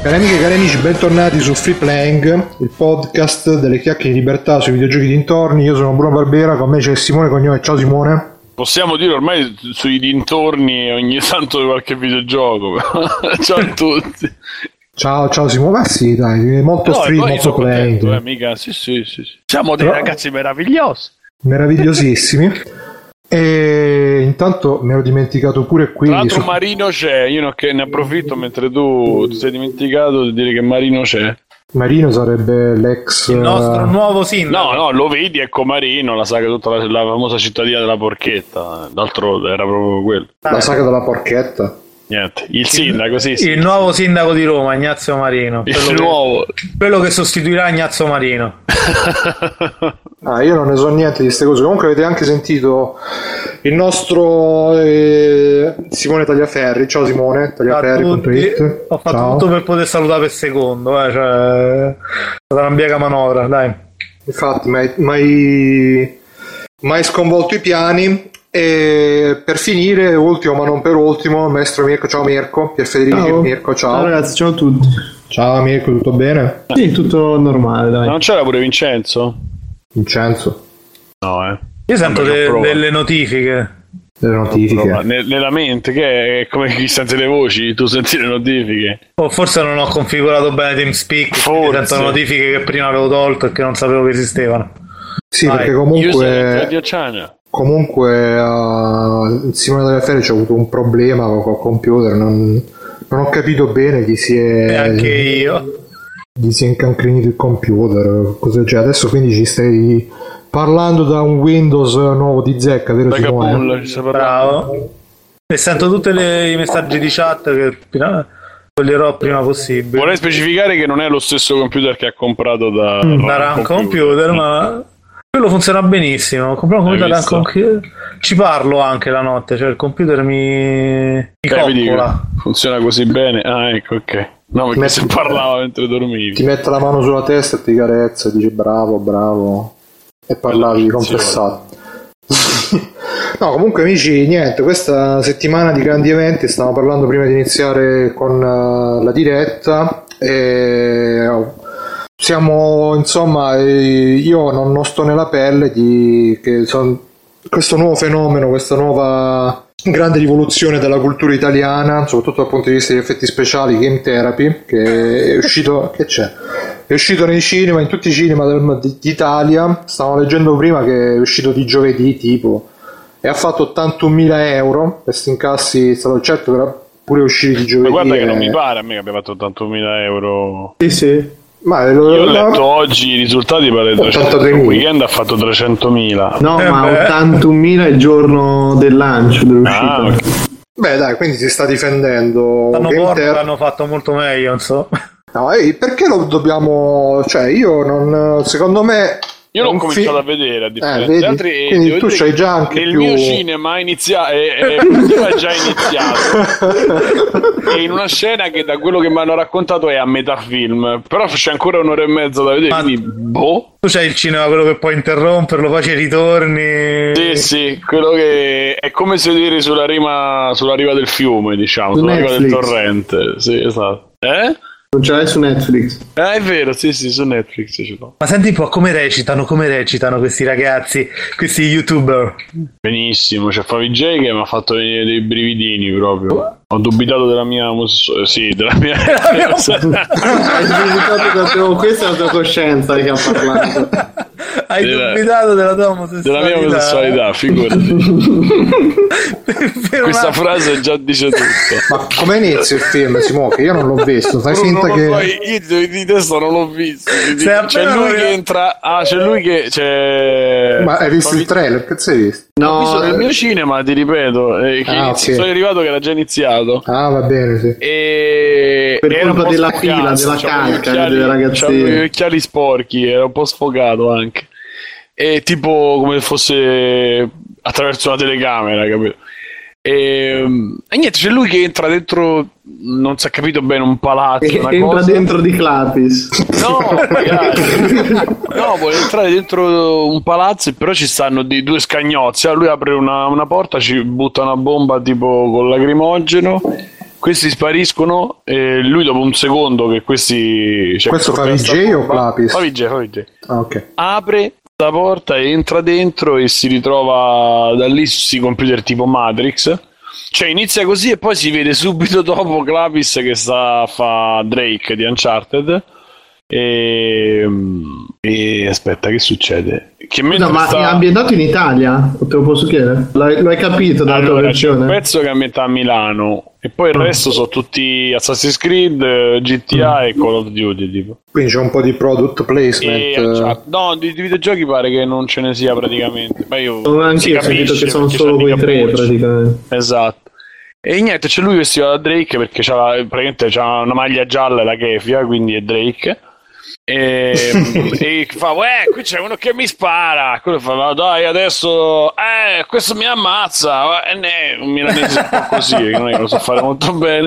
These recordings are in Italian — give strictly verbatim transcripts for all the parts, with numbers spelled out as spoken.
Cari amiche e cari amici, bentornati su Free Playing, il podcast delle chiacchiere di libertà sui videogiochi dintorni. Io sono Bruno Barbera, con me c'è Simone Cognome. Ciao Simone. Possiamo dire ormai sui dintorni ogni tanto di qualche videogioco. Ciao a tutti. Ciao, ciao Simone. Ma sì, dai, molto no, free, molto playing. Contento, eh, mica. Sì, sì, sì, sì. Siamo dei Però... ragazzi meravigliosi. Meravigliosissimi. E intanto mi ero dimenticato pure qui. Tra l'altro su... Marino c'è, io non che ne approfitto mentre tu ti sei dimenticato di dire che Marino c'è. Marino sarebbe l'ex... il nostro nuovo sindaco. No, no, lo vedi, ecco Marino, la saga, tutta la, la famosa cittadina della porchetta. D'altro era proprio quello. La saga della porchetta. Niente, il sindaco, sì, sì. Il nuovo sindaco di Roma, Ignazio Marino. Il quello nuovo. Che, quello che sostituirà Ignazio Marino. Ah, io non ne so niente di queste cose. Comunque avete anche sentito il nostro eh, Simone Tagliaferri. Ciao Simone, tagliaferri punto it. Ho fatto Ciao. tutto per poter salutare per secondo, eh, cioè, è stata una biega manovra, dai. Infatti, mai, mai, mai sconvolto i piani. E per finire, ultimo ma non per ultimo, il maestro Mirko. Ciao Mirko, Pier Federico. Ciao. Mirko, ciao. Ciao ragazzi, ciao a tutti. Ciao Mirko, tutto bene? Sì, tutto normale, dai. Ma non c'era pure Vincenzo? Vincenzo? No, eh. Io sento de- delle notifiche. Delle notifiche. Nel, nella mente, che è come chi sente le voci, tu senti le notifiche. O forse non ho configurato bene TeamSpeak, sento notifiche che prima avevo tolto e che non sapevo che esistevano. Sì, Vai. perché comunque... Comunque uh, Simone Tagliaferri c'ha avuto un problema col computer, non, non ho capito bene chi si è... E anche io. Gli si è incancrenito il computer, cos'è? Cioè, adesso quindi ci stai parlando da un Windows nuovo di zecca, vero da Simone? Capulla, bravo. E sento tutti i messaggi di chat che toglierò prima possibile. Vorrei specificare che non è lo stesso computer che ha comprato da... Mm, da Run Computer, computer ma... quello funziona benissimo. Compriamo un computer anche... Ci parlo anche la notte, cioè il computer mi, mi coccola. Funziona così bene. Ah, ecco, ok. No, perché metti... se parlava mentre dormivi. Ti mette la mano sulla testa e ti carezza, dice bravo, bravo. E parlavi confessato. No, comunque amici, niente, questa settimana di grandi eventi, stavamo parlando prima di iniziare con uh, la diretta e... siamo, insomma, io non, non sto nella pelle di che son, questo nuovo fenomeno, questa nuova grande rivoluzione della cultura italiana, soprattutto dal punto di vista degli effetti speciali, Game Therapy, che è uscito, che c'è? È uscito nei cinema, in tutti i cinema del, d'Italia. Stavo leggendo prima che è uscito di giovedì, tipo, e ha fatto ottantunomila euro. Questi incassi è stato certo, però pure usciti di giovedì. Ma guarda e... che non mi pare a me che abbia fatto ottantunomila euro. Sì, sì. Ma lo, io ho letto no. oggi i risultati per il weekend ha fatto trecentomila. No, eh ma beh. ottantunomila il giorno del lancio dell'uscita. Ah, okay. Beh dai, quindi si sta difendendo. L'hanno portato, l'hanno fatto molto meglio, non so. No, ehi, perché lo dobbiamo... Cioè io non... Secondo me... Io l'ho cominciato fi... a vedere a differenza eh, di altri. Quindi tu c'hai già anche nel più... mio cinema inizia... è, è, è già iniziato. E in una scena che da quello che mi hanno raccontato è a metà film. Però c'è ancora un'ora e mezza da vedere. Ma quindi boh. Tu c'hai il cinema, quello che puoi interromperlo, poi ci ritorni. Sì, sì, quello che è come sedere sulla rima, sulla riva del fiume, diciamo, Su sulla Netflix. riva del torrente. Sì, esatto. Eh? Non ce l'hai su Netflix? Ah, è vero, sì, sì, su Netflix ce l'ho. Ma senti un po' come recitano, come recitano questi ragazzi, questi youtuber. Benissimo, c'è Favij che mi ha fatto venire dei brividini proprio. Ho dubitato della mia omosessualità. Sì, della mia. Hai dubitato, questa è la tua coscienza che ha parlato. Hai della... dubitato della tua omosessualità? Della mia omosessualità, figurati. Questa frase già dice tutto. Ma come inizia il film, Simone? Che io non l'ho visto. Fai Bruno, finta che. Poi io di testa non l'ho visto. C'è lui che entra. Ah, c'è lui che. C'è... Ma hai visto il trailer? Che sei visto? No, ho visto nel mio cinema, ti ripeto. Eh, che ah, okay. Sono arrivato che era già iniziato. Ah, va bene, sì. E per colpa della fila, della calca delle ragazzine. C'avevo gli occhiali sporchi, era un po' sfogato anche. E tipo come fosse attraverso una telecamera, capito? E, e niente, c'è lui che entra dentro, non si è capito bene, un palazzo, e una entra cosa. dentro di Clapis. No, no, vuole entrare dentro un palazzo, però ci stanno dei due scagnozzi. Allora lui apre una, una porta, ci butta una bomba tipo con lacrimogeno, questi spariscono e lui dopo un secondo che questi... Cioè, questo fa V J o Clapis? Fa V J, fa V J. Ah, ok. Apre la porta, entra dentro e si ritrova da lì su computer tipo Matrix. Cioè inizia così e poi si vede subito dopo Clapis che sta a fa Drake di Uncharted. E, e aspetta, che succede? Che no, ma sta... è ambientato in Italia? Te lo posso chiedere? L'hai, l'hai capito dalla allora, tua versione? C'è un pezzo che è a metà a Milano e poi il resto sono tutti Assassin's Creed, G T A mm. e Call of Duty tipo. Quindi c'è un po' di product placement e, no, di, di videogiochi pare che non ce ne sia praticamente. Ma io anche io ho sentito che sono solo quei tre praticamente. Esatto. E niente, c'è lui vestito da Drake perché c'ha la, praticamente c'ha una maglia gialla e la kefia, quindi è Drake. E, e fa, uè, qui c'è uno che mi spara. Quello fa, ma dai, adesso, eh, questo mi ammazza. E ne, un milanese un po' così, non è che lo so fare molto bene.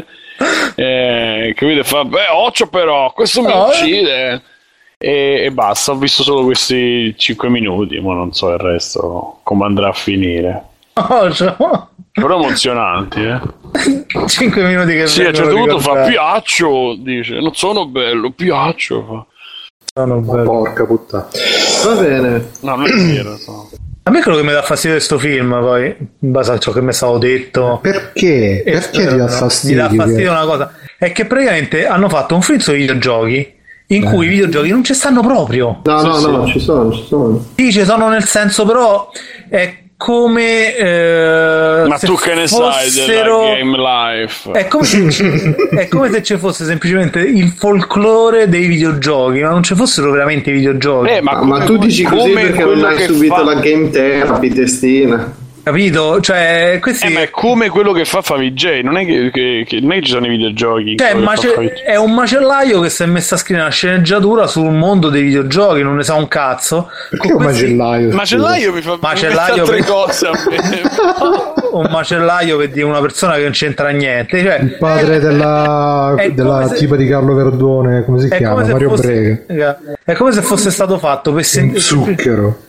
Eh, capite? Fa, beh, occhio però, questo mi uccide. E, e basta, ho visto solo questi cinque minuti, ma non so il resto come andrà a finire. Oh, cioè... Però emozionanti, eh. cinque minuti che sì, a un certo punto fa piaccio, dice, non sono bello, piaccio fa. Sono bello. Porca puttana. Va bene. No, non è vero. No. A me quello che mi dà fastidio di sto film, poi, in base a ciò che mi è stato detto. Perché? Perché ti dà fastidio? Mi dà fastidio una cosa. È che praticamente hanno fatto un film sui videogiochi in eh. cui i videogiochi non ci stanno proprio. No, sì, no, sì. no, ci sono, ci sono. Sì, ci sono nel senso, però è come eh, ma tu che ne fossero... sai della game life? È come, se... è come se ci fosse semplicemente il folklore dei videogiochi, ma non ci fossero veramente i videogiochi. Eh, ma, ma tu dici così perché non hai subito fa... la game therapy, testina. Capito? Cioè, questi... eh, ma è come quello che fa fa V J, non è che, che, che, non è che ci sono i videogiochi. Cioè, mace... è un macellaio che si è messo a scrivere una sceneggiatura sul mondo dei videogiochi, non ne sa un cazzo. Perché un questi... macellaio? Macellaio mi fa macellaio altre per... cose a me. Un macellaio per dire una persona che non c'entra niente. Cioè, il padre è... della, è della se... tipa di Carlo Verdone, come si è chiama? Come Mario fosse... Brega. È come se fosse stato fatto per sentire... zucchero.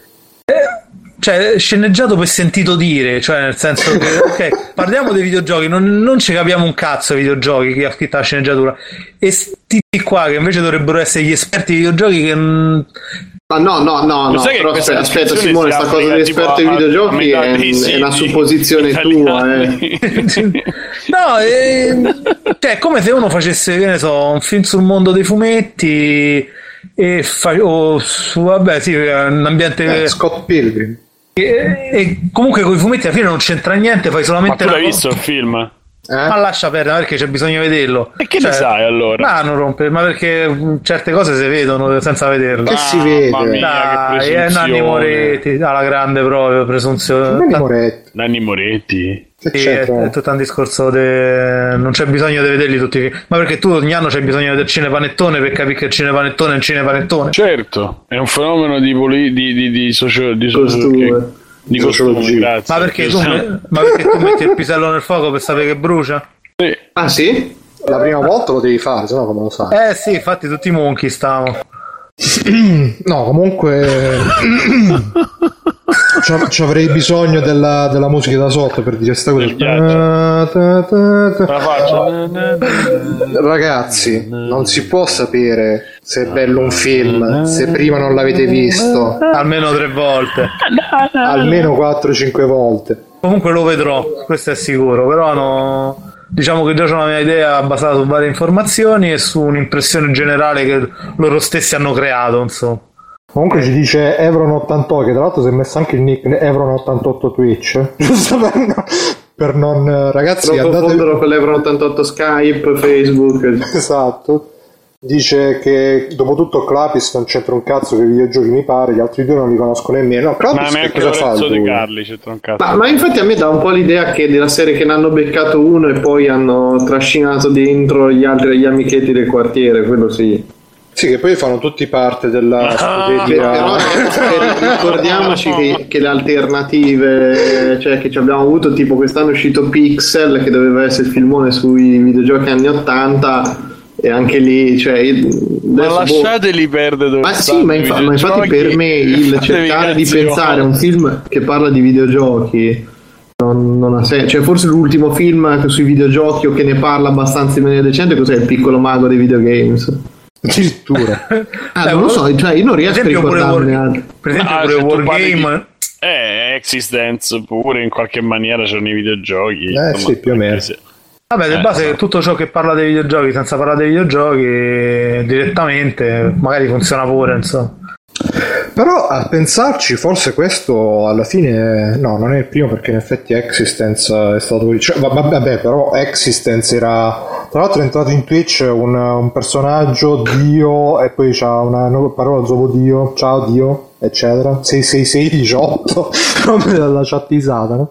Cioè, sceneggiato per sentito dire, cioè nel senso che, ok, parliamo dei videogiochi, non, non ci capiamo un cazzo ai videogiochi, chi ha scritto la sceneggiatura, e sti qua che invece dovrebbero essere gli esperti di videogiochi che... Ah, no, no, no, no, però aspetta, aspetta Simone, sta cosa degli esperti di videogiochi è, è una supposizione tua, eh. No, è, cioè, è come se uno facesse, che ne so, un film sul mondo dei fumetti e fa, o su, vabbè, sì, un ambiente... Eh, Scott Pilgrim. E, e comunque con i fumetti alla fine non c'entra niente, fai solamente... Ma tu l'hai visto il film? Eh? Ma lascia perdere, perché c'è bisogno di vederlo. E che cioè, ne sai allora? Ma non rompe, ma perché certe cose si vedono senza vederlo. Che ah, si vede? Mia, dai, è Nanni Moretti, alla grande proprio, presunzione. Nanni Moretti. Nanni Moretti. Sì, è, è tutto un discorso de... non c'è bisogno di vederli tutti, ma perché tu ogni anno c'è bisogno di vedere cinepanettone per capire che il cinepanettone è un cinepanettone. Certo, è un fenomeno di poli... di, di, di, socio... di, socio... che... di sociologia. Ma perché, tu, ma perché tu metti il pisello nel fuoco per sapere che brucia? Sì. Ah sì? La prima volta lo devi fare, sennò come lo sai? Eh sì, infatti tutti i monchi stavano. No, comunque ci avrei bisogno della, della musica da sotto per dire questa cosa. Ta, ta, ta, ta. La faccio. Ragazzi, non si può sapere se è bello un film se prima non l'avete visto almeno tre volte, almeno quattro cinque volte. Comunque lo vedrò, questo è sicuro, però no... Diciamo che già c'è una mia idea basata su varie informazioni e su un'impressione generale che loro stessi hanno creato, insomma. Comunque ci dice Evron ottantotto, che tra l'altro si è messo anche il nick Evron ottantotto Twitch, giusto per, no, per non... Ragazzi, non confondere con l'Evron ottantotto Skype, Facebook. Esatto. Dice che dopo tutto Clapis non c'entra un cazzo che i videogiochi, mi pare, gli altri due non li conosco nemmeno. No, Clapis, ma neanche Lorenzo De Carli c'entra un cazzo. Ma, ma infatti a me dà un po' l'idea che della serie che ne hanno beccato uno e poi hanno trascinato dentro gli altri, gli amichetti del quartiere, quello sì. Sì, che poi fanno tutti parte della ah, però ricordiamoci che, che le alternative, cioè che ci abbiamo avuto, tipo quest'anno è uscito Pixel, che doveva essere il filmone sui videogiochi anni ottanta, e anche lì, cioè, ma lasciateli boh... perdere dove ma sì, ma, infa- ma infatti per me il cercare di pensare a un film che parla di videogiochi non, non ha senso. Cioè, forse l'ultimo film sui videogiochi o che ne parla abbastanza in maniera decente, cos'è? Il piccolo mago dei videogames. Addirittura. Ah, non lo so, cioè io non riesco a ricordarne altri. Per esempio Ah, pure se tu Wargame parli Eh, Existence pure in qualche maniera c'erano i videogiochi. Eh insomma, sì, più o meno. sì. Vabbè, di Eh, base esatto. tutto ciò che parla dei videogiochi senza parlare dei videogiochi direttamente magari funziona pure, insomma. Però a pensarci, forse questo alla fine no, non è il primo, perché in effetti Existence è stato, cioè, vabbè, vabbè, però Existence era, tra l'altro è entrato in Twitch un, un personaggio Dio e poi c'ha una nuova parola dopo Dio, ciao Dio, eccetera, sei sei sei diciotto proprio dalla chattisata, no?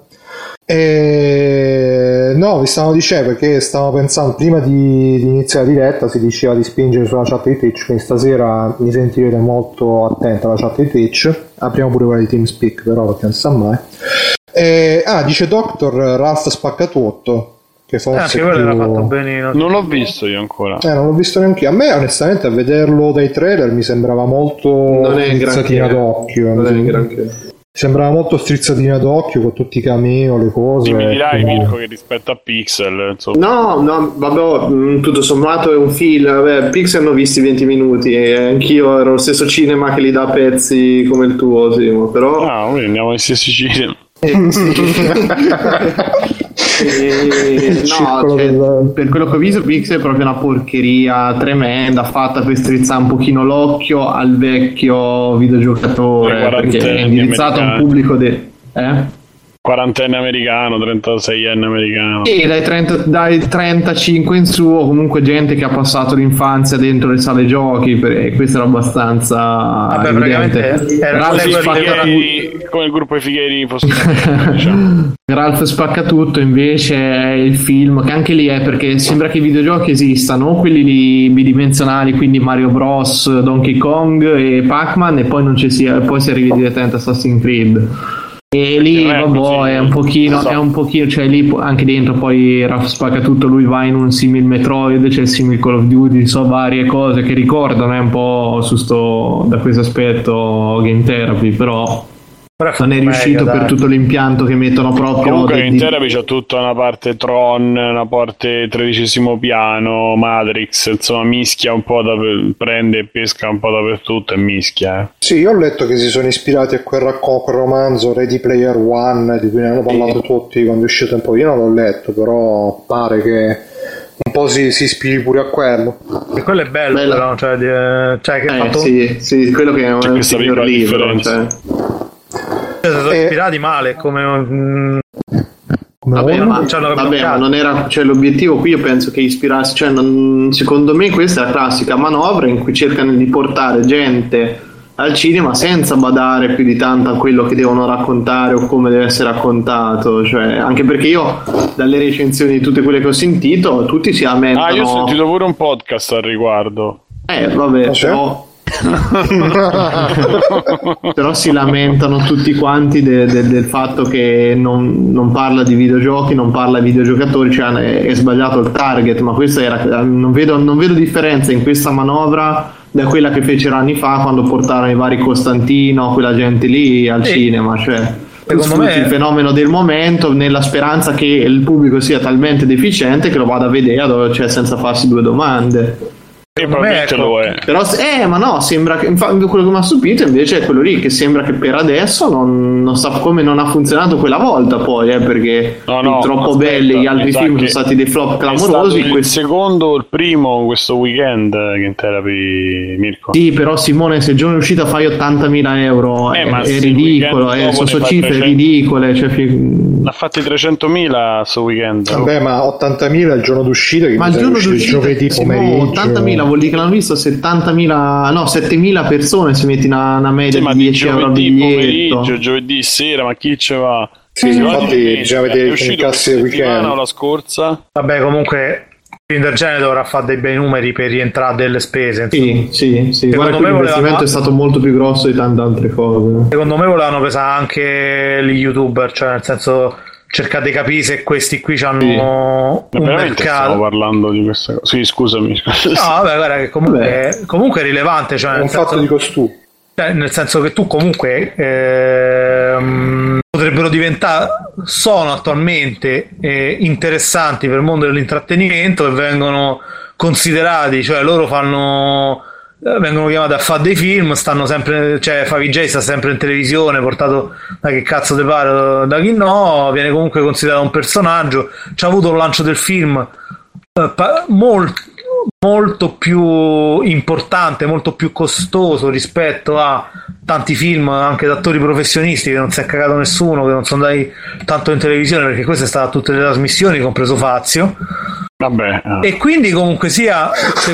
E no, vi stavo dicendo, perché stavo pensando prima di, di iniziare la diretta si diceva di spingere sulla chat di Twitch, quindi stasera mi sentirete molto attento alla chat di Twitch. Apriamo pure quella di TeamSpeak, però, perché non sa mai. E, ah, dice Doctor Ralph Spaccatutto, che forse Eh, anche quello più... era fatto benino. Non l'ho visto io ancora. Eh, non l'ho visto neanche io. A me, onestamente, a vederlo dai trailer mi sembrava molto Non è strizzatina granché. d'occhio. Non è mi granché. sembrava molto strizzatina d'occhio con tutti i cameo, le cose. Sì, mi dirai, quindi- Mirko, che rispetto a Pixel, insomma. No, no, vabbè, mh, tutto sommato è un film. Vabbè, Pixel hanno visti venti minuti e anch'io ero allo stesso cinema che li dà a pezzi come il tuo, Simo, però... Ah, quindi andiamo in stessi cinema. Eh, sì. Eh, Circolo no, cioè, del- per quello che ho visto Pixel è proprio una porcheria tremenda, fatta per strizzare un pochino l'occhio al vecchio Le videogiocatore, perché è quarantenni indirizzato a un americani. pubblico de... eh? Quarantenne americano, trentaseienne americano. E dai, trenta, dai trentacinque in su, o comunque gente che ha passato l'infanzia dentro le sale giochi, per- e questo era abbastanza Vabbè, evidente. praticamente era Ralph quello di- Spaccatutto, Fighieri- come il gruppo dei Fighieri fosse, diciamo. Ralph Spaccatutto invece è il film che anche lì è, perché sembra che i videogiochi esistano, quelli lì bidimensionali, quindi Mario Bros, Donkey Kong e Pac-Man, e poi non ci sia, poi si arriva direttamente a Assassin's Creed. E lì Non è vabbè, così, è un pochino, so. è un pochino, cioè lì po- anche dentro poi Ralph Spaccatutto, lui va in un simil Metroid, c'è il simil Call of Duty, so, varie cose che ricordano eh, un po' su sto, da questo aspetto Game Therapy, però Però non è riuscito meglio, per dai. tutto l'impianto che mettono proprio Comunque di- in Therapy c'è tutta una parte Tron, una parte tredicesimo piano, Matrix, insomma mischia un po', da, prende e pesca un po' dappertutto e mischia. Eh. Sì, io ho letto che si sono ispirati a quel, racco- quel romanzo Ready Player One di cui ne hanno parlato tutti quando è uscito un po'. Io non l'ho letto, però pare che un po' si, si ispiri pure a quello. E quello è bello, Bella. però, cioè, di- eh, cioè che ha eh, fatto sì, sì, quello che è un questa signor piccola libro, differenza. cioè. cioè, si sono Eh. ispirati male come mm, Come Vabbè, uno? ma, Ci hanno vabbè, bloccato. ma non era, cioè, l'obiettivo qui io penso che ispirarsi, cioè, non- secondo me questa è la classica manovra in cui cercano di portare gente al cinema senza badare più di tanto a quello che devono raccontare o come deve essere raccontato, cioè, anche perché io dalle recensioni di tutte quelle che ho sentito tutti si lamentano. Ah, io ho sentito pure un podcast al riguardo. Eh, vabbè, Ah, sì? però però si lamentano tutti quanti de- de- del fatto che non, non parla di videogiochi, non parla di videogiocatori, cioè è, è sbagliato il target, ma questa era, non vedo, non vedo differenza in questa manovra da quella che fecero anni fa quando portarono i vari Costantino, quella gente lì al Sì. cinema, cioè Secondo sfrutti me- il fenomeno del momento nella speranza che il pubblico sia talmente deficiente che lo vada a vedere, dove- cioè senza farsi due domande. E Secondo me, probabilmente ecco, lo è. Però, eh, ma no, sembra che infa- quello che mi ha stupito invece è quello lì, che sembra che per adesso non, non sa come non ha funzionato quella volta, poi, eh, perché No, no, troppo aspetta, belli, gli altri mi sa film sono che stati dei flop È stato clamorosi. il questi- secondo o il primo questo weekend che in Therapy, Mirko. Sì, però Simone, se il giorno di uscita fai ottantamila euro, Eh, è, ma è se il ridicolo, weekend eh, dopo sono ne so fai cifre trecento. ridicole. Cioè, fi- Ne ha fatti trecentomila sto weekend. Vabbè, ma ottantamila il giorno d'uscita, che ma mi il sa giorno che di uscire uscita giovedì Simone, pomeriggio. ottantamila vuol dire che l'hanno visto settantamila, no, settemila persone, se metti una, una media Sì, ma di di dieci euro a giovedì biglietto. pomeriggio, giovedì sera, ma chi ce va? Sì, Si va infatti di domenica. bisogna vedere È che uscito incassi del questa settimana weekend. o la scorsa? vabbè, comunque film del genere dovrà fare dei bei numeri per rientrare delle spese, insomma. Sì, sì, sì. Secondo Guarda che me l'investimento voleva- è stato molto più grosso di tante altre cose. Secondo me volevano pesare anche gli youtuber, cioè nel senso cercare di capire se questi qui hanno Ma un veramente stiamo mercato. parlando di questa cosa? Sì, scusami. No, vabbè, guarda che comunque, comunque è rilevante, cioè È nel un senso, fatto di costume. cioè, nel senso che tu comunque eh, ehm, potrebbero diventare, sono attualmente eh, interessanti per il mondo dell'intrattenimento e vengono considerati, cioè loro fanno vengono chiamati a fare dei film, stanno sempre, cioè Favij sta sempre in televisione, portato da che cazzo te pare, da chi no, viene comunque considerato un personaggio, c'ha avuto un lancio del film eh, pa- molto, molto più importante, molto più costoso rispetto a tanti film anche da attori professionisti che non si è cagato nessuno, che non sono andati tanto in televisione, perché questa è stata tutte le trasmissioni, compreso Fazio. Vabbè, no. E quindi comunque sia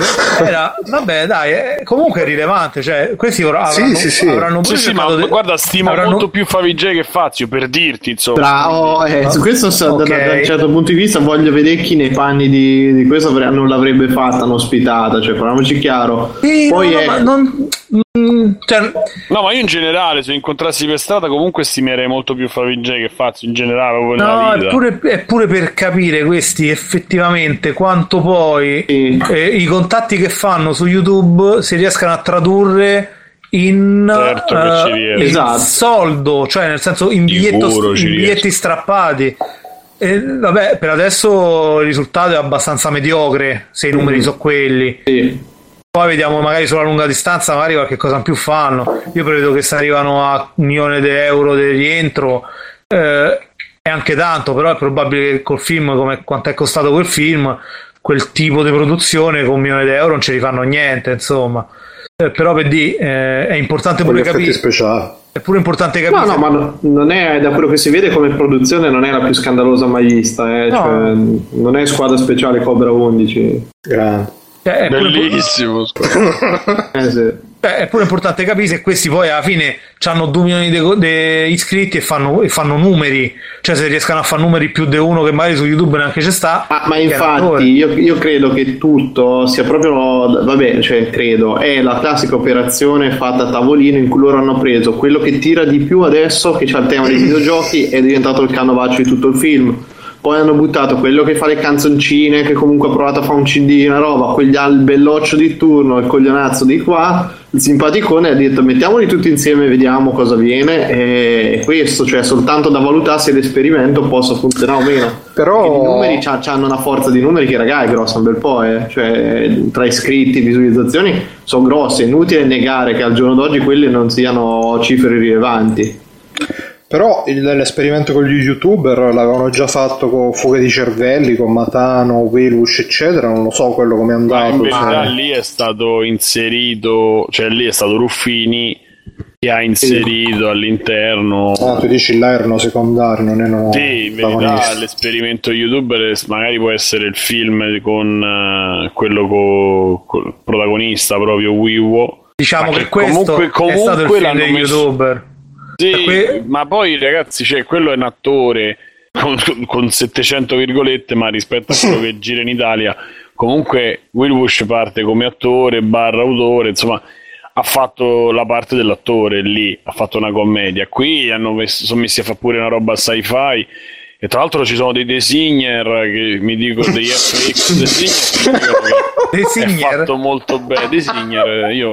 era, vabbè dai, è, comunque è rilevante, cioè questi avranno, sì, sì, sì. avranno sì, sì, ma de- guarda, stimo avranno... molto più Favij che Fazio, per dirti, insomma. Bravo, eh, su questo so, okay. da, da un certo punto di vista voglio vedere chi nei panni di, di questo non l'avrebbe fatta un'ospitata, cioè parliamoci chiaro. Sì, poi no, è... no, ma non... Cioè... No, ma io in generale, se incontrassi per strada, comunque stimerei molto più Favij che Fazio in generale. No, vita. È, pure, è pure per capire questi effettivamente quanto poi sì. eh, i contatti che fanno su YouTube si riescano a tradurre in, certo uh, in esatto. soldo, cioè nel senso in, biglietto, in biglietti strappati. E, vabbè, per adesso il risultato è abbastanza mediocre se i numeri mm. sono quelli. Sì. Poi vediamo magari sulla lunga distanza magari qualche cosa in più fanno. Io credo che se arrivano a un milione di euro di rientro eh, è anche tanto, però è probabile che col film, come quanto è costato quel film, quel tipo di produzione con un milione di euro non ci rifanno niente, insomma. Eh, però per dire eh, è importante pure capire speciali. È pure importante capire. No, no, ma no, non è, da quello che si vede come produzione non è la più scandalosa mai vista, eh. No. Cioè, non è Squadra Speciale Cobra undici. Grande. Cioè, è bellissimo. eh, sì. Beh, è pure importante capire se questi poi alla fine hanno due milioni di iscritti e fanno, e fanno numeri, cioè se riescano a fare numeri più di uno che magari su YouTube neanche ci sta. Ah, ma infatti io, io credo che tutto sia proprio, vabbè, cioè credo, è la classica operazione fatta a tavolino in cui loro hanno preso quello che tira di più adesso, che c'ha il tema dei videogiochi, è diventato il canovaccio di tutto il film. Poi hanno buttato quello che fa le canzoncine, che comunque ha provato a fare un C D, una roba, quegli al belloccio di turno, il coglionazzo di qua, il simpaticone ha detto mettiamoli tutti insieme e vediamo cosa viene, e questo, cioè soltanto da valutarsi se l'esperimento possa funzionare o meno. Però perché i numeri hanno una forza di numeri che ragazzi è grossa un bel po', eh. Cioè tra iscritti, visualizzazioni sono grosse, è inutile negare che al giorno d'oggi quelle non siano cifre rilevanti. Però il, l'esperimento con gli youtuber l'avevano già fatto con Fuga di Cervelli, con Matano, Wheelwush eccetera, non lo so quello come è andato. Ma in verità cioè... lì è stato inserito, cioè lì è stato Ruffini che ha inserito all'interno. Ah, tu dici là erano secondari, non erano sì, in verità l'esperimento youtuber magari può essere il film con uh, quello con co, il protagonista proprio Wiwo. Diciamo che, che questo comunque, comunque è stato il film degli messo... youtuber. Sì, que... ma poi ragazzi, cioè, quello è un attore con, con settecento virgolette, ma rispetto a quello che gira in Italia, comunque Wheelwush parte come attore barra autore, insomma, ha fatto la parte dell'attore lì, ha fatto una commedia. Qui hanno messo, sono messi a fare pure una roba sci-fi. E tra l'altro ci sono dei designer che mi dicono degli F X designer che designer? È fatto molto bene. Designer, io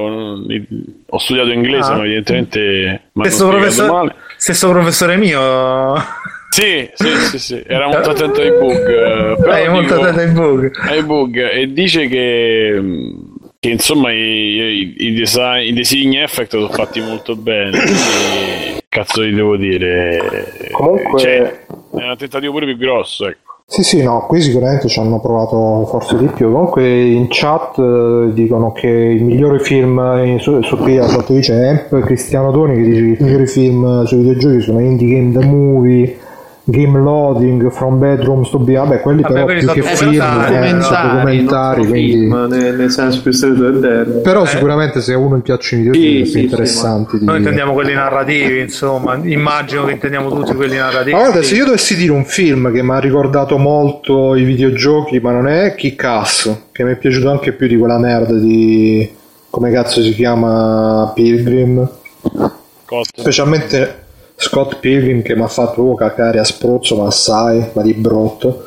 ho studiato inglese, ah. ma evidentemente stesso professore, male. stesso professore mio. Sì, sì, sì, sì, era molto attento ai bug. Però eh, molto attento ai bug. Ai bug e dice che, che insomma i, i, i, design, i design effect sono fatti molto bene. Quindi, cazzo ti devo dire, comunque cioè, è un tentativo pure più grosso, ecco. Sì, sì, no, qui sicuramente ci hanno provato forse di più. Comunque in chat eh, dicono che il migliore film in, su, su qui dice Amp Cristiano Toni che dice che i migliori film sui videogiochi sono Indie Game The Movie, Game Loading, From Bedrooms to Be, vabbè quelli vabbè, però più che film eh, sono documentari, quindi film, nel, nel senso più stretto del termine. Però eh. sicuramente se a uno piacciono i videogiochi sì, più sì, interessanti sì, di... noi intendiamo quelli narrativi, insomma, immagino che intendiamo tutti quelli narrativi. Ma guarda, se io dovessi dire un film che mi ha ricordato molto i videogiochi, ma non è Kick-Ass, che mi è piaciuto anche più di quella merda di come cazzo si chiama Pilgrim, Scott. Specialmente Scott Pilgrim, che mi ha fatto oh, cacare a spruzzo, ma assai, ma di brutto.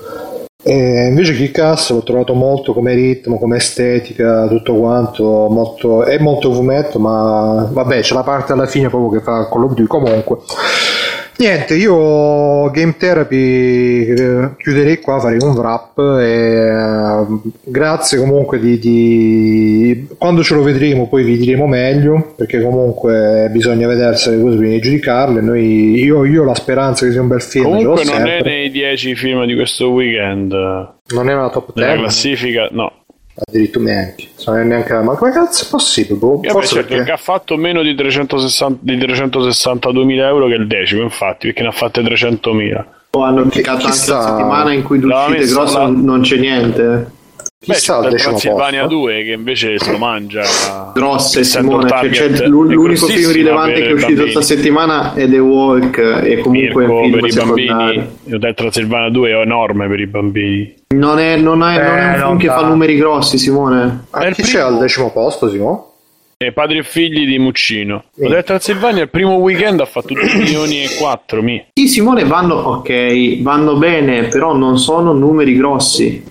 E invece Kick-Ass l'ho trovato molto come ritmo, come estetica, tutto quanto, molto, è molto fumetto, ma vabbè c'è la parte alla fine proprio che fa Call of Duty. Comunque Niente, io Game Therapy eh, chiuderei qua, farei un wrap e eh, grazie comunque di, di quando ce lo vedremo poi vi diremo meglio, perché comunque bisogna vedersi le cose prima di giudicarle. Noi, io, io ho la speranza che sia un bel film. Comunque non sempre. è nei dieci film di questo weekend, non è una top nella ten classifica, no. Addirittura neanche, non è neanche, ma come cazzo è possibile? Boh, Vabbè, forse certo, perché... perché ha fatto meno di, trecentosessanta, di trecentosessantaduemila euro che il decimo, infatti, perché ne ha fatte trecentomila. O hanno piccato anche Chissà- la settimana in cui L'aveva d'uscite messo grosse là. non non c'è niente. Chi Beh, sta c'è al il decimo Transilvania posto? due che invece se lo mangia Grosse, essendo Simone, target cioè, c'è è l'u- l'unico grossissimo film rilevante per che è uscito bambini. questa settimana è The Walk e comunque Mirko un film per i secondario. bambini, il Transilvania due è enorme per i bambini. Non è, non è, non è un Eh, film non che da- fa numeri grossi, Simone. Ah, È il chi c'è primo. al decimo posto, Simo? E Padri e Figli di Muccino. Sì. Hotel Transilvania il primo weekend ha fatto due milioni e quattro mi. Sì, Simone, vanno ok, vanno bene, però non sono numeri grossi.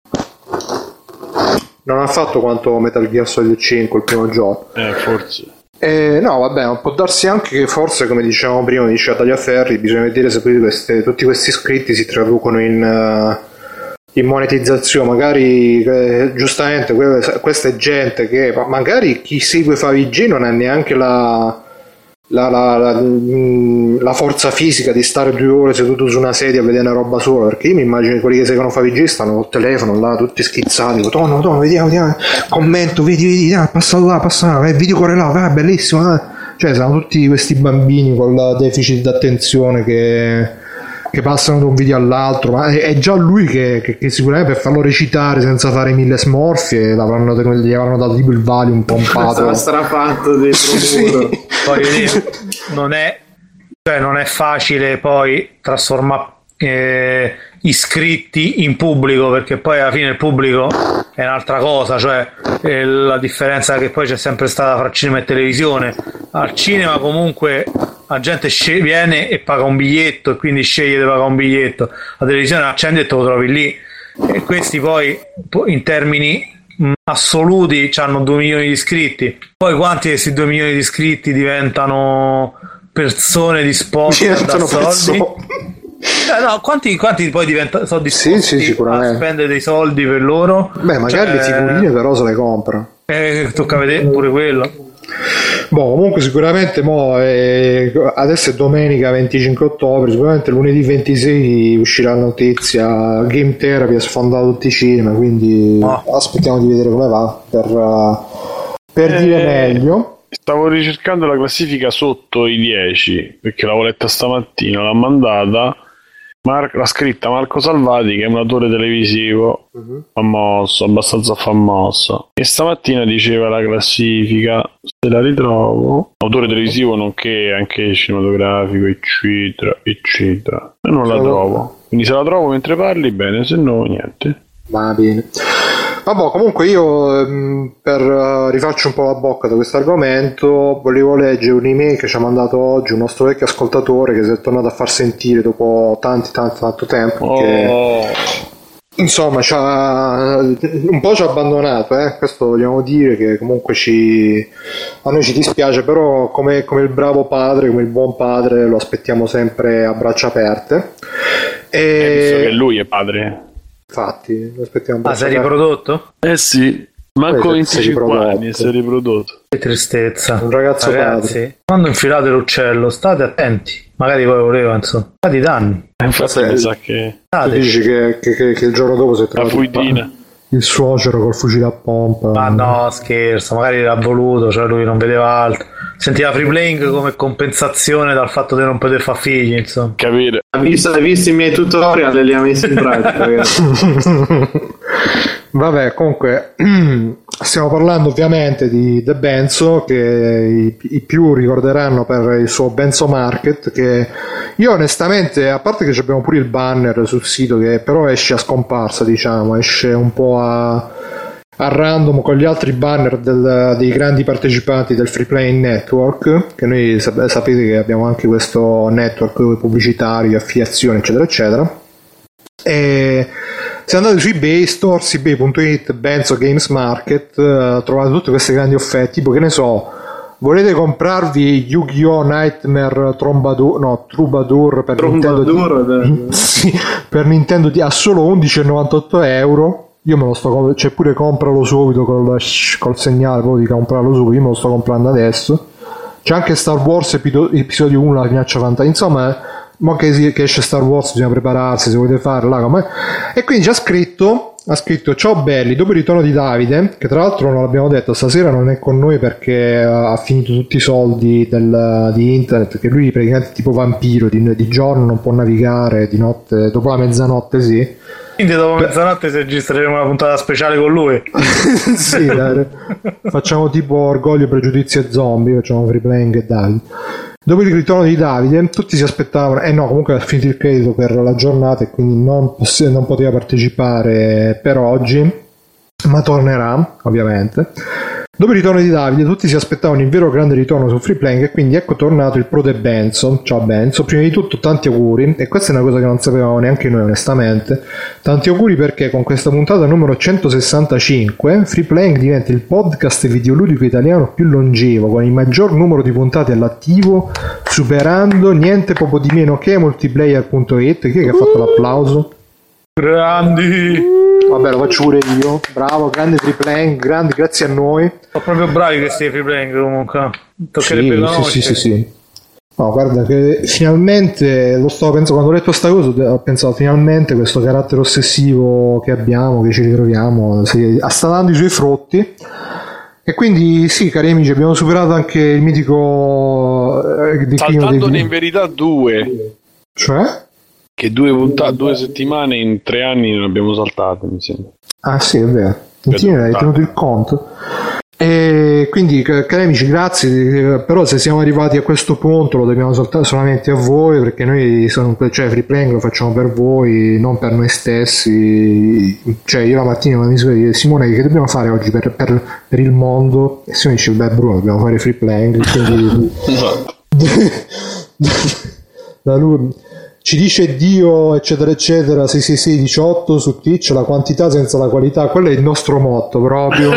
Non ha fatto quanto Metal Gear Solid cinque il primo gioco. Eh, forse. Eh, no, vabbè, può darsi anche che forse, come dicevamo prima, diceva Tagliaferri, bisogna vedere se poi queste, tutti questi iscritti si traducono in, eh, in monetizzazione. Magari, eh, giustamente, que- questa è gente che, ma magari chi segue Favij non ha neanche la, la, la, la, mm, la forza fisica di stare due ore seduto su una sedia a vedere una roba sola, perché io mi immagino che quelli che seguono Favij stanno col telefono là, tutti schizzati, dico, tono, tono, vediamo, vediamo, commento, vedi, vedi, ah, passa là, passa là, eh, video correlato, ah, bellissimo, eh. Cioè sono tutti questi bambini con la deficit d'attenzione che, che passano da un video all'altro, ma è, è già lui che, che, che sicuramente per farlo recitare senza fare mille smorfie l'avranno, gli avranno dato tipo il Valium pompato. Sarà strafatto dentro Sì. un muro. Voglio dire, non è, cioè non è facile poi trasformare eh, iscritti in pubblico, perché poi alla fine il pubblico è un'altra cosa, cioè eh, la differenza che poi c'è sempre stata fra cinema e televisione. Al cinema comunque la gente sce- viene e paga un biglietto e quindi sceglie di pagare un biglietto, la televisione accendi e te lo trovi lì, e questi poi po- in termini mh, assoluti hanno due milioni di iscritti. Poi quanti di questi due milioni di iscritti diventano persone disposte Diventano a dar soldi? persone. Eh, no, quanti, quanti poi diventa, sono disposti Sì, sì, sicuramente. a spendere dei soldi per loro? Beh, magari le Cioè, figurine però se le compra. eh, tocca vedere pure quello. Boh, comunque sicuramente mo è- adesso è domenica venticinque ottobre, sicuramente lunedì ventisei uscirà la notizia. Game Therapy ha sfondato tutti i cinema, quindi Ah. aspettiamo di vedere come va per, uh, per Eh, dire meglio. Stavo ricercando la classifica sotto i dieci, perché l'avevo letta stamattina, l'ha mandata, Mar- l'ha scritta Marco Salvati, che è un attore televisivo famoso, abbastanza famoso. E stamattina diceva la classifica, se la ritrovo, autore televisivo nonché anche cinematografico, eccetera, eccetera. E non la Solo- trovo. Quindi se la trovo mentre parli, bene, se no, niente. Va bene. Vabbè, comunque io ehm, per eh, rifarci un po' la bocca da questo argomento, volevo leggere un'email che ci ha mandato oggi un nostro vecchio ascoltatore che si è tornato a far sentire dopo tanti, tanti, tanto tempo. Che, Oh, insomma, ci ha, un po' ci ha abbandonato, eh? Questo vogliamo dire, che comunque ci, a noi ci dispiace, però come, come il bravo padre, come il buon padre, lo aspettiamo sempre a braccia aperte. eh, visto che E lui è padre. infatti, lo aspettiamo a Ah, braccia sei aperte. riprodotto? Eh sì, manco Poi si è venticinque riprodotto. anni e si è riprodotto. Che tristezza. Un ragazzo Ragazzi, quando infilate l'uccello, state attenti. Magari poi voleva, insomma. Fate i danni. Eh, Infatti Sì. mi sa che Tu State. dici che, che- che- che il giorno dopo si è la trovato il, fuitina. il suocero col fucile a pompa. Ma no, scherzo, magari l'ha voluto, cioè lui non vedeva altro. Sentiva free playing come compensazione dal fatto di non poter fare figli, insomma. Capire. Hai visto, hai visto i miei tutorial e li ha messi in pratica, ragazzi. Vabbè, comunque stiamo parlando ovviamente di The Benzo, che i, i più ricorderanno per il suo Benzo Market, che io onestamente, a parte che abbiamo pure il banner sul sito che però esce a scomparsa, diciamo, esce un po' a, a random con gli altri banner del- dei grandi partecipanti del Free Play Network, che noi sap- sapete che abbiamo anche questo network pubblicitario, affiliazioni eccetera eccetera. E se andate su eBay Store, ebay punto it, Benzo Games Market, eh, trovate tutte queste grandi offerte, tipo che ne so, volete comprarvi Yu-Gi-Oh! Nightmare Trombadour, no, Troubadour per Trombadour, Nintendo, sì, per Nintendo a solo undici virgola novantotto euro. Io me lo sto, cioè pure compralo subito col, col segnale proprio di comprarlo subito, io me lo sto comprando adesso. C'è anche Star Wars epido, episodio uno, la minaccia fantastica, insomma, mo che, che esce Star Wars bisogna prepararsi se volete fare là, come... E quindi ci ha scritto ha scritto: ciao belli, dopo il ritorno di Davide, che tra l'altro non l'abbiamo detto, stasera non è con noi perché ha finito tutti i soldi del, di internet, perché lui praticamente è tipo vampiro, di, di giorno non può navigare, di notte, dopo la mezzanotte sì. Quindi dopo mezzanotte si registreremo una puntata speciale con lui. Sì, dai, facciamo tipo Orgoglio, Pregiudizio e Zombie, facciamo free playing e Davide. Dopo il ritorno di Davide tutti si aspettavano, eh no, comunque ha finito il credito per la giornata e quindi non, non poteva partecipare per oggi, ma tornerà ovviamente. Dopo il ritorno di Davide tutti si aspettavano il vero grande ritorno su Free Playing e quindi ecco tornato il prode Benzo. Ciao Benzo, prima di tutto tanti auguri, e questa è una cosa che non sapevamo neanche noi onestamente, tanti auguri perché con questa puntata numero centosessantacinque Free Playing diventa il podcast videoludico italiano più longevo con il maggior numero di puntate all'attivo, superando niente poco di meno che multiplayer punto it. Chi è che ha fatto l'applauso? Grandi! Vabbè, lo faccio pure io. Bravo, grande Free Playing, grandi, grazie a noi. Sono proprio bravi questi Free Playing comunque. Toccherebbe sì, conoscere. sì, sì, sì, sì. No, guarda che finalmente lo stavo pensando, quando ho letto sta cosa ho pensato finalmente questo carattere ossessivo che abbiamo, che ci ritroviamo, si, sta dando i suoi frutti. E quindi sì, cari amici, abbiamo superato anche il mitico eh, saltandone in verità due. Cioè? Che due puntate, due settimane in tre anni non abbiamo saltate, mi sembra. Ah sì, è vero. Insieme hai tenuto il conto. E quindi, cari amici, grazie. Però se siamo arrivati a questo punto lo dobbiamo saltare solamente a voi, perché noi sono, cioè Free Playing lo facciamo per voi, non per noi stessi. Cioè io la mattina mi sveglio, Simone, che dobbiamo fare oggi per, per, per il mondo? E Simone dice, beh Bruno, dobbiamo fare Free Playing. Quindi... da lui ci dice Dio eccetera eccetera sei sei sei diciotto su Twitch, la quantità senza la qualità, quello è il nostro motto proprio.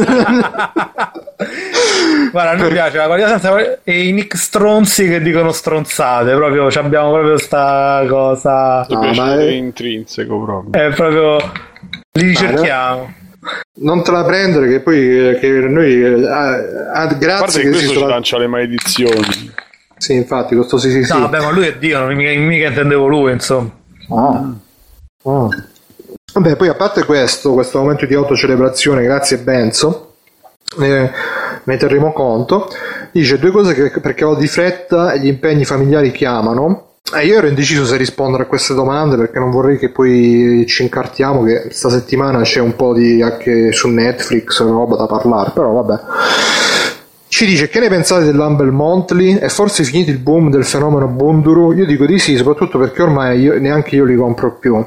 Guarda, a noi piace la qualità senza qualità e i Nick stronzi che dicono stronzate, proprio abbiamo proprio sta cosa, no, ma è intrinseco proprio, è proprio li ricerchiamo. Non te la prendere che poi che noi ah, ah, grazie. Guarda che questo ci lancia le maledizioni. Sì, infatti, questo sì, sì, sì. No, vabbè, ma lui è Dio, non mica, mica intendevo lui, insomma. Ah. Ah. Vabbè, poi a parte questo, questo momento di autocelebrazione, grazie Benzo, eh, ne terremo conto. Dice due cose che perché ho di fretta e gli impegni familiari chiamano. E io ero indeciso se rispondere a queste domande perché non vorrei che poi ci incartiamo, che sta settimana c'è un po' di anche su Netflix roba da parlare, però vabbè. Ci dice, che ne pensate dell'Humble Monthly? È forse finito il boom del fenomeno Bunduru? Io dico di sì, soprattutto perché ormai io, neanche io li compro più.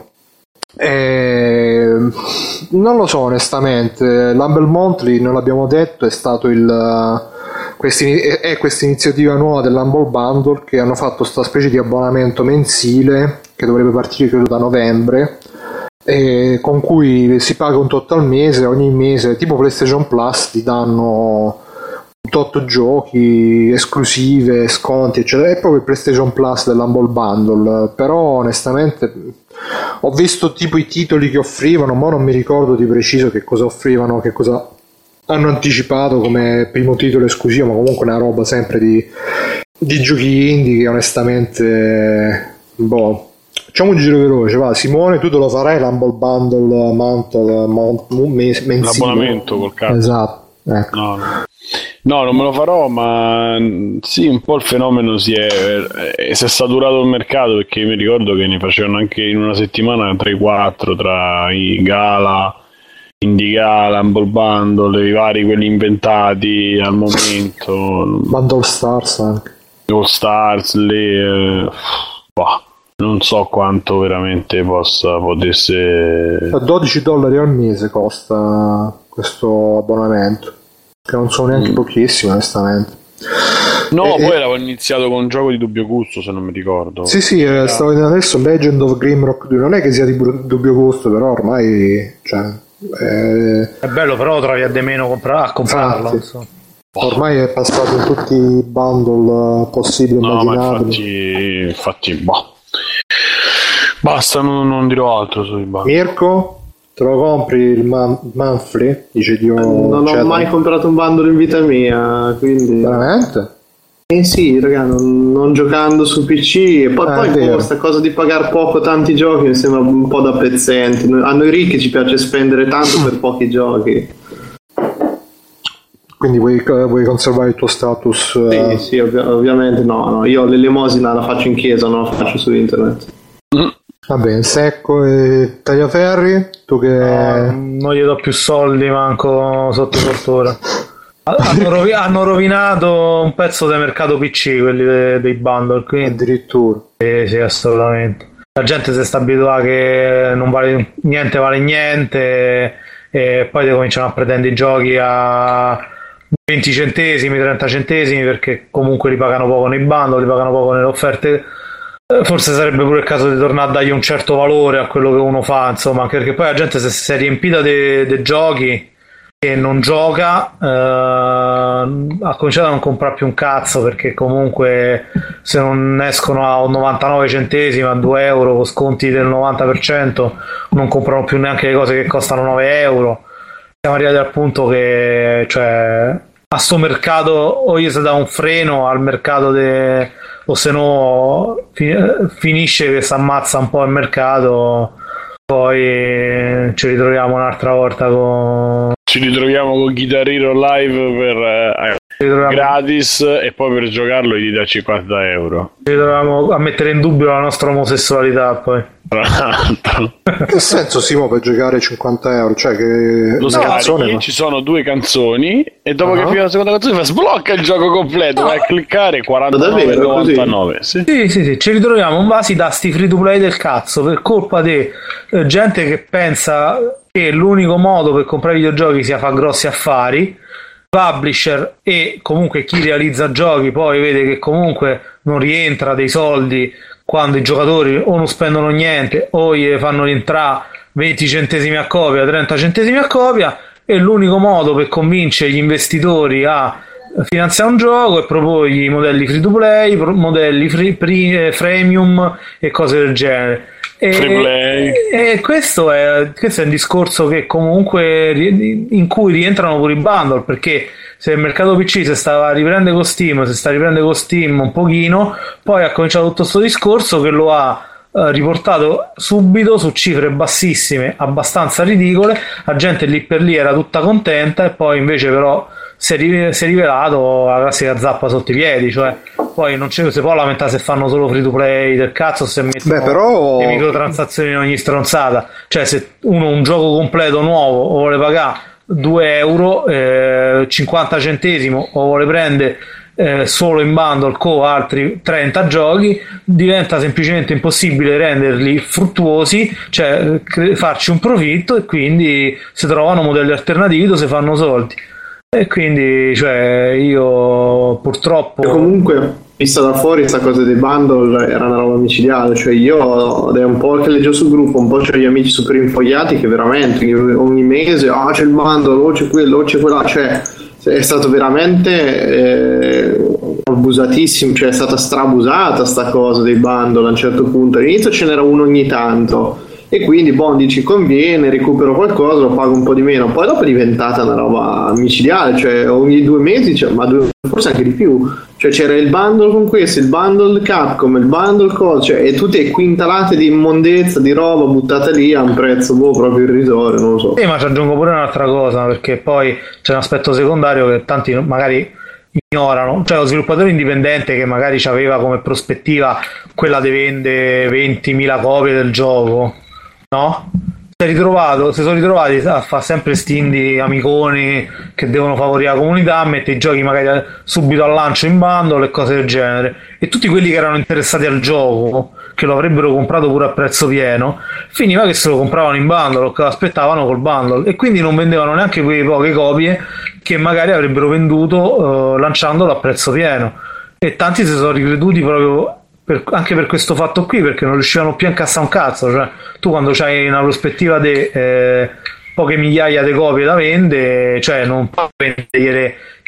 E... non lo so onestamente. L'Humble Monthly, non l'abbiamo detto, è stato il questi, è questa iniziativa nuova dell'Humble Bundle, che hanno fatto sta specie di abbonamento mensile che dovrebbe partire credo da novembre, e con cui si paga un tot al mese, ogni mese tipo PlayStation Plus ti danno tot giochi, esclusive, sconti eccetera. È proprio il PlayStation Plus dell'Humble Bundle. Però onestamente ho visto tipo i titoli che offrivano, ma non mi ricordo di preciso che cosa offrivano, che cosa hanno anticipato come primo titolo esclusivo, ma comunque una roba sempre di, di giochi indie che onestamente boh. Facciamo un giro veloce, va. Simone, tu te lo farai l'Humble Bundle monthly, mensile? L'abbonamento col cazzo. Esatto, ecco. No, no. No, non me lo farò, ma sì, un po' il fenomeno si è, si è saturato il mercato, perché mi ricordo che ne facevano anche in una settimana tre quattro tra i Gala, Indie Gala, Humble Bundle, i vari quelli inventati al momento. Bundle Stars anche. All Stars, le, eh, boh, non so quanto veramente possa, potesse... dodici dollari al mese costa questo abbonamento, che non sono neanche mm. pochissimi onestamente. No, e, poi avevano iniziato con un gioco di dubbio gusto, se non mi ricordo. Sì, sì, eh, stavo vedendo adesso Legend of Grimrock due, non è che sia di dubbio gusto, però ormai, cioè, eh... è bello, però lo trovi a de meno compra- a comprarlo. Ormai è passato in tutti i bundle possibili e no, immaginabili. Infatti, infatti boh. Basta, non, non dirò altro sui bundle. Mirko, te lo compri il man- monthly? Dice Dio, non ho mai comprato un bundle in vita mia, quindi... Veramente? Eh sì, raga, non, non giocando su P C e poi, ah, poi questa cosa di pagare poco tanti giochi mi sembra un po' da pezzenti. A noi ricchi ci piace spendere tanto per pochi giochi. Quindi vuoi, vuoi conservare il tuo status? Sì, uh... sì, ovvi- ovviamente no, no. Io l'elemosina la faccio in chiesa, non la faccio su internet. Va bene, Secco e Tagliaferri, tu che... No, non gli do più soldi manco sotto tortura. Hanno, rovi- hanno rovinato un pezzo del mercato P C, quelli de- dei bundle, quindi addirittura. Sì, sì, assolutamente. La gente si sta abituata che non vale niente, vale niente, e poi ti cominciano a pretendere i giochi a venti centesimi, trenta centesimi, perché comunque li pagano poco nei bundle, li pagano poco nelle offerte. Forse sarebbe pure il caso di tornare a dargli un certo valore a quello che uno fa, insomma, anche perché poi la gente si si è riempita dei giochi e non gioca, eh, ha cominciato a non comprare più un cazzo, perché comunque se non escono a novantanove centesimi, a due euro con sconti del novanta per cento, non comprano più neanche le cose che costano nove euro. Siamo arrivati al punto che, cioè, a sto mercato o gli si dà un freno al mercato de... o se no finisce che si ammazza un po' il mercato, poi ci ritroviamo un'altra volta con ci ritroviamo con Guitar Hero Live per eh, gratis, e poi per giocarlo gli dà cinquanta euro. Ci ritroviamo a mettere in dubbio la nostra omosessualità poi. Che senso, Simo, per giocare cinquanta euro? Cioè che lo scarichi, ma... ci sono due canzoni e dopo uh-huh. che finisce la seconda canzone fa sblocca il gioco completo, no. Vai a cliccare quarantanove e novantanove. Sì. Sì, sì, sì, ci ritroviamo in vasi da sti free to play del cazzo per colpa di eh, gente che pensa che l'unico modo per comprare videogiochi sia fare grossi affari. Publisher e comunque chi realizza giochi poi vede che comunque non rientra dei soldi quando i giocatori o non spendono niente o gli fanno rientrare venti centesimi a copia, trenta centesimi a copia, e l'unico modo per convincere gli investitori a finanziare un gioco è proporgli modelli free to play, modelli free, pre, freemium e cose del genere. E, e questo è, questo è un discorso che comunque in cui rientrano pure i bundle, perché se il mercato P C si stava riprendendo con Steam, si sta riprendendo con Steam un pochino, poi ha cominciato tutto questo discorso che lo ha eh, riportato subito su cifre bassissime, abbastanza ridicole, la gente lì per lì era tutta contenta, e poi invece però si è, si è rivelato la classica zappa sotto i piedi, cioè poi non c'è, si può lamentare se fanno solo free to play del cazzo, se mettono Beh, però... le microtransazioni in ogni stronzata, cioè se uno un gioco completo nuovo o vuole pagare due euro, eh, cinquanta centesimo, o vuole prendere eh, solo in bundle con altri trenta giochi, diventa semplicemente impossibile renderli fruttuosi, cioè cre- farci un profitto, e quindi si trovano modelli alternativi dove si fanno soldi. E quindi, cioè, io purtroppo... E comunque, vista da fuori, questa cosa dei bundle era una roba micidiale. Cioè, io, è un po' che leggo sul gruppo, un po' c'ho gli amici super infogliati che veramente ogni mese, ah, oh, c'è il bundle, o oh, c'è quello, o oh, c'è quella. Cioè, è stato veramente eh, abusatissimo, cioè è stata strabusata sta cosa dei bundle a un certo punto. All'inizio ce n'era uno ogni tanto, e quindi boh, dici conviene, recupero qualcosa, lo pago un po' di meno. Poi dopo è diventata una roba micidiale, cioè ogni due mesi, cioè, ma due, forse anche di più, cioè c'era il bundle con questo, il bundle Capcom, il bundle cosa, cioè, e tutte quintalate di immondezza, di roba buttata lì a un prezzo boh, proprio irrisorio, non lo so. Sì, ma ci aggiungo pure un'altra cosa, perché poi c'è un aspetto secondario che tanti magari ignorano, cioè lo sviluppatore indipendente che magari aveva come prospettiva quella di vendere ventimila copie del gioco, no? Si è ritrovato, si sono ritrovati a fare sempre sti indie amiconi che devono favorire la comunità, mette i giochi magari subito al lancio in bundle e cose del genere, e tutti quelli che erano interessati al gioco, che lo avrebbero comprato pure a prezzo pieno, finiva che se lo compravano in bundle o che lo aspettavano col bundle, e quindi non vendevano neanche quelle poche copie che magari avrebbero venduto eh, lanciandolo a prezzo pieno, e tanti si sono ricreduti proprio Per, anche per questo fatto qui, perché non riuscivano più a incassare un cazzo. Cioè, tu quando c'hai una prospettiva di eh, poche migliaia di copie da vendere, cioè non puoi vendere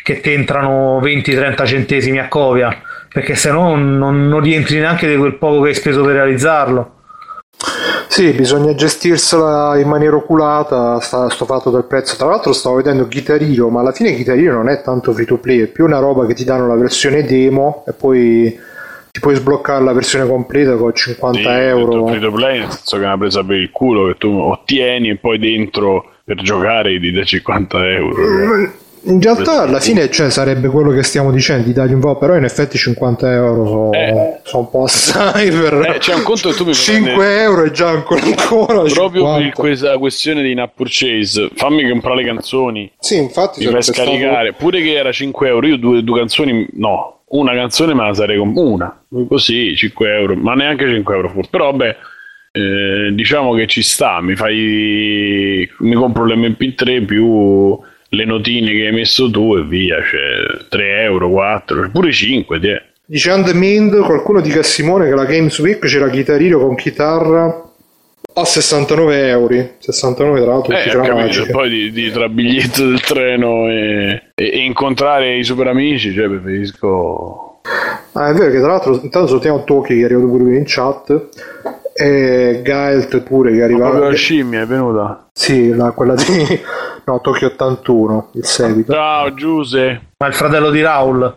che ti entrano venti trenta centesimi a copia, perché se no non, non rientri neanche di quel poco che hai speso per realizzarlo. Sì, bisogna gestirsela in maniera oculata, sta, sto fatto del prezzo. Tra l'altro stavo vedendo Guitar Hero, ma alla fine Guitar Hero non è tanto free to play, è più una roba che ti danno la versione demo e poi ti puoi sbloccare la versione completa con cinquanta sì, euro. Free to play nel senso che è una presa per il culo che tu ottieni e poi dentro per giocare ti dai cinquanta euro. Mm. In realtà alla fine cioè, sarebbe quello che stiamo dicendo, di dargli un po', però in effetti cinquanta euro sono eh. so un po' assai per eh, c'è un conto che tu mi cinque euro e già ancora ancora proprio cinquanta. Per questa questione di in-app purchase, fammi comprare le canzoni, sì, infatti mi fai scaricare stato... pure che era cinque euro, io due, due canzoni no, una canzone me la sarei con una così cinque euro, ma neanche cinque euro forse, però vabbè eh, diciamo che ci sta, mi fai mi compro l'emme pi tre più le notine che hai messo tu e via, cioè tre euro, quattro, pure cinque. Tie. Dice Andmind, qualcuno dica a Simone che la Games Week c'era Guitar Hero con chitarra a sessantanove euro, sessantanove tra l'altro, eh, capito, poi di, di tra biglietto del treno e, e, e incontrare i super amici, cioè preferisco. Ah, è vero che tra l'altro intanto salutiamo Toki che è arrivato pure in chat e Gaelt pure che è arrivato. Ma proprio la scimmia è venuta? Sì, la, quella di no, Tokyo ottantuno, il seguito. Ciao Giuse. Ma il fratello di Raul.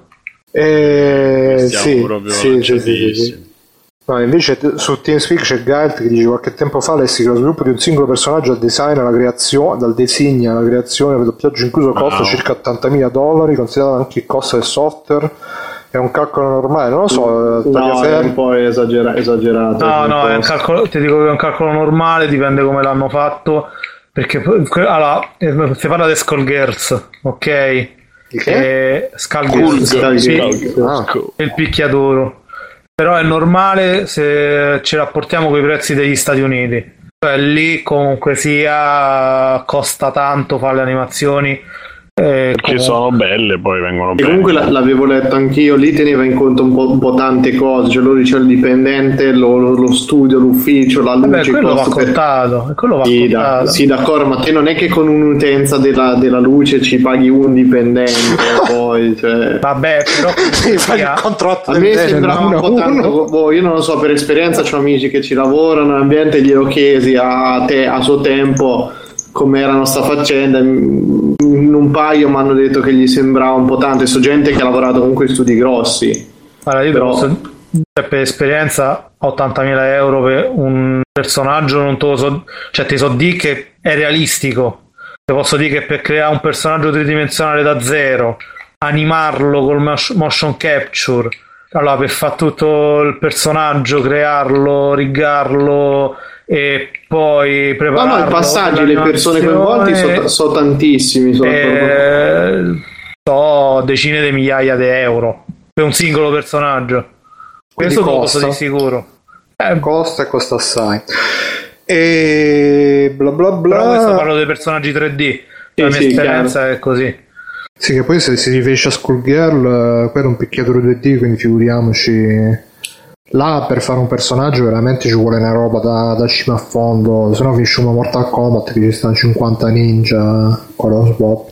Eh, sì, sì, sì, sì, sì. No, invece su TeamSpeak c'è Gaelt che dice qualche tempo fa lessi che lo sviluppo di un singolo personaggio dal design alla creazione, dal disegno alla creazione, per doppiaggio incluso, costa wow. circa ottantamila dollari, considerato anche il costo del software. È un calcolo normale, non lo so. No, è un po' esagera- esagerato. No, no, è un calcolo, ti dico che è un calcolo normale, dipende come l'hanno fatto. Perché allora, si parla di Skullgirls, ok? Che? Skullgirls, sì, ah. il picchiaduro. Però è normale se ci rapportiamo con i prezzi degli Stati Uniti. Cioè lì comunque sia costa tanto fare le animazioni. Eh, perché comunque sono belle, poi vengono bene. Comunque l'avevo letto anch'io, lì teneva in conto un po', un po' tante cose, cioè loro dicevano il dipendente, lo, lo studio, l'ufficio, la luce. Vabbè, quello va contato, per... quello va sì, contato. Da, sì, d'accordo, ma te non è che con un'utenza della, della luce ci paghi un dipendente poi, cioè... Vabbè, però sia... a me sembrava un po' tanto, boh, io non lo so, per esperienza c'ho amici che ci lavorano nell'ambiente, glielo chiesi a te a suo tempo come erano sta faccenda, in un paio mi hanno detto che gli sembrava un po' tanto, e so gente che ha lavorato comunque in studi grossi. Allora, io però... posso, per esperienza ottantamila euro per un personaggio non te lo so, cioè ti so dire che è realistico, ti posso dire che per creare un personaggio tridimensionale da zero, animarlo col motion capture, allora per fare tutto il personaggio, crearlo, rigarlo e poi prepararlo, no, no, i passaggi, le persone coinvolte sono so tantissimi, so, eh, so decine di migliaia di euro per un singolo personaggio. Quindi questo costa, costa di sicuro, eh, costa e costa assai, e bla bla bla. Però questo parlo dei personaggi tre D, la sì, mia sì, esperienza chiaro. È così. Sì, che poi se si riferisce a Skullgirl, quello è un picchiatore due D, quindi figuriamoci. Là per fare un personaggio veramente ci vuole una roba da, da cima a fondo, se no finisciamo Mortal Kombat che ci stanno cinquanta ninja con lo swap.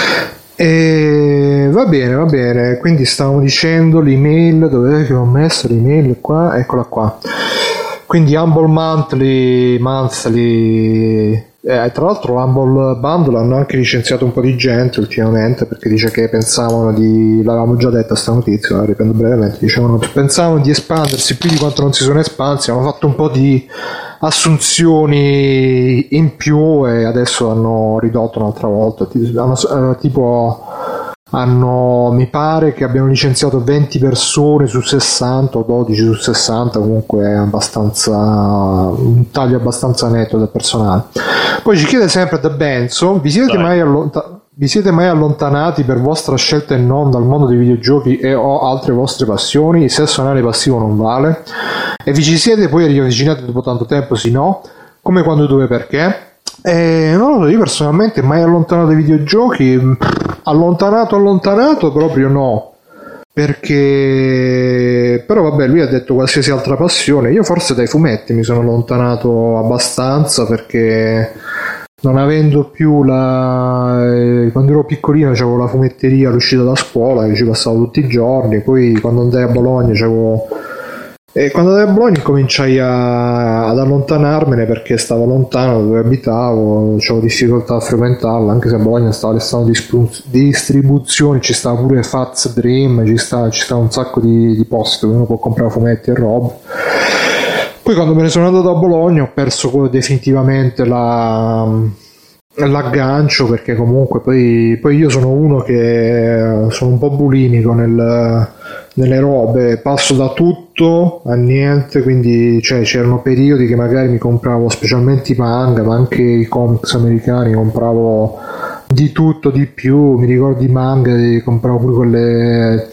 E va bene, va bene, quindi stavamo dicendo l'email, dov'è che ho messo l'email qua? Eccola qua. Quindi Humble Monthly, Monthly, eh, tra l'altro Humble Bundle hanno anche licenziato un po' di gente ultimamente, perché dice che pensavano di, l'avevamo già detta sta notizia, la riprendo brevemente, dicevano pensavano di espandersi più di quanto non si sono espansi, hanno fatto un po' di assunzioni in più e adesso hanno ridotto un'altra volta, hanno, tipo hanno, mi pare che abbiano licenziato venti persone su sessanta o dodici su sessanta, comunque è abbastanza un taglio abbastanza netto del personale. Poi ci chiede sempre Da Benzo, vi siete, mai allonta- vi siete mai allontanati per vostra scelta e non dal mondo dei videogiochi e o altre vostre passioni? Il sesso anale passivo non vale? E vi ci siete poi riavvicinati dopo tanto tempo? Sì, no? Come, quando, dove, perché? Eh, non lo so, io personalmente mai allontanato dai videogiochi, allontanato allontanato proprio no, perché però vabbè, lui ha detto qualsiasi altra passione, io forse dai fumetti mi sono allontanato abbastanza, perché non avendo più la eh, quando ero piccolino c'avevo la fumetteria all'uscita da scuola che ci passavo tutti i giorni, poi quando andai a Bologna c'avevo e quando andai a Bologna cominciai a, ad allontanarmene perché stavo lontano da dove abitavo, avevo difficoltà a frequentarla, anche se a Bologna stava restando distribuzioni, ci stava pure Faz Dream, ci sta, ci sta un sacco di, di posti dove uno può comprare fumetti e roba. Poi quando me ne sono andato a Bologna ho perso definitivamente la, l'aggancio, perché comunque poi, poi io sono uno che sono un po' bulimico nel, nelle robe, passo da tutto a niente, quindi cioè, c'erano periodi che magari mi compravo specialmente i manga, ma anche i comics americani, compravo di tutto, di più, mi ricordo i manga, compravo pure quelle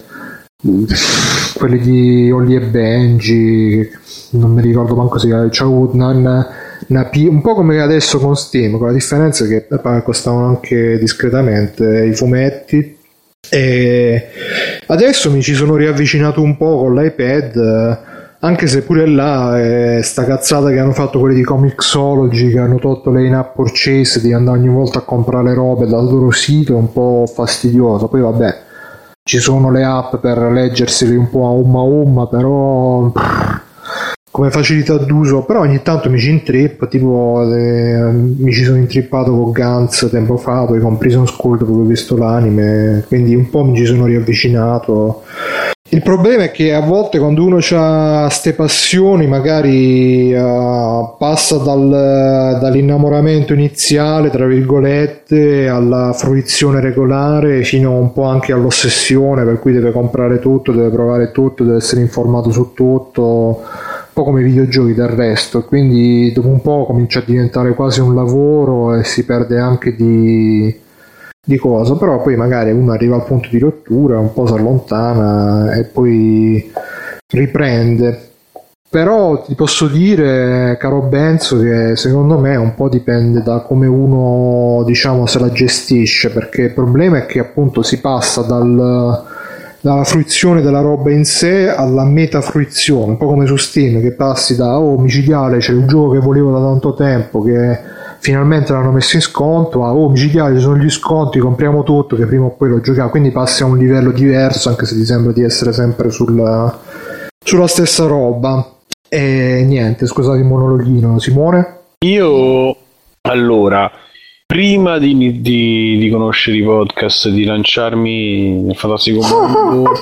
quelle di Holly e Benji, non mi ricordo manco se c'avevo una, una, una, un po' come adesso con Steam, con la differenza che costavano anche discretamente i fumetti. E adesso mi ci sono riavvicinato un po' con l'iPad, anche se pure là è sta cazzata che hanno fatto quelli di Comixology, che hanno tolto le in-app purchase, di andare ogni volta a comprare le robe dal loro sito, è un po' fastidioso. Poi vabbè, ci sono le app per leggerseli un po' a umma umma, però come facilità d'uso, però ogni tanto mi ci intrippo, tipo eh, mi ci sono intrippato con Gantz tempo fa, poi con Prison School dove ho visto l'anime, quindi un po' mi ci sono riavvicinato. Il problema è che a volte quando uno ha ste passioni magari uh, passa dal, dall'innamoramento iniziale, tra virgolette, alla fruizione regolare, fino un po' anche all'ossessione, per cui deve comprare tutto, deve provare tutto, deve essere informato su tutto, un po' come i videogiochi del resto, quindi dopo un po' comincia a diventare quasi un lavoro e si perde anche di... di cosa, però poi magari uno arriva al punto di rottura, un po' si allontana e poi riprende. Però ti posso dire, caro Benzo, che secondo me un po' dipende da come uno, diciamo, se la gestisce, perché il problema è che appunto si passa dal, dalla fruizione della roba in sé alla metafruizione, un po' come su Steam, che passi da oh micidiale, c'è il gioco che volevo da tanto tempo che finalmente l'hanno messo in sconto, ah, oh micidiale, ci sono gli sconti, compriamo tutto che prima o poi lo giochiamo, quindi passi a un livello diverso, anche se ti sembra di essere sempre sulla, sulla stessa roba. E niente, scusate il monologhino. Simone? Io allora, prima di, di, di conoscere i podcast, di lanciarmi nel fantastico mondo,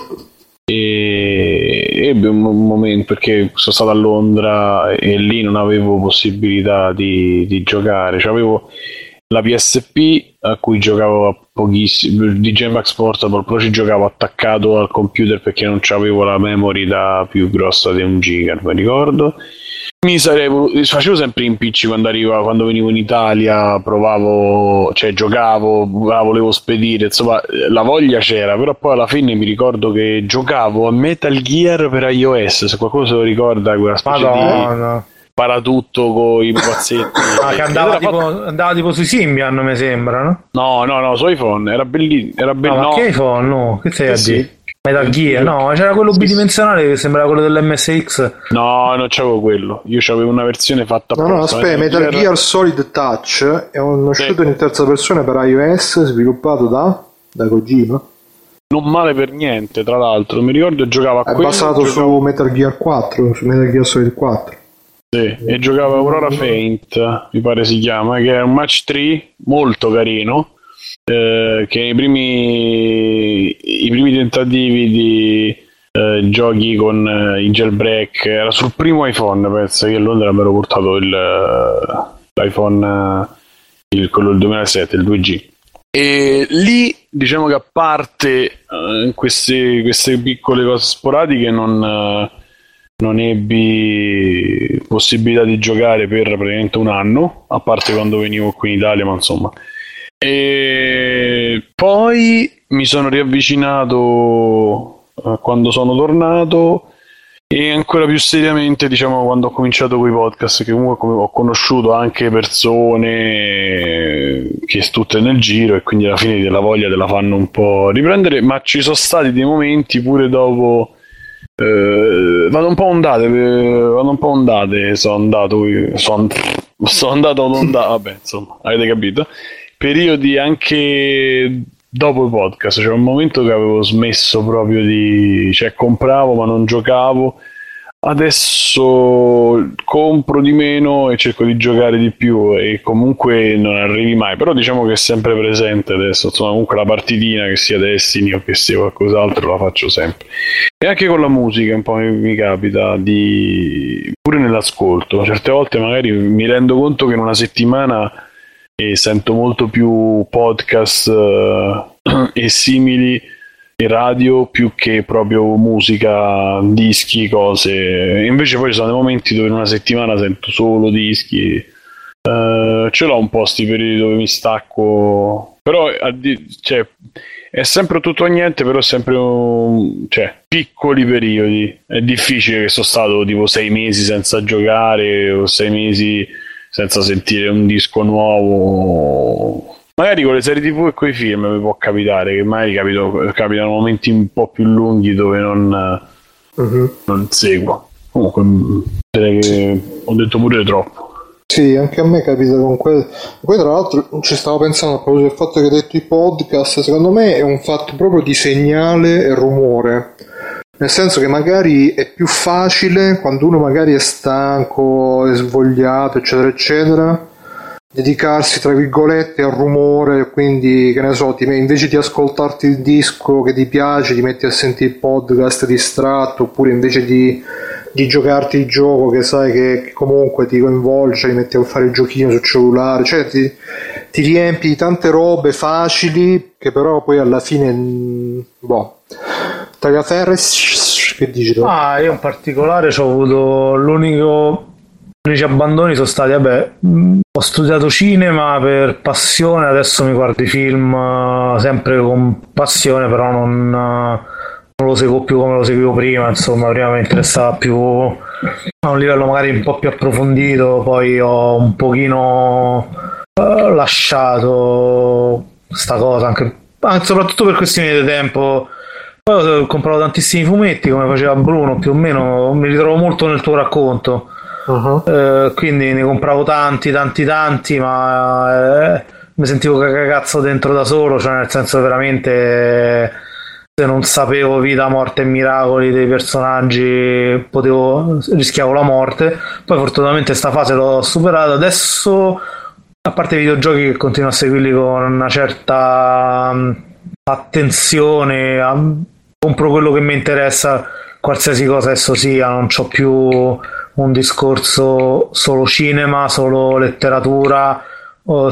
e ebbe un momento, perché sono stato a Londra e lì non avevo possibilità di, di giocare, cioè avevo la P S P a cui giocavo a pochissimo, D J Max Portable, però ci giocavo attaccato al computer perché non c'avevo la memory da più grossa di un giga, non mi ricordo. Mi sarei voluto, facevo sempre impicci quando arrivavo, quando venivo in Italia, provavo, cioè giocavo, volevo spedire, insomma la voglia c'era, però poi alla fine mi ricordo che giocavo a Metal Gear per iOS, se qualcuno se lo ricorda, quella specie Madonna. di paratutto con i pupazzetti. Ah, che andava tipo, fatto... andava tipo sui Symbian, mi sembra, no? No, no, no, su iPhone, era bellissimo, era bello. No, ma no. che iPhone? No, che stai a sì, dire? sì. Metal Gear, no, c'era quello bidimensionale che sembrava quello dell'M S X. No, non c'avevo quello. Io c'avevo una versione fatta No, no, aspetta, Metal Gear, Gear Solid Touch è uno sì. shooter in terza persona per iOS sviluppato da, da Kojima. Non male per niente, tra l'altro. Mi ricordo giocavo a è quello. È basato giocavo... su Metal Gear quattro, su Metal Gear Solid quattro. Sì, e giocavo Aurora Faint, mi pare si chiama, che è un match tre molto carino. Eh, che i primi i primi tentativi di eh, giochi con eh, i jailbreak era sul primo iPhone, penso che a Londra mi ero portato il, l'iPhone il, quello del duemilasette, il due G, e lì diciamo che a parte eh, queste, queste piccole cose sporadiche non, eh, non ebbi possibilità di giocare per praticamente un anno, a parte quando venivo qui in Italia, ma insomma. E poi mi sono riavvicinato eh, quando sono tornato, e ancora più seriamente diciamo quando ho cominciato con i podcast, che comunque ho conosciuto anche persone che tutte nel giro, e quindi alla fine della voglia te la fanno un po' riprendere, ma ci sono stati dei momenti pure dopo eh, vado un po' ondate vado un po' ondate sono andato sono sono andato ad onda, vabbè, insomma, avete capito. Periodi anche dopo i podcast, c'era un momento che avevo smesso proprio di, cioè compravo ma non giocavo. Adesso compro di meno e cerco di giocare di più e comunque non arrivi mai, però diciamo che è sempre presente adesso, insomma, comunque la partitina, che sia Destiny o che sia qualcos'altro, la faccio sempre. E anche con la musica un po' mi, mi capita di, pure nell'ascolto, certe volte magari mi rendo conto che in una settimana eh, sento molto più podcast eh, e simili in radio più che proprio musica, dischi, cose. Invece poi ci sono dei momenti dove in una settimana sento solo dischi. Uh, ce l'ho un po' sti periodi dove mi stacco, però cioè, è sempre tutto o niente, però è sempre un, cioè, piccoli periodi. È difficile che sono stato tipo sei mesi senza giocare o sei mesi senza sentire un disco nuovo. Magari con le serie tivù e con i film mi può capitare che magari capito, capitano momenti un po' più lunghi dove non, uh-huh. non seguo. Comunque direi che ho detto pure troppo. Sì, anche a me capita con quello. Poi tra l'altro ci stavo pensando a proposito del fatto che hai detto i podcast, secondo me è un fatto proprio di segnale e rumore. Nel senso che magari è più facile quando uno magari è stanco, è svogliato, eccetera, eccetera, dedicarsi tra virgolette al rumore, quindi che ne so, ti, invece di ascoltarti il disco che ti piace ti metti a sentire il podcast distratto, oppure invece di, di giocarti il gioco che sai che, che comunque ti coinvolge, ti metti a fare il giochino sul cellulare, cioè ti, ti riempi di tante robe facili che però poi alla fine boh, Tagaferres, che dici tu? Ah, io in particolare ho avuto l'unico gli unici abbandoni sono stati, vabbè, ho studiato cinema per passione, adesso mi guardo i film uh, sempre con passione, però non, uh, non lo seguo più come lo seguivo prima, insomma, prima mi interessava più a un livello magari un po' più approfondito, poi ho un pochino uh, lasciato sta cosa, anche, anche soprattutto per questioni di tempo. Poi ho comprato tantissimi fumetti, come faceva Bruno, più o meno mi ritrovo molto nel tuo racconto. Uh-huh. Eh, quindi ne compravo tanti tanti tanti ma eh, mi sentivo cagazzo dentro da solo, cioè nel senso veramente eh, se non sapevo vita, morte e miracoli dei personaggi potevo rischiavo la morte. Poi fortunatamente sta fase l'ho superata, adesso a parte i videogiochi che continuo a seguirli con una certa um, attenzione, um, compro quello che mi interessa, qualsiasi cosa esso sia, non c'ho più un discorso solo cinema, solo letteratura, o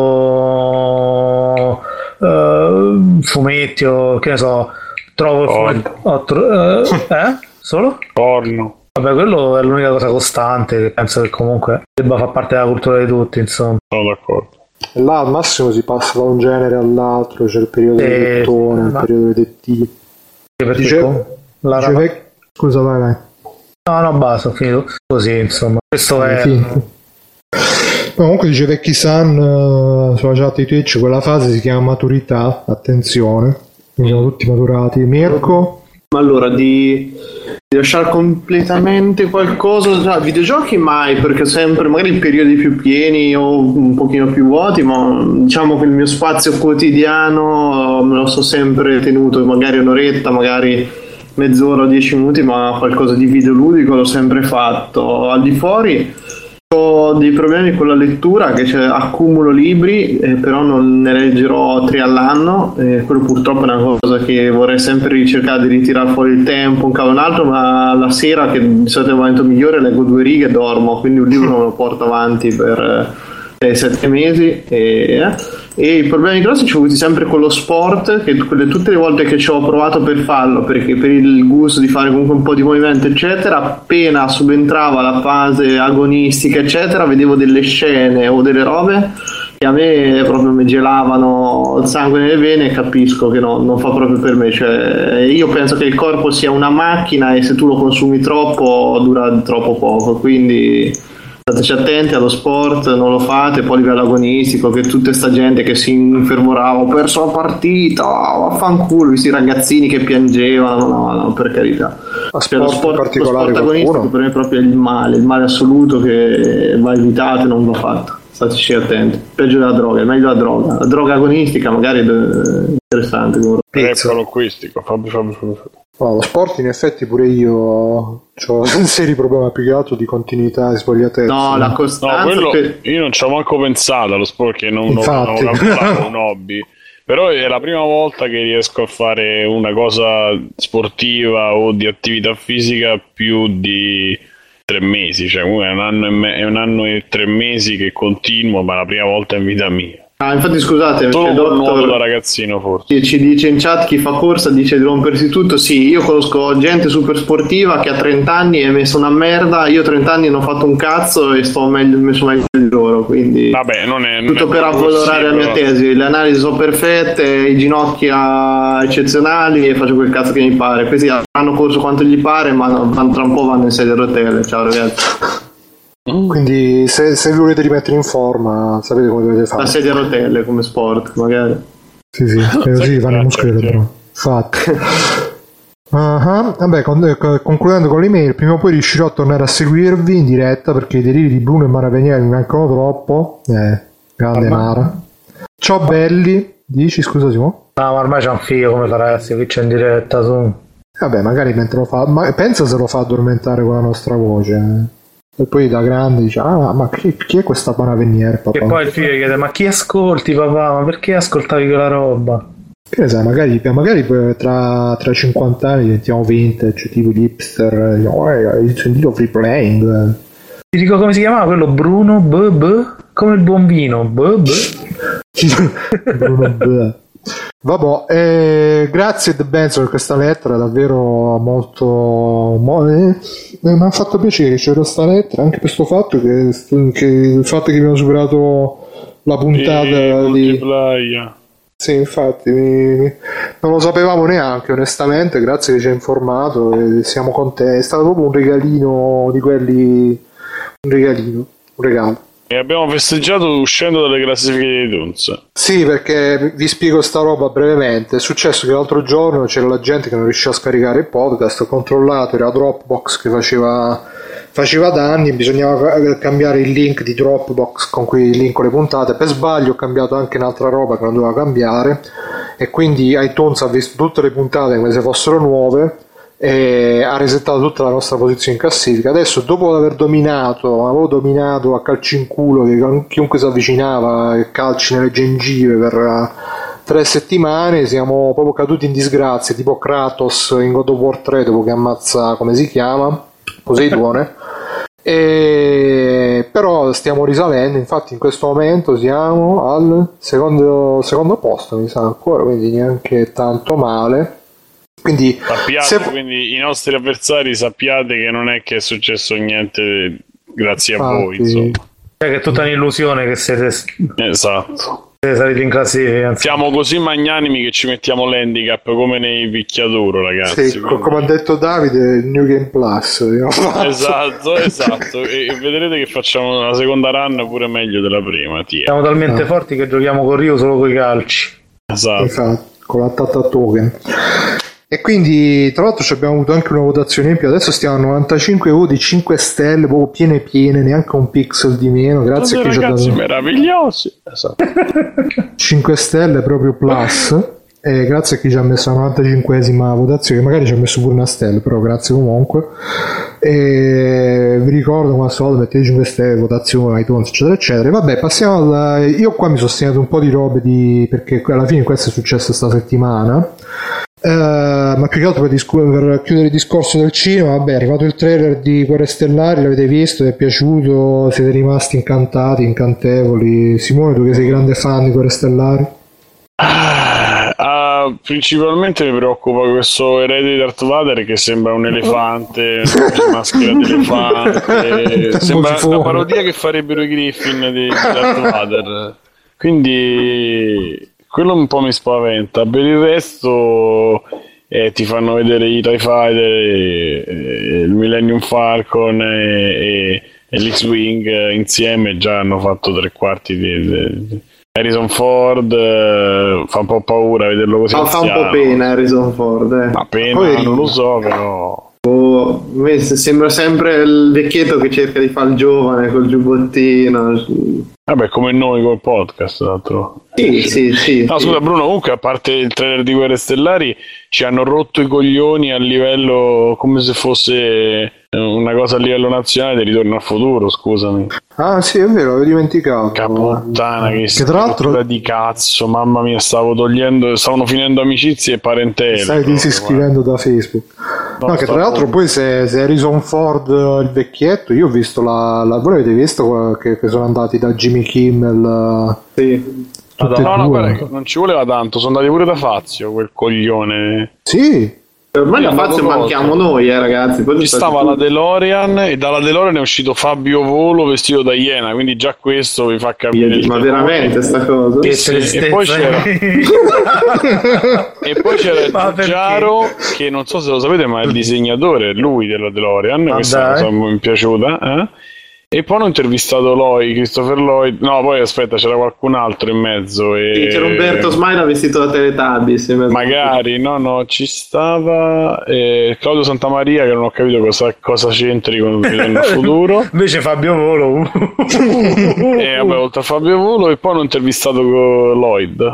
solo uh, fumetti o che ne so, trovo il fumetto, oh, tro- uh, eh? Solo? Porno. Vabbè, quello è l'unica cosa costante che penso che comunque debba far parte della cultura di tutti, insomma. Sono d'accordo. E là al massimo si passa da un genere all'altro, c'è il periodo e... del lettone, il periodo dei dettivi. Dice... La Dice... Scusa, vai, vai. No, no, basta, ho finito così, insomma. Questo è... No, comunque dice Vecchi San uh, sulla chat di Twitch, quella fase si chiama maturità, attenzione, quindi siamo tutti maturati. Mirko? Allora, di, di lasciare completamente qualcosa, cioè, videogiochi mai, perché sempre magari in periodi più pieni o un pochino più vuoti, ma diciamo che il mio spazio quotidiano me lo so sempre tenuto, magari un'oretta, magari mezz'ora o dieci minuti, ma qualcosa di videoludico l'ho sempre fatto. Al di fuori ho dei problemi con la lettura, che cioè, accumulo libri, eh, però non ne leggerò tre all'anno, eh, quello purtroppo è una cosa che vorrei sempre ricercare di ritirare fuori il tempo, un cavolo un altro, ma la sera, che di solito è il momento migliore, leggo due righe e dormo, quindi un libro non lo porto avanti per sei sette mesi e, eh. e i problemi grossi ci ho avuti sempre con lo sport, che quelle, tutte le volte che ci ho provato per farlo, perché per il gusto di fare comunque un po' di movimento eccetera, appena subentrava la fase agonistica eccetera, vedevo delle scene o delle robe che a me proprio mi gelavano il sangue nelle vene, e capisco che no, non fa proprio per me. Cioè, io penso che il corpo sia una macchina e se tu lo consumi troppo dura troppo poco, quindi stateci attenti allo sport, non lo fate, poi a livello agonistico, che tutta sta gente che si infervorava, ho perso la partita, vaffanculo, questi ragazzini che piangevano, no, no, per carità. Cioè, lo sport, lo sport agonistico per me è proprio il male, il male assoluto che va evitato e non va fatto. Stateci attenti, peggio della droga, è meglio la droga. La droga agonistica magari è interessante. È qualunquistico, Fabio, Fabio, Fabio. No, lo sport in effetti pure io ho un serio problema più che altro di continuità e svogliatezza. No, la costanza. No, quello, che... io non ci ho manco pensato allo sport, che non, non, non lavoravo un hobby. Però è la prima volta che riesco a fare una cosa sportiva o di attività fisica più di tre mesi, cioè è un anno e, me- è un anno e tre mesi che continuo, ma la prima volta in vita mia. Ah, infatti scusate, solo doctor, nuovo da ragazzino forse. Ci dice in chat chi fa corsa dice di rompersi tutto. Sì, io conosco gente super sportiva che a trenta anni è messa una merda, io a trenta anni non ho fatto un cazzo e sto meglio, messo meglio di loro, quindi vabbè, non è, non tutto è per avvalorare la mia però... tesi, le analisi sono perfette, i ginocchia eccezionali e faccio quel cazzo che mi pare. Questi hanno corso quanto gli pare, ma tra un po' vanno in sedia a rotelle. Ciao ragazzi. Quindi se, se vi volete rimettere in forma sapete come dovete fare. La sedia a rotelle come sport magari. Sì sì, così vanno i muscoli però. Infatti. Uh-huh. Vabbè, con, concludendo con l'email, prima o poi riuscirò a tornare a seguirvi in diretta perché i deliri di Bruno e Mara Venieri mi mancano troppo. Eh, grande Mara. Ciao belli, dici scusa Simo? No, ma ormai c'è un figlio come farà a seguirci in diretta su. Vabbè, magari mentre lo fa, ma pensa se lo fa addormentare con la nostra voce. Eh. E poi da grande dice ah ma chi, chi è questa Mara Venieri papà? E poi il figlio chiede ma chi ascolti papà, ma perché ascoltavi quella roba? Che ne sai, magari, magari tra, tra cinquanta anni diventiamo vintage tipo gli hipster, diciamo, eh, hai sentito Free Playing? Ti dico come si chiamava quello? Bruno B B? Come il buon vino B B? Bruno B. Vabbè, eh, grazie The Benzo per questa lettera, davvero molto mo- eh, mi ha fatto piacere che c'era questa lettera, anche per questo fatto che, che il fatto che abbiamo superato la puntata e di multiplayer. Sì, infatti mi... non lo sapevamo neanche onestamente, grazie che ci hai informato e siamo contenti, è stato proprio un regalino di quelli, un regalino, un regalo. E abbiamo festeggiato uscendo dalle classifiche di iTunes. Sì, perché vi spiego sta roba brevemente. È successo che l'altro giorno c'era la gente che non riusciva a scaricare il podcast, ho controllato, era Dropbox che faceva, faceva danni, bisognava cambiare il link di Dropbox con cui linko le puntate. Per sbaglio ho cambiato anche un'altra roba che non doveva cambiare e quindi iTunes ha visto tutte le puntate come se fossero nuove e ha resettato tutta la nostra posizione in classifica. Adesso, dopo aver dominato, avevo dominato a calci in culo, che chiunque si avvicinava calci nelle gengive per tre settimane, siamo proprio caduti in disgrazia, tipo Kratos in God of War tre dopo che ammazza, come si chiama? Poseidone. E però stiamo risalendo, infatti in questo momento siamo al secondo, secondo posto, mi sa ancora, quindi neanche tanto male. Quindi, sappiate, se... quindi i nostri avversari sappiate che non è che è successo niente grazie Infatti... a voi, insomma. Cioè che è tutta un'illusione che siete, esatto, siete saliti in classifica. Siamo così magnanimi che ci mettiamo l'handicap come nei picchiaduro, ragazzi. Sì, quindi... come ha detto Davide, il New Game Plus. Esatto, esatto. E vedrete che facciamo una seconda run pure meglio della prima. Tia. Siamo talmente no. forti che giochiamo con Rio solo con i calci. Esatto. Infatti, con la Tata Token. E quindi tra l'altro abbiamo avuto anche una votazione in più, adesso stiamo a novantacinque voti, cinque stelle, proprio piene piene, neanche un pixel di meno, grazie a chi ci ha dato meravigliosi, esatto. cinque stelle proprio plus, e grazie a chi ci ha messo la novantacinquesima votazione, magari ci ha messo pure una stella, però grazie comunque. E vi ricordo come al solito mettete cinque stelle, votazione, iTunes eccetera eccetera. Vabbè, passiamo alla... io qua mi sono segnato un po' di robe di... perché alla fine questo è successo sta settimana. Uh, ma più che altro per, discu- per chiudere il discorso del cinema, vabbè, è arrivato il trailer di Guerre Stellari, l'avete visto, vi è piaciuto, siete rimasti incantati, incantevoli? Simone, tu che sei grande fan di Guerre Stellari? Ah, uh, principalmente mi preoccupa questo erede di Darth Vader che sembra un elefante, una maschera di elefante, sembra una parodia che farebbero i Griffin di Darth Vader, quindi quello un po' mi spaventa. Per il resto eh, ti fanno vedere i TIE Fighter, e, e il Millennium Falcon e, e e l'X-Wing eh, insieme già hanno fatto tre quarti di, di... Harrison Ford eh, fa un po' paura vederlo così. Ma fa un po' pena Harrison Ford, eh. Ma pena, Poi... non lo so, però. Oh, sembra sempre il vecchietto che cerca di fare il giovane col giubbottino. Vabbè, come noi col podcast, l'altro. Sì, sì, sì. No, sì. scusa Bruno, comunque a parte il trailer di Guerre Stellari ci hanno rotto i coglioni a livello come se fosse una cosa a livello nazionale di Ritorno al Futuro, scusami. Ah sì, è vero, avevo dimenticato. Caputtana, che, che tra l'altro di cazzo, mamma mia, stavo togliendo, stavano finendo amicizie e parentele. stai disiscrivendo da Facebook. No, no che tra l'altro poi se, se Harrison Ford il vecchietto, io ho visto la, la voi avete visto che, che sono andati da Jimmy Kimmel? Sì. Tutte no, e no, due. guarda, non ci voleva tanto, sono andati pure da Fazio, quel coglione. Sì. Ormai la Sì, Fazio ma manchiamo noi, eh, ragazzi. Poi ci stava la DeLorean e dalla DeLorean è uscito Fabio Volo vestito da Iena, quindi già questo vi fa capire. Ma veramente sta cosa? Che Sì, tristezza. e poi c'era e poi c'era Ma il perché? Giaro che non so se lo sapete ma è il disegnatore, lui della DeLorean, Ma questa dai. cosa mi è piaciuta, eh? E poi hanno intervistato Lloyd, Christopher Lloyd, no poi aspetta c'era qualcun altro in mezzo e... Sì, c'era Umberto Smaila vestito da Teletubbies. magari, no no, ci stava eh, Claudio Santamaria che non ho capito cosa, cosa c'entri con il futuro. Invece Fabio Volo. E vabbè, oltre a Fabio Volo e poi hanno intervistato con Lloyd.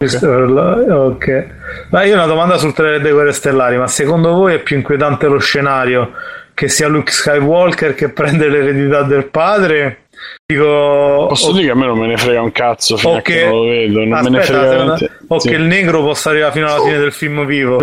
Ok. Ma io ho una domanda sul trailer dei Guerre Stellari, ma secondo voi è più inquietante lo scenario che sia Luke Skywalker che prende l'eredità del padre? Dico, Posso o, dire che a me non me ne frega un cazzo fino o a che che non lo vedo, non aspetta, me ne frega se- veramente. o Sì. che il negro possa arrivare fino alla fine del film vivo.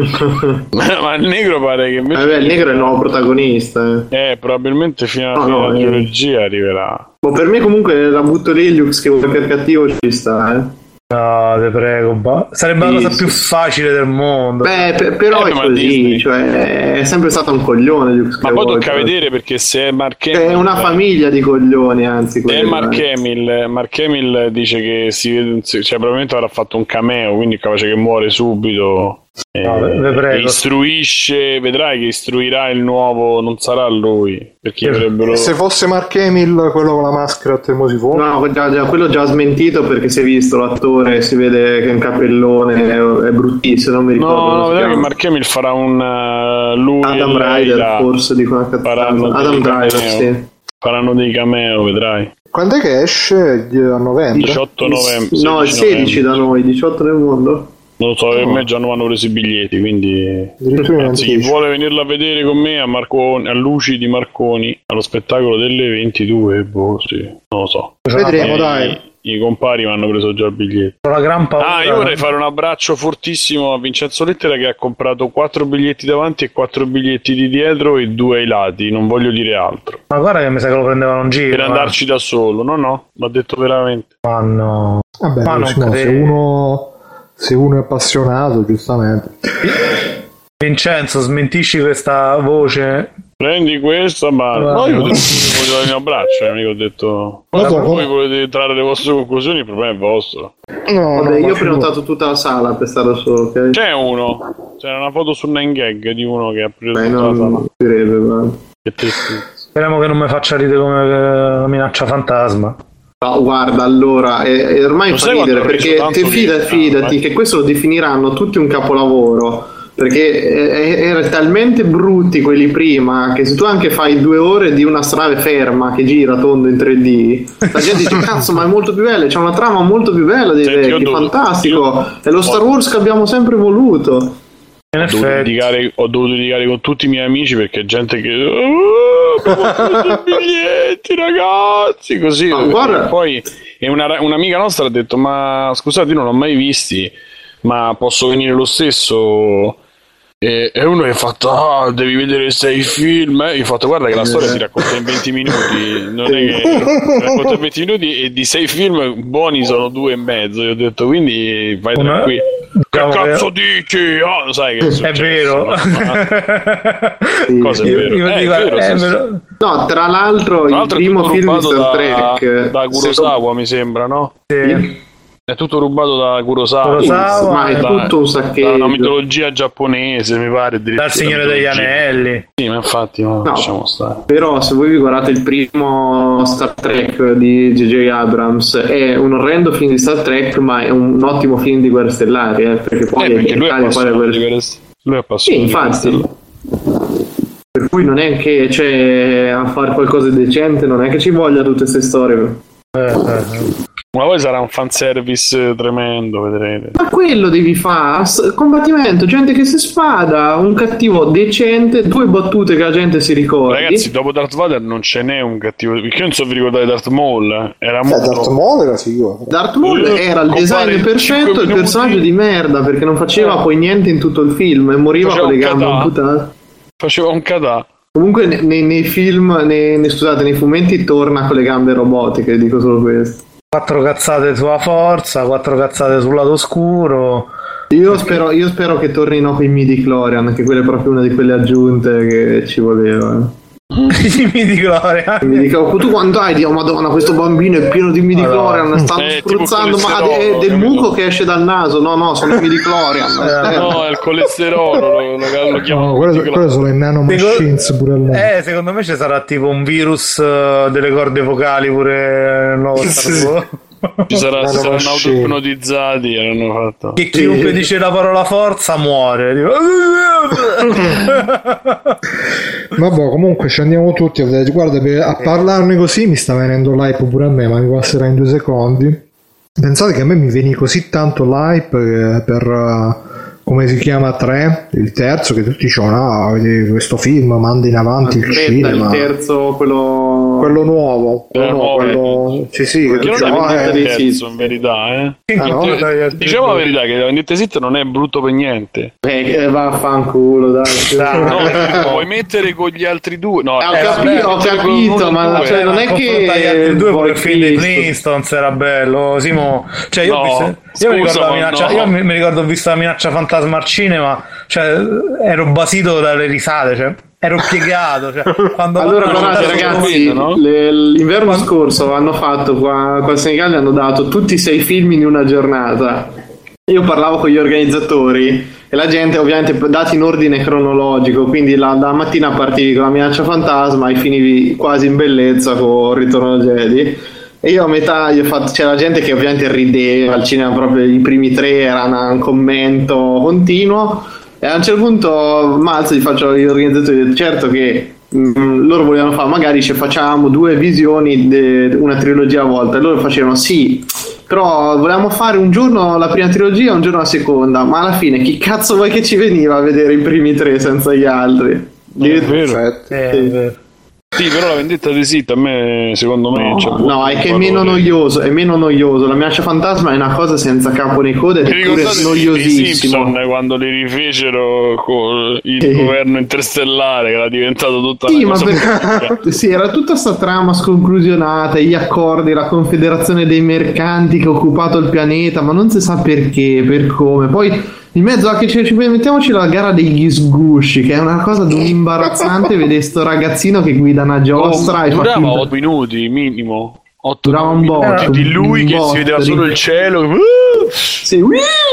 Ma il negro pare che invece Vabbè, il negro è il nuovo protagonista. Eh. eh, probabilmente fino alla No, fine no, della eh. trilogia arriverà. Boh, per me comunque la butto lì, Luke Skywalker cattivo ci sta, eh. No, te prego, ba- sarebbe Sì, la cosa sì. più facile del mondo. Beh, per- però Eh, è ma così, Disney. cioè è sempre stato un coglione Luke Ma Skywalker. poi tocca vedere perché se è Mark Hamill, È una famiglia di coglioni, anzi. se è quello, Mark eh. Hamill, Mark Hamill dice che si vede, cioè probabilmente avrà fatto un cameo, quindi capace che muore subito. E, No, ve- ve prego. e istruisce, vedrai che istruirà il nuovo, non sarà lui perché avrebbero. Se fosse Mark Hamill, quello con la maschera a termosifone. No, già, già, quello già smentito perché si è visto l'attore, si vede che è un capellone, è, è bruttissimo, non mi ricordo. No, come no, si vedrai che chiama. Mark Hamill farà un uh, lui Adam e lei Ryder, là. forse dico una cazzata. Faranno Adam dei Driver, cameo. sì. Faranno dei cameo, vedrai. Quando è che esce? A novembre? diciotto novembre. No, il sedici novembre. da noi, diciotto nel mondo. Non lo so, per me già non hanno preso i biglietti, quindi Addirittura in anzi, chi anticipo. vuole venirlo a vedere con me a, Marconi, a Luci di Marconi allo spettacolo delle ventidue, boh, sì, non lo so. Vedremo, I- dai. I compari mi hanno preso già il biglietto. Ho la gran paura. Ah, io vorrei fare un abbraccio fortissimo a Vincenzo Lettera che ha comprato quattro biglietti davanti e quattro biglietti di dietro e due ai lati, non voglio dire altro. Ma guarda che mi sa che lo prendevano in giro. Per eh. andarci da solo, no no, l'ha detto veramente. Ma no. Vabbè, Ma non Simone, se credo. uno, se uno è appassionato, giustamente. Vincenzo, smentisci questa voce. Prendi questa, ma Va no, io ho bene. detto che voglio dare un abbraccio, eh, mica ho detto. Ma Lo se so, voi come- volete trarre le vostre conclusioni, il problema è vostro. No, Vabbè, no, io ho ma prenotato tutta la sala per stare da solo, ok? C'è uno, c'era una foto su nine gag di uno che ha preso Beh, tutta la non sala. non si crede, guarda. Che tristezza. Speriamo che non mi faccia ridere come eh, la minaccia fantasma. No, guarda, allora, e, e ormai Lo fa sai ridere quanto ho riso perché tanto te di- fida, ah, fidati vai. che questo lo definiranno tutti un capolavoro. Perché eh, erano talmente brutti quelli prima che se tu anche fai due ore di una strada ferma che gira tondo in tre D, la gente dice cazzo, ma è molto più bella, c'è una trama molto più bella dei Senti, io vecchi, devo- fantastico, io- è lo Star Wars che abbiamo sempre voluto. In Ho dovuto, effetti, litigare, ho dovuto litigare con tutti i miei amici perché gente che "Oh, abbiamo preso i biglietti ragazzi così Ma guarda- e poi e una, un'amica nostra ha detto ma scusate io non l'ho mai visti ma posso venire lo stesso e, e uno gli ha fatto ah devi vedere sei film eh. Io ho fatto guarda che la storia si racconta in venti minuti non è che si racconta in venti minuti e di sei film buoni sono due e mezzo io ho detto quindi vai Una- tranquillo diciamo che che- cazzo dici ah lo sai che è, è vero. Sì. cosa è Io- vero io Eh, è dico, vero, è sì, sì. vero. No, tra l'altro, Tra il l'altro è primo tutto film di rubato Star da, Trek da se- Kurosawa mi sembra no? Sì. È tutto rubato da Kurosawa, Kurosawa, ma è da, tutto un saccheggio. da una mitologia giapponese, mi pare. Dal Signore degli Anelli. Sì, ma infatti non No, lasciamo stare. però se voi vi guardate il primo Star Trek di J J Abrams, è un orrendo film di Star Trek, ma è un ottimo film di Guerre Stellari, eh, perché poi Eh, perché è lui è Italia, poi è appassionato Guerre di Stellari. Guerre- lui è Sì, appassionato di Guerre infatti. Per cui non è che c'è a fare qualcosa di decente, non è che ci voglia tutte queste storie. Eh, eh, eh. Ma poi sarà un fanservice tremendo, vedrete. Ma quello devi fare, s- combattimento, gente che si spada, un cattivo decente, due battute che la gente si ricorda. Ragazzi, dopo Darth Vader non ce n'è un cattivo. Perché io non so vi ricordate Darth Maul, eh? Era Eh, molto. Darth Maul era figo. Darth Maul Eh, era il compare design cinque perfetto, il minuti. personaggio di merda, perché non faceva Eh. poi niente in tutto il film e moriva Faceva con le un gambe katà. amputate. Faceva un katà. Comunque ne- nei, nei film, nei, nei- scusate, nei fumetti torna con le gambe robotiche, dico solo questo. Quattro cazzate sulla forza, quattro cazzate sul lato oscuro. Io spero, io spero che tornino con i midi-chlorian, che quella è proprio una di quelle aggiunte che ci voleva. I midi-chlorian. Mi dico, tu quando hai? Dio, madonna, questo bambino è pieno di midi-chlorian, Allora. stanno Eh, tipo spruzzando, ma colesterolo, è del capito? muco che esce dal naso. No, no, sono i midi-chlorian. Eh, No, è il colesterolo, lo, lo, lo chiamano. No, quelle, quelle sono le nanomachines pure là. Eh, secondo me ci sarà tipo un virus eh, delle corde vocali pure. No, Sì. Ci sarà, si saranno Nanomachine. autoipnotizzati e l'hanno fatto. Che chiunque dice la parola forza muore. Tipo... Vabbè, comunque ci andiamo tutti a vedere. Guarda, per- a parlarne così mi sta venendo l'hype pure a me, ma mi passerà in due secondi. Pensate che a me mi viene così tanto l'hype che per uh, come si chiama tre, il terzo, che tutti dicevano ah, vedi questo film manda in avanti il Aspetta, cinema, il terzo, quello... quello nuovo, quello Quello nuovo, nuovo, quello... sì sì, che Perché tutti non è dicevano, ah, vendetta eh, il eh, terzo, in verità, eh. ah, no? Diciamo la verità che la vendetta Sith non è brutto per niente. Eh, vaffanculo, dai. No, puoi mettere con gli altri due. No, Eh, ho eh, capito, vabbè, ho mettere con capito, uno ma due. cioè, non è confronta gli che altri due poi pure il film dei Cristo. Flintstones era bello. Simo, cioè io, ho No, visto, io scusa, mi ricordo la ma minaccia, no. io mi, mi ricordo ho visto la minaccia fantasma al cinema, cioè ero basito dalle risate, cioè ero piegato, cioè, quando Allora quando guardate hanno dato- ragazzi, no? le- l'inverno scorso hanno fatto qua, qua al Senegal, hanno dato tutti i sei film in una giornata. Io parlavo con gli organizzatori e la gente, ovviamente dati in ordine cronologico, quindi la, da mattina partivi con la minaccia fantasma e finivi quasi in bellezza con il Ritorno del Jedi. E io a metà gli ho fatto, c'era gente che ovviamente rideva al cinema, proprio i primi tre erano un commento continuo. E a un certo punto Malzo gli faccio agli organizzatori, certo che mh, loro volevano fare, magari ci facciamo due visioni, de, una trilogia a volta, e loro facevano sì, però volevamo fare un giorno la prima trilogia e un giorno la seconda, ma alla fine chi cazzo vuoi che ci veniva a vedere i primi tre senza gli altri? È vero. perfetto. Eh, è vero. Sì, però la vendetta di Sith a me, secondo me, No, c'è no, è che è meno valore. noioso, è meno noioso. La minaccia fantasma è una cosa senza capo né coda ed Vi è pure ricordate i noiosissimo. Simpson quando li rifecero con il Sì. governo interstellare che era diventato tutta Sì, una ma cosa perché sì, era tutta sta trama sconclusionata, gli accordi, la confederazione dei mercanti che ha occupato il pianeta, ma non si sa perché, per come. Poi in mezzo a che ci, ci mettiamoci la gara degli sgusci, che è una cosa di un imbarazzante vedere sto ragazzino che guida una giostra e fa durava finta- otto minuti minimo otto Durava un minuti botto, di lui un che botto, si vedeva sì. solo il cielo uh, Sì.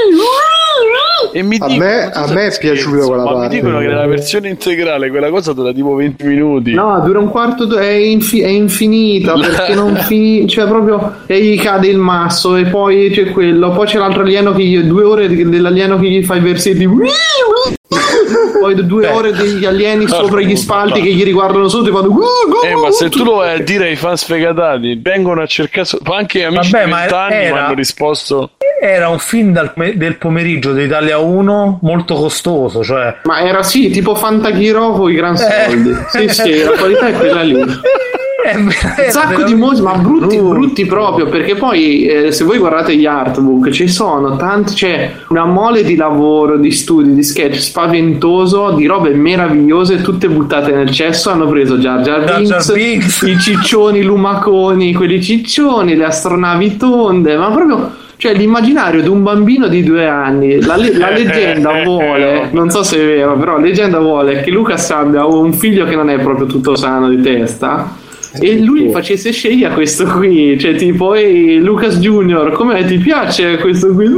e mi A dicono, me- non so a se me è scherzo, piaciuta quella ma parte. mi dicono che nella versione integrale quella cosa dura tipo venti minuti. No, dura un quarto d'ora, è, infi- è infinita perché non finisce, cioè proprio e gli cade il masso e poi c'è quello, poi c'è l'altro alieno che gli, due ore di- dell'alieno che gli fa i versetti, poi due Beh. ore degli alieni sopra gli spalti che gli riguardano sotto e fanno Eh, ma se tu lo vai a dire ai fan sfegatati, vengono a cercare so- anche amici Vabbè, di ma vent'anni mi era- hanno risposto Era un film dal- del pomeriggio di Italia uno molto costoso, cioè ma era sì, tipo Fantaghiro con i gran Eh. soldi. Sì, sì, la qualità è quella lì. un Un sacco di mostri, ma brutti, brutti proprio, perché poi eh, se voi guardate gli artbook ci sono tanti, c'è una mole di lavoro, di studi, di sketch spaventoso, di robe meravigliose, tutte buttate nel cesso. Hanno preso Jar Jar Jar Jar Binks, Binks. i ciccioni lumaconi, quelli ciccioni, le astronavi tonde, ma proprio, cioè l'immaginario di un bambino di due anni. La, le- la leggenda vuole, non so se è vero, però la leggenda vuole che Lucas abbia un figlio che non è proprio tutto sano di testa e lui gli facesse scegliere questo qui, cioè tipo ehi Lucas Junior, com'è, ti piace questo qui?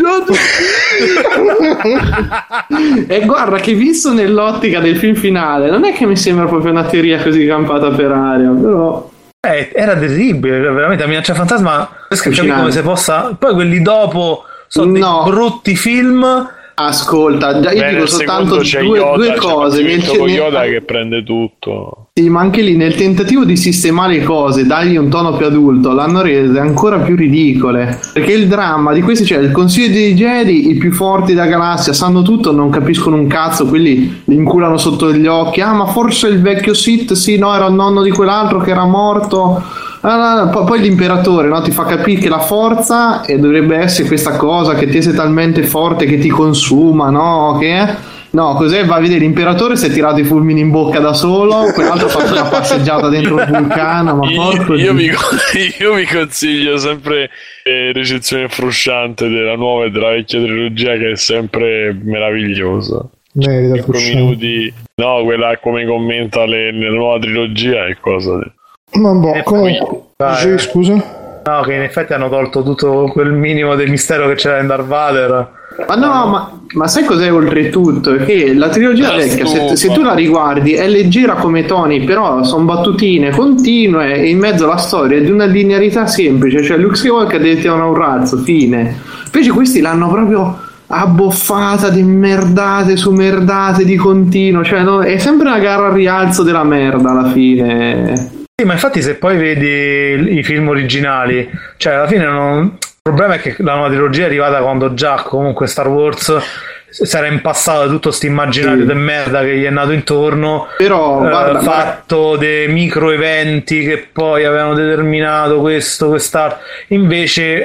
E guarda che visto nell'ottica del film finale non è che mi sembra proprio una teoria così campata per aria, però eh, era terribile, veramente la minaccia fantasma, capire come se possa, poi quelli dopo sono dei no. brutti film. Ascolta, già io Beh, dico soltanto due, Yoda, due cose. Nel Nel, con Yoda che prende tutto. Sì, ma anche lì nel tentativo di sistemare le cose, dargli un tono più adulto, l'hanno rese ancora più ridicole. Perché il dramma di questi, cioè il Consiglio dei Jedi, i più forti della galassia, sanno tutto, non capiscono un cazzo, quelli li inculano sotto gli occhi. Ah, ma forse il vecchio Sith, sì, no, era il nonno di quell'altro che era morto. Ah, no, no. Poi l'imperatore, no, ti fa capire che la forza e dovrebbe essere questa cosa che te sei talmente forte che ti consuma, no? Che è? No, cos'è? Va a vedere l'imperatore si è tirato i fulmini in bocca da solo, quell'altro ha fatto una passeggiata dentro il vulcano, ma porco io, io, di... vi, io vi consiglio sempre eh, recensione frusciante della nuova e della vecchia trilogia, che è sempre meravigliosa. Merita cinque minuti, no, quella come commenta le, la nuova trilogia è cosa. Ma boh, comunque, dicevi, scusa? No, che in effetti hanno tolto tutto quel minimo del mistero che c'era in Darth Vader. Ma no, ma, ma sai cos'è oltretutto? È che la trilogia vecchia, se, se tu la riguardi, è leggera come toni, però sono battutine continue e in mezzo alla storia è di una linearità semplice, cioè Luke Skywalker detona un razzo, fine. Invece questi l'hanno proprio abboffata di merdate su merdate di continuo, cioè no, è sempre una gara al rialzo della merda alla fine. Sì, ma infatti se poi vedi i film originali, cioè alla fine non... il problema è che la nuova trilogia è arrivata quando già comunque Star Wars si era impassato da tutto sto immaginario sì. di merda che gli è nato intorno, però eh, guarda, fatto dei micro eventi che poi avevano determinato questo, quest'altro. Invece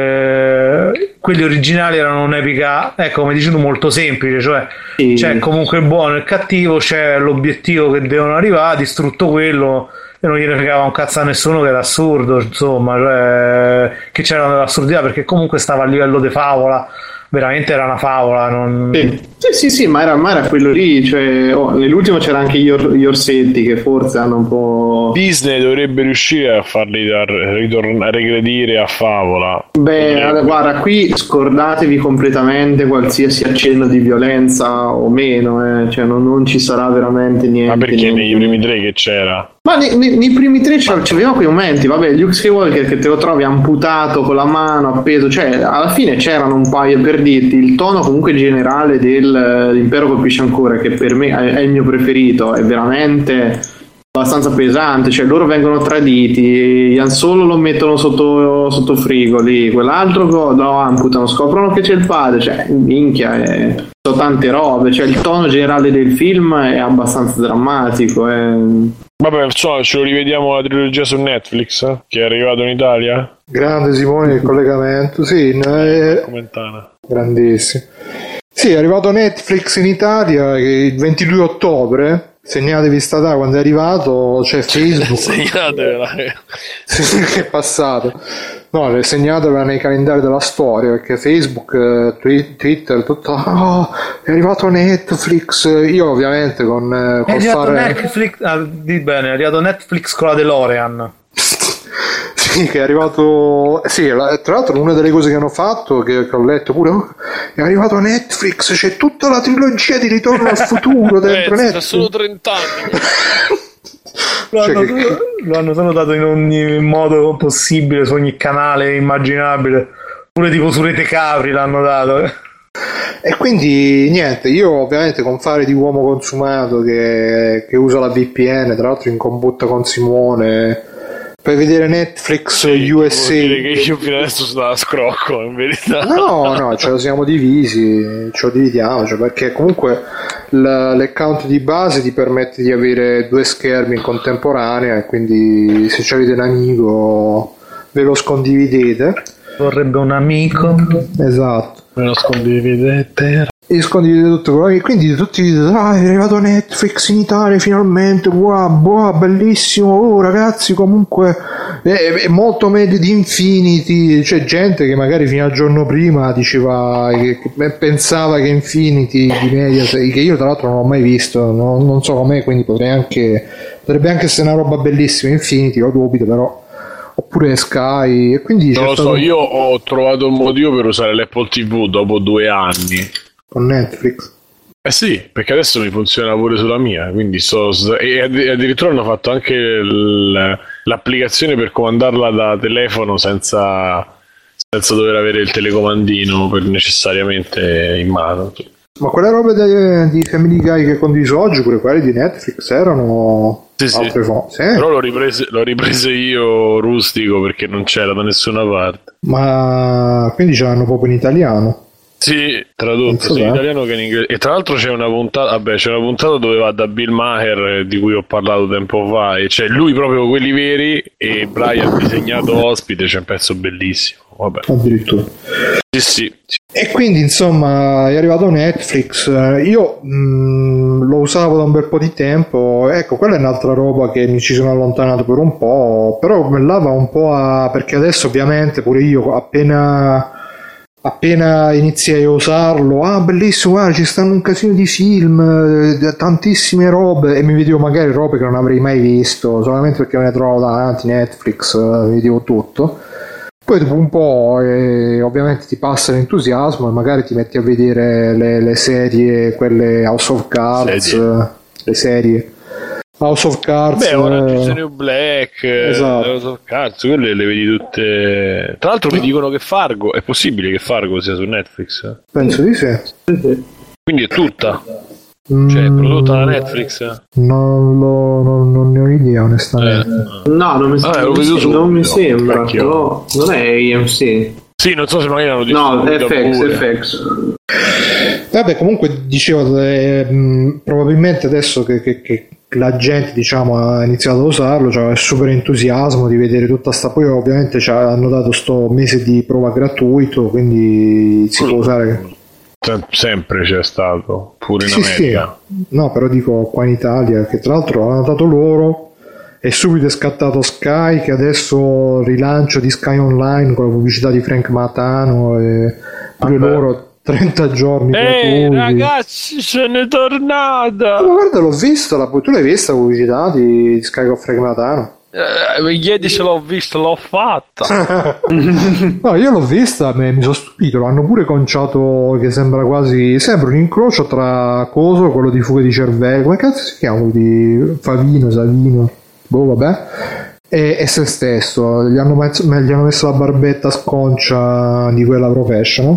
eh, quelli originali erano un'epica, ecco, come dici tu, molto semplice, cioè sì. c'è comunque il buono e il cattivo, c'è l'obiettivo che devono arrivare, distrutto quello e non gliene fregava un cazzo a nessuno, che era assurdo, insomma, cioè che c'era dell'assurdità, perché comunque stava a livello di favola, veramente era una favola, non... sì. sì sì sì ma era, ma era quello lì, cioè oh, nell'ultimo c'era anche gli, or- gli orsetti che forse hanno un po'... Disney dovrebbe riuscire a farli da ritorn- a regredire a favola. Beh, allora, guarda, qui scordatevi completamente qualsiasi accenno di violenza o meno, eh. Cioè non, non ci sarà veramente niente. Ma perché niente. nei primi tre che c'era? Ma nei, nei, nei primi tre c'avevamo quei momenti, vabbè, Luke Skywalker che te lo trovi amputato con la mano appeso, cioè alla fine c'erano un paio, per dirti, il tono comunque generale dell'Impero colpisce ancora, che per me è, è il mio preferito, è veramente abbastanza pesante, cioè loro vengono traditi, Han Solo lo mettono sotto, sotto frigo lì, quell'altro lo amputano, scoprono che c'è il padre, cioè minchia, è... sono tante robe, cioè il tono generale del film è abbastanza drammatico, è... Vabbè, insomma, ce lo rivediamo la trilogia su Netflix, eh? Che è arrivato in Italia. Grande Simone, il collegamento, sì, è... Commentana. grandissimo. Sì, è arrivato Netflix in Italia che il ventidue ottobre. Segnatevi sta data quando è arrivato, c'è Facebook. Segnatevela. Che è passato. No, segnatevela nei calendari della storia, perché Facebook, Twitter, tutto. Oh, è arrivato Netflix. Io ovviamente con È col arrivato fare... Netflix, ah, di bene, è arrivato Netflix con la DeLorean. Sì, che è arrivato, sì, tra l'altro una delle cose che hanno fatto, che, che ho letto pure, oh, è arrivato Netflix, c'è tutta la trilogia di Ritorno al futuro dentro eh, Netflix. C'ha solo trenta anni. Lo, Cioè, hanno, che... lo hanno solo dato in ogni modo possibile, su ogni canale immaginabile, pure tipo su Rete Capri l'hanno dato. E quindi niente, io ovviamente con fare di uomo consumato che, che usa la V P N, tra l'altro in combutta con Simone, per vedere Netflix sì, U S A. Vuol dire che io fino adesso sono a scrocco, in verità. No, no, ce lo siamo divisi, ce lo dividiamo, cioè perché comunque l'account di base ti permette di avere due schermi in contemporanea e quindi se ci avete un amico ve lo scondividete. Vorrebbe un amico. Esatto. Me lo scondividete. escono di tutto, e quindi tutti ah, è arrivato Netflix in Italia finalmente, wow, wow, bellissimo, oh, ragazzi, comunque è, è molto meglio di Infinity. C'è gente che magari fino al giorno prima diceva che, che pensava che Infinity di Mediaset, che io tra l'altro non ho mai visto, non, non so com'è, quindi potrei anche potrebbe anche essere una roba bellissima Infinity, lo dubito, però oppure Sky, e quindi non lo stato... so, io ho trovato un motivo per usare l'Apple ti vu dopo due anni con Netflix. Eh sì, perché adesso mi funziona pure sulla mia, quindi sto e addirittura hanno fatto anche il, l'applicazione per comandarla da telefono senza, senza dover avere il telecomandino per necessariamente in mano. Ma quelle robe di, di Family Guy che ho condiviso oggi, pure quelle di Netflix, erano sì, sì. altre fonti. Sì. Però l'ho ripreso, l'ho ripreso io rustico perché non c'era da nessuna parte. Ma quindi ce l'hanno proprio in italiano? Sì, tradotto sia in italiano che in inglese. E tra l'altro c'è una puntata, vabbè, c'è una puntata dove va da Bill Maher, di cui ho parlato tempo fa, e c'è lui proprio quelli veri e Brian disegnato ospite, c'è un pezzo bellissimo. Vabbè. Addirittura. Sì, sì. E quindi insomma è arrivato Netflix, io mh, lo usavo da un bel po' di tempo, ecco, quella è un'altra roba che mi ci sono allontanato per un po', però me la va un po' a... perché adesso ovviamente pure io appena... appena iniziai a usarlo, ah bellissimo, guarda, ci stanno un casino di film, tantissime robe, e mi vedevo magari robe che non avrei mai visto solamente perché me ne trovavo davanti Netflix, vedevo tutto. Poi dopo un po' eh, ovviamente ti passa l'entusiasmo e magari ti metti a vedere le, le serie, quelle House of Cards, serie. le serie House of Cards. Beh, Orange is the New Black, esatto. House of Cards, quelle le vedi tutte. Tra l'altro mi dicono che Fargo, è possibile che Fargo sia su Netflix? Penso di sì. Quindi è tutta? Cioè, è prodotta da Netflix? Non, lo, non, non ne ho idea onestamente. Eh. No, non mi, ah, non mi, sem- non mi sembra, però non è A M C. Sì, non so se magari hanno no, F X, F X. Vabbè, comunque dicevo, eh, mh, probabilmente adesso che, che, che la gente diciamo ha iniziato a usarlo, cioè è super entusiasmo di vedere tutta sta, poi ovviamente ci hanno dato sto mese di prova gratuito, quindi si può usare. Sempre c'è stato, pure in sì, America. Sì. No, però dico qua in Italia, che tra l'altro l'hanno dato loro e subito è scattato Sky, che adesso rilancio di Sky Online con la pubblicità di Frank Matano e pure Vabbè. loro trenta giorni. Ehi ragazzi, ce n'è tornata! Ma guarda, l'ho vista, la, tu l'hai vista la pubblicità di, di Sky con Frank Matano? Eh, ieri se l'ho vista, l'ho fatta. No, io l'ho vista, me, mi sono stupito, l'hanno pure conciato che sembra quasi, sembra un incrocio tra Coso, quello di Fuga di Cervello, come cazzo si chiama, di Favino, Savino, boh vabbè, e, e se stesso, gli hanno, messo, gli hanno messo la barbetta sconcia di quella Professional.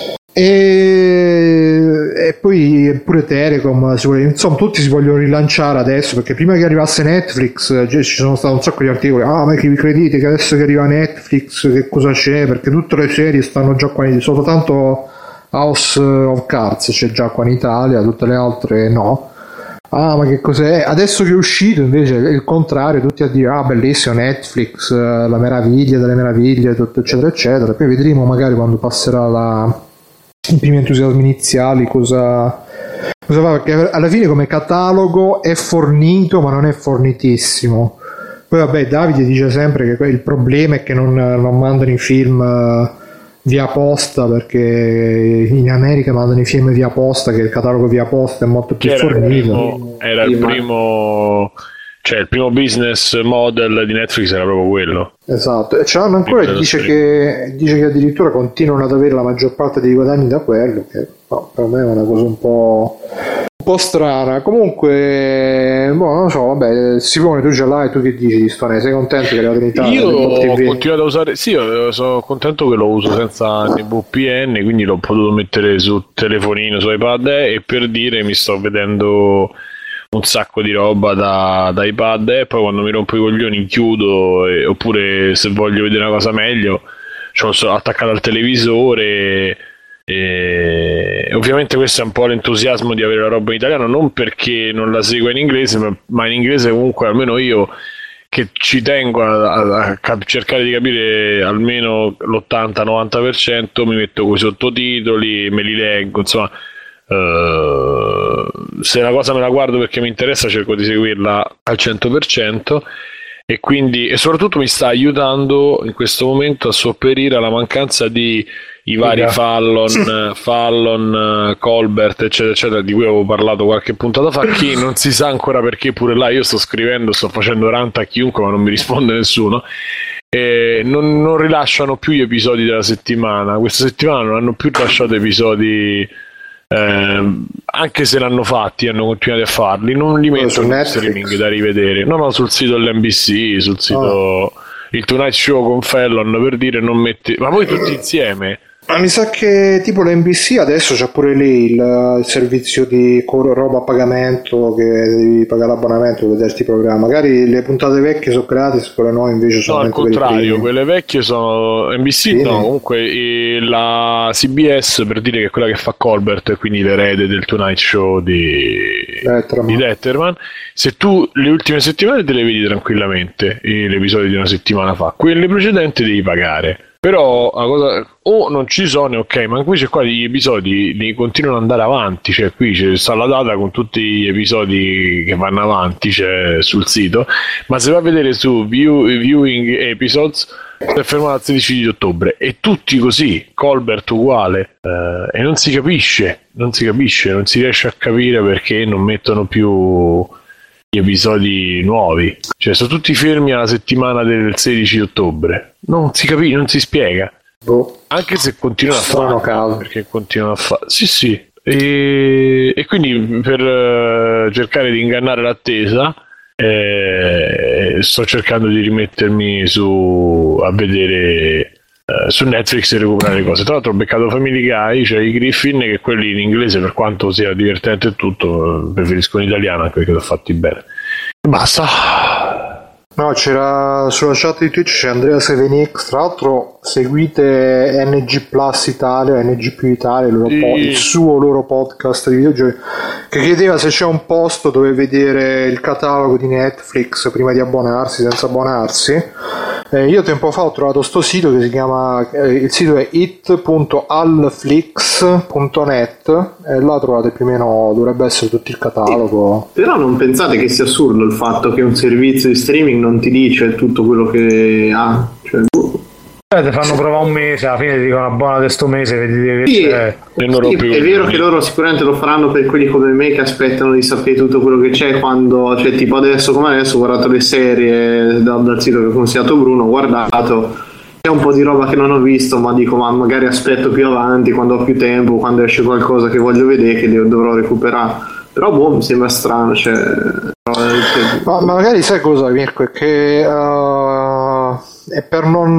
E, e poi pure Telecom, insomma tutti si vogliono rilanciare adesso, perché prima che arrivasse Netflix ci sono stati un sacco di articoli, ah ma che vi credete che adesso che arriva Netflix che cosa c'è, perché tutte le serie stanno già qua in Italia, soltanto House of Cards c'è già qua in Italia, tutte le altre no. Ah ma che cos'è? Adesso che è uscito invece è il contrario, tutti a dire ah bellissimo Netflix, la meraviglia delle meraviglie, tutto eccetera eccetera. Poi vedremo magari quando passerà la i primi entusiasmi iniziali cosa, cosa fa, perché alla fine come catalogo è fornito ma non è fornitissimo. Poi vabbè, Davide dice sempre che il problema è che non, non mandano i film via posta, perché in America mandano i film via posta, che il catalogo via posta è molto più era fornito. Il primo, era il primo, cioè il primo business model di Netflix era proprio quello. Esatto, e ce l'hanno ancora e dice che, dice che addirittura continuano ad avere la maggior parte dei guadagni da quello, che no, per me è una cosa un po', un po' strana. Comunque, boh, non lo so, vabbè, Simone, tu ce l'hai, tu che dici di Stone? Sei contento che è arrivato in Italia? Io ho continuato a usare, sì, io sono contento che lo uso senza V P N, quindi l'ho potuto mettere sul telefonino, su iPad, e per dire mi sto vedendo un sacco di roba da, da iPad, e poi quando mi rompo i coglioni chiudo, e, oppure se voglio vedere una cosa meglio ce l'ho attaccato al televisore. E ovviamente questo è un po' l'entusiasmo di avere la roba in italiano, non perché non la segua in inglese, ma, ma in inglese comunque almeno io, che ci tengo a, a, a cercare di capire almeno l'ottanta novanta per cento, mi metto coi sottotitoli, me li leggo, insomma. Uh, se una cosa me la guardo perché mi interessa, cerco di seguirla al cento per cento, e quindi e soprattutto mi sta aiutando in questo momento a sopperire alla mancanza di i vari Fallon, Fallon, Colbert, eccetera, eccetera, di cui avevo parlato qualche puntata fa, che non si sa ancora perché pure là io sto scrivendo, sto facendo rant a chiunque, ma non mi risponde nessuno. E non, non rilasciano più gli episodi della settimana. Questa settimana non hanno più rilasciato episodi, eh, anche se l'hanno fatti, hanno continuato a farli. Non li mettono in streaming da rivedere. No, no, sul sito dell'N B C, sul sito oh. il Tonight Show con Fallon, per dire, non metti, ma poi tutti insieme. Ma mi sa che tipo l'N B C adesso c'ha pure lì il, il servizio di roba a pagamento, che devi pagare l'abbonamento per vederti i programmi. Magari le puntate vecchie sono gratis, quelle nuove invece sono no, al contrario, quelle vecchie sono N B C, sì. No, comunque la C B S, per dire, che è quella che fa Colbert, quindi l'erede del Tonight Show di Letterman. di Letterman. Se tu le ultime settimane te le vedi tranquillamente, l'episodio di una settimana fa, quelle precedenti devi pagare. Però la cosa, o non ci sono, ok, ma invece qua gli episodi li continuano ad andare avanti, cioè qui c'è sta la data con tutti gli episodi che vanno avanti, c'è sul sito, ma se va a vedere su view, Viewing Episodes si è fermato al sedici di ottobre e tutti così, Colbert uguale, eh, e non si capisce, non si capisce, non si riesce a capire perché non mettono più gli episodi nuovi, cioè sono tutti fermi alla settimana del sedici ottobre, non si capisce, non si spiega, boh. Anche se continuano a fare caso, perché continuano a fare, sì sì, e, e quindi per uh, cercare di ingannare l'attesa eh, sto cercando di rimettermi su a vedere uh, su Netflix e recuperare le cose. Tra l'altro ho beccato Family Guy, cioè i Griffin, che quelli in inglese, per quanto sia divertente e tutto, preferisco in italiano anche perché sono fatti bene. Basta. No, c'era sulla chat di Twitch c'è Andrea sette X, tra l'altro seguite N G Plus Italia, N G più Italia, il, loro sì. po- il suo loro podcast di videogiochi, che chiedeva se c'è un posto dove vedere il catalogo di Netflix prima di abbonarsi, senza abbonarsi. Eh, io tempo fa ho trovato sto sito che si chiama, eh, il sito è it punto allflix punto net e là trovate più o meno, dovrebbe essere tutto il catalogo. Sì. Però non pensate che sia assurdo il fatto che un servizio di streaming non ti dice tutto quello che ha, cioè, eh, ti fanno provare un mese, alla fine ti dicono abbonate sto mese, vedi che sì, c'è. Sì, è vero che loro sicuramente lo faranno per quelli come me che aspettano di sapere tutto quello che c'è quando, cioè tipo adesso come adesso ho guardato le serie dal, dal sito che ha consigliato Bruno, ho guardato, c'è un po' di roba che non ho visto, ma dico ma magari aspetto più avanti quando ho più tempo, quando esce qualcosa che voglio vedere che dovrò recuperare. Però boh, mi sembra strano, cioè... Ma, ma magari sai cosa, Mirko, è che uh, è per non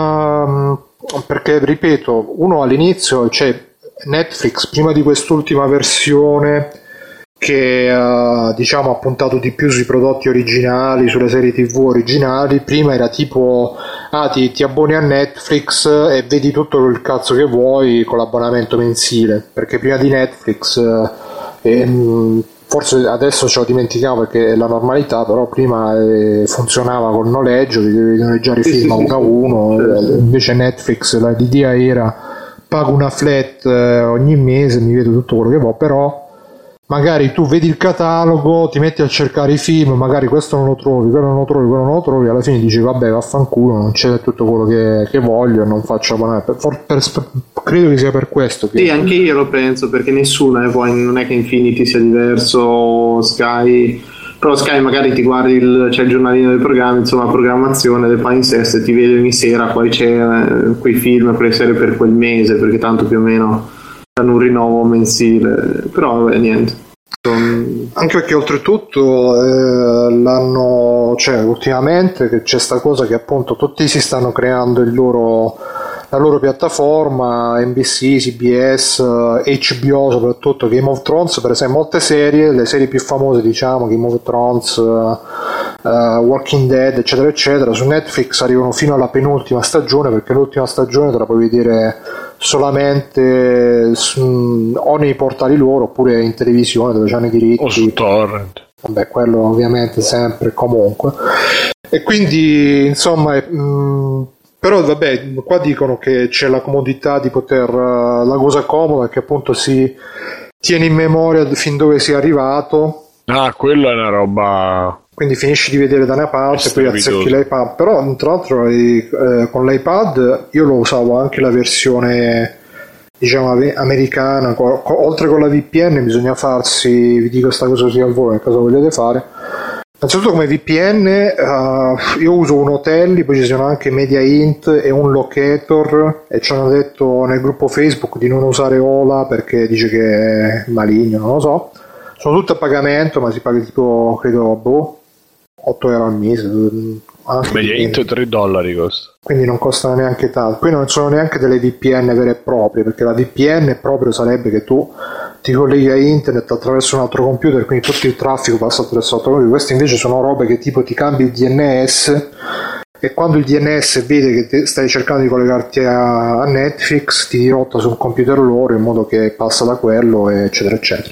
uh, perché ripeto, uno all'inizio c'è cioè, Netflix prima di quest'ultima versione che uh, diciamo ha puntato di più sui prodotti originali, sulle serie tv originali. Prima era tipo ah ti, ti abboni a Netflix e vedi tutto il cazzo che vuoi con l'abbonamento mensile, perché prima di Netflix uh, e, forse adesso ce lo dimenticavo perché è la normalità, però prima eh, funzionava col noleggio, ti devi noleggiare i film uno a uno, eh, invece Netflix l'idea era pago una flat eh, ogni mese, mi vedo tutto quello che vuoi, però magari tu vedi il catalogo, ti metti a cercare i film, magari questo non lo trovi, quello non lo trovi, quello non lo trovi, alla fine dici vabbè vaffanculo, non c'è tutto quello che, che voglio e non faccio abbonare. Per, per, per, credo che sia per questo che... Sì, anche io lo penso, perché nessuno è poi, non è che Infinity sia diverso, Sky, però Sky magari ti guardi il, c'è il giornalino del programma, insomma programmazione del palinsesto e ti vedi ogni sera, poi c'è eh, quei film, quelle serie per quel mese, perché tanto più o meno hanno un rinnovo mensile, però vabbè, niente. Anche perché oltretutto eh, l'hanno, cioè ultimamente che c'è sta cosa che appunto tutti si stanno creando il loro, la loro piattaforma, N B C, C B S, H B O, soprattutto Game of Thrones, per esempio molte serie, le serie più famose diciamo Game of Thrones, uh, uh, Walking Dead eccetera eccetera, su Netflix arrivano fino alla penultima stagione, perché l'ultima stagione te la puoi vedere solamente su, o nei portali loro oppure in televisione dove c'hanno i diritti o su torrent, vabbè quello ovviamente sempre comunque, e quindi insomma mh, però vabbè qua dicono che c'è la comodità di poter uh, la cosa comoda è che appunto si tieni in memoria fin dove sei arrivato. Ah, quella è una roba. Quindi finisci di vedere da una parte e poi azzecchi l'iPad. Però tra l'altro eh, con l'iPad io lo usavo anche la versione, diciamo, americana. Co- co- oltre con la V P N bisogna farsi, vi dico sta cosa così a voi, nel caso vogliate fare. Innanzitutto come V P N uh, io uso un Hotelli, poi ci sono anche MediaInt e un Locator, e ci hanno detto nel gruppo Facebook di non usare Ola perché dice che è maligno, non lo so. Sono tutte a pagamento, ma si paga tipo, credo, boh, otto euro al mese. MediaInt tre dollari costa. Quindi non costano neanche tanto. Poi non sono neanche delle V P N vere e proprie, perché la V P N proprio sarebbe che tu ti colleghi a internet attraverso un altro computer, quindi tutto il traffico passa attraverso l'altro computer. Queste invece sono robe che tipo ti cambi il D N S, e quando il D N S vede che te stai cercando di collegarti a Netflix ti dirotta sul computer loro in modo che passa da quello, eccetera eccetera.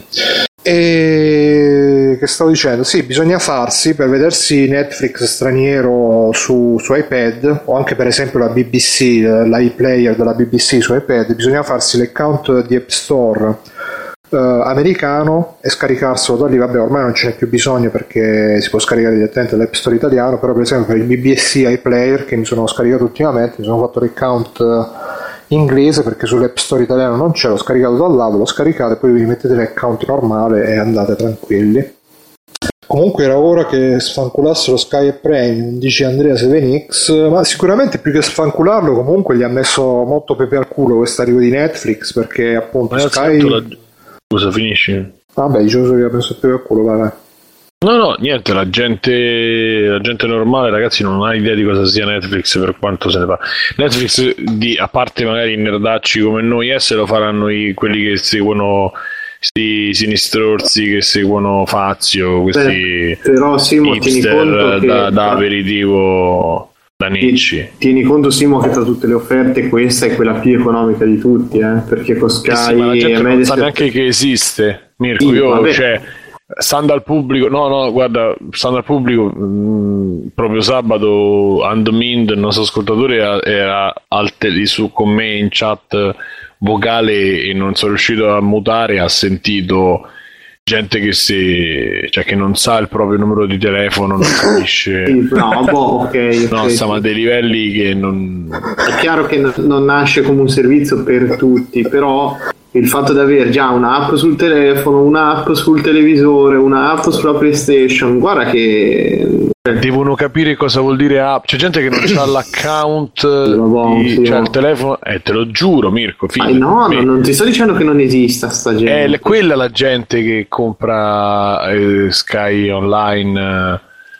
E che stavo dicendo? Sì, bisogna farsi, per vedersi Netflix straniero su, su iPad, o anche per esempio la B B C, l'iPlayer della B B C su iPad, bisogna farsi l'account di App Store eh, americano e scaricarselo da lì. Vabbè, ormai non ce n'è più bisogno perché si può scaricare direttamente dall'App Store italiano, però per esempio per il B B C iPlayer che mi sono scaricato ultimamente, mi sono fatto l'account inglese perché sull'App Store italiano non c'è, l'ho scaricato da là, ve l'ho scaricato e poi vi mettete l'account normale e andate tranquilli. Comunque era ora che sfanculassero Sky e Premium, dice Andrea sette X, ma sicuramente più che sfancularlo comunque gli ha messo molto pepe al culo questo arrivo di Netflix, perché appunto ma Sky... La... Scusa, finisci? Vabbè, dicevo che gli ha messo pepe al culo, vai. No, no, niente, la gente, la gente normale, ragazzi, non ha idea di cosa sia Netflix, per quanto se ne fa. Netflix, di, a parte magari i nerdacci come noi, eh, se lo faranno i, quelli che seguono questi sinistrorsi, che seguono Fazio, questi Beh, però Simo, tieni conto che da, da aperitivo da Nicci. Tieni, tieni conto, Simo, che tra tutte le offerte questa è quella più economica di tutti, eh, perché con Sky sì, ma la gente e non Mediaset... sa neanche che esiste, Mirko, sì, io, vabbè. cioè... Stando al pubblico, no, no, guarda, stando al pubblico, mh, proprio sabato Andmind, il nostro ascoltatore, era, era al te- su con me in chat vocale e non sono riuscito a mutare, ha sentito gente che si, cioè che non sa il proprio numero di telefono, non capisce. Sì, no, boh, ok, no, okay. Stiamo a dei livelli che non... È chiaro che n- non nasce come un servizio per tutti, però il fatto di avere già un'app sul telefono, un'app sul televisore, un'app sulla PlayStation, guarda che... Devono capire cosa vuol dire app. C'è gente che non ha l'account, no, di, sì, cioè no. il telefono, eh, te lo giuro, Mirko. Ah, no, no, non ti sto dicendo che non esista sta gente. È quella la gente che compra eh, Sky online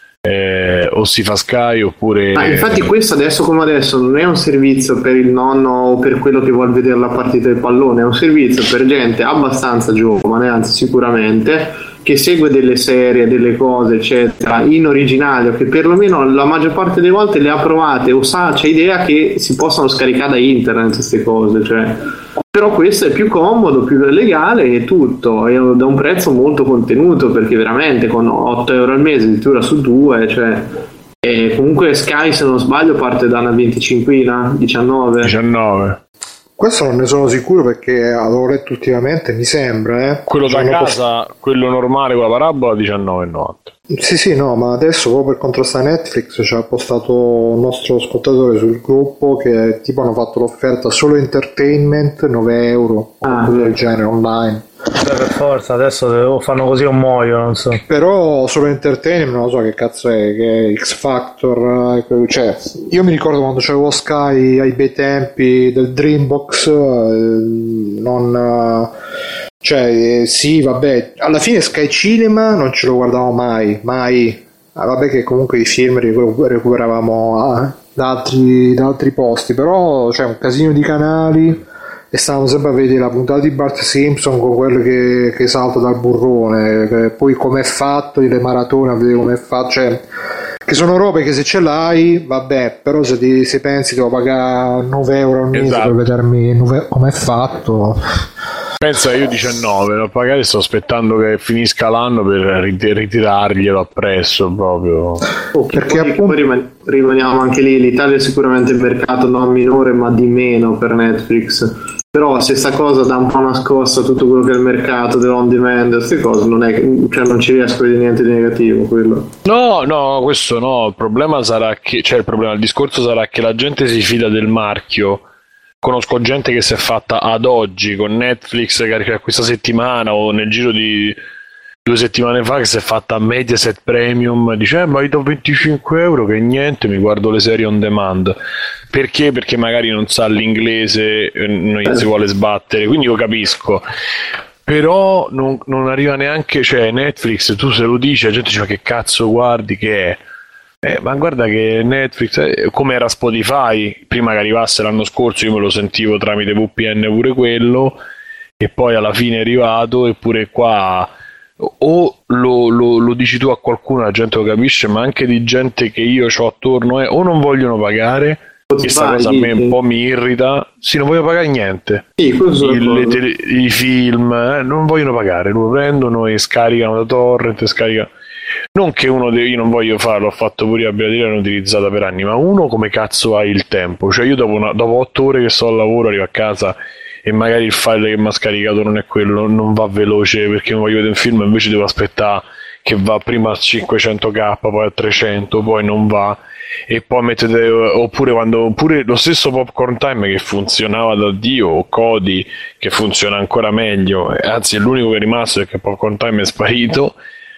eh, o si fa Sky oppure... Ah, infatti questo adesso come adesso non è un servizio per il nonno o per quello che vuol vedere la partita del pallone, è un servizio per gente abbastanza giovane, anzi sicuramente, che segue delle serie, delle cose eccetera in originale, che perlomeno la maggior parte delle volte le ha provate o sa, c'è idea che si possano scaricare da internet queste cose, cioè. Però questo è più comodo, più legale e tutto, e da un prezzo molto contenuto, perché veramente con otto euro al mese addirittura su due, cioè, e comunque Sky, se non sbaglio, parte da una venticinquina, diciannove. diciannove. Questo non ne sono sicuro perché avevo letto ultimamente, mi sembra, eh. Quello da Sono casa, post... quello normale con la parabola, diciannove e novanta. Sì, sì, no, ma adesso proprio per contrastare Netflix ci ha postato un nostro ascoltatore sul gruppo che tipo hanno fatto l'offerta solo entertainment nove euro o ah, cose del genere online. Beh, per forza, adesso fanno così o muoio, non so. Però solo entertainment non lo so che cazzo è, che è X Factor, cioè io mi ricordo quando c'avevo Sky ai bei tempi del Dreambox, eh, non... Cioè, eh, sì, vabbè, alla fine Sky Cinema non ce lo guardavo mai, mai. Ah, vabbè che comunque i film recuperavamo ah, da, altri, da altri posti, però c'è un casino di canali e stavamo sempre a vedere la puntata di Bart Simpson con quello che, che salta dal burrone, che poi com'è fatto, le maratone a vedere com'è fatto, cioè... Che sono robe che se ce l'hai, vabbè, però se, ti, se pensi devo pagare nove euro al mese esatto. per vedermi com'è fatto... Pensa, io diciannove, no? Magari sto aspettando che finisca l'anno per ritirarglielo appresso proprio. Oh, perché poi, appunto... poi riman- rimaniamo anche lì, l'Italia è sicuramente il mercato non minore ma di meno per Netflix, Però se sta cosa dà un po' nascosta a tutto quello che è il mercato dell'on demand, queste cose, non è, cioè non ci riesco a vedere niente di negativo quello. No, no, questo no, il problema sarà che, cioè il problema, il discorso sarà che la gente si fida del marchio. Conosco gente che si è fatta ad oggi con Netflix, che questa settimana o nel giro di due settimane fa, che si è fatta Mediaset Premium, dice eh, ma io do venticinque euro che niente, mi guardo le serie on demand. Perché? Perché magari non sa l'inglese, non gli si vuole sbattere, quindi io capisco. Però non, non arriva neanche, cioè Netflix, tu se lo dici, la gente dice ma che cazzo guardi, che è? Eh, ma guarda che Netflix, eh, come era Spotify, prima che arrivasse l'anno scorso io me lo sentivo tramite V P N pure quello, e poi alla fine è arrivato, eppure qua o lo, lo, lo dici tu a qualcuno, la gente lo capisce, ma anche di gente che io ho attorno eh, o non vogliono pagare, questa cosa a me un po' mi irrita, sì, non voglio pagare niente, sì, Il, le tele, i film eh, non vogliono pagare, lo prendono e scaricano da torrent e scaricano. Non che uno deve, io non voglio farlo, ho fatto pure io, la l'ho utilizzata per anni, ma uno come cazzo ha il tempo? Cioè io dopo, una, dopo otto ore che sto al lavoro arrivo a casa e magari il file che mi ha scaricato non è quello, non va veloce perché non voglio vedere un film, invece devo aspettare che va prima a cinquecento k, poi a trecento, poi non va, e poi mettete, oppure quando, oppure lo stesso Popcorn Time che funzionava da Dio, o Kodi che funziona ancora meglio, anzi è l'unico che è rimasto perché Popcorn Time è sparito,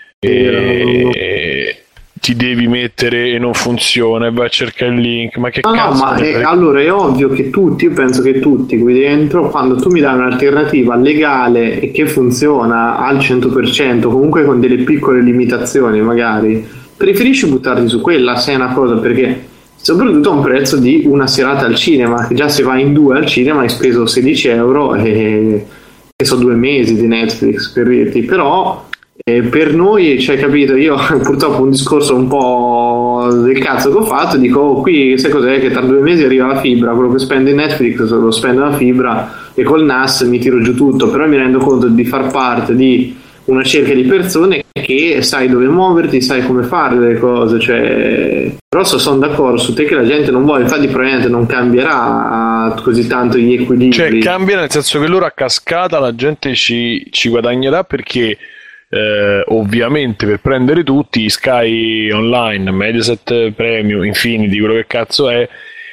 e, e ti devi mettere e non funziona e vai a cercare il link, ma che no, cazzo no, ma è, per... allora è ovvio che tutti, io penso che tutti qui dentro, quando tu mi dai un'alternativa legale e che funziona al cento per cento, comunque con delle piccole limitazioni magari, preferisci buttarti su quella se è una cosa, perché soprattutto a un prezzo di una serata al cinema, che già se vai in due al cinema hai speso sedici euro e, e sono due mesi di Netflix per dirti, però eh, per noi, cioè capito, io purtroppo un discorso un po' del cazzo che ho fatto, dico oh, qui sai cos'è, che tra due mesi arriva la fibra, quello che spendo in Netflix lo spendo la fibra e col N A S mi tiro giù tutto, però mi rendo conto di far parte di una cerchia di persone che sai dove muoverti, sai come fare le cose, cioè però sono d'accordo su te che la gente non vuole, infatti probabilmente non cambierà così tanto gli equilibri, cioè cambia nel senso che loro a cascata la gente ci, ci guadagnerà perché eh, ovviamente per prendere tutti Sky Online, Mediaset Premium, Infinity, quello che cazzo è,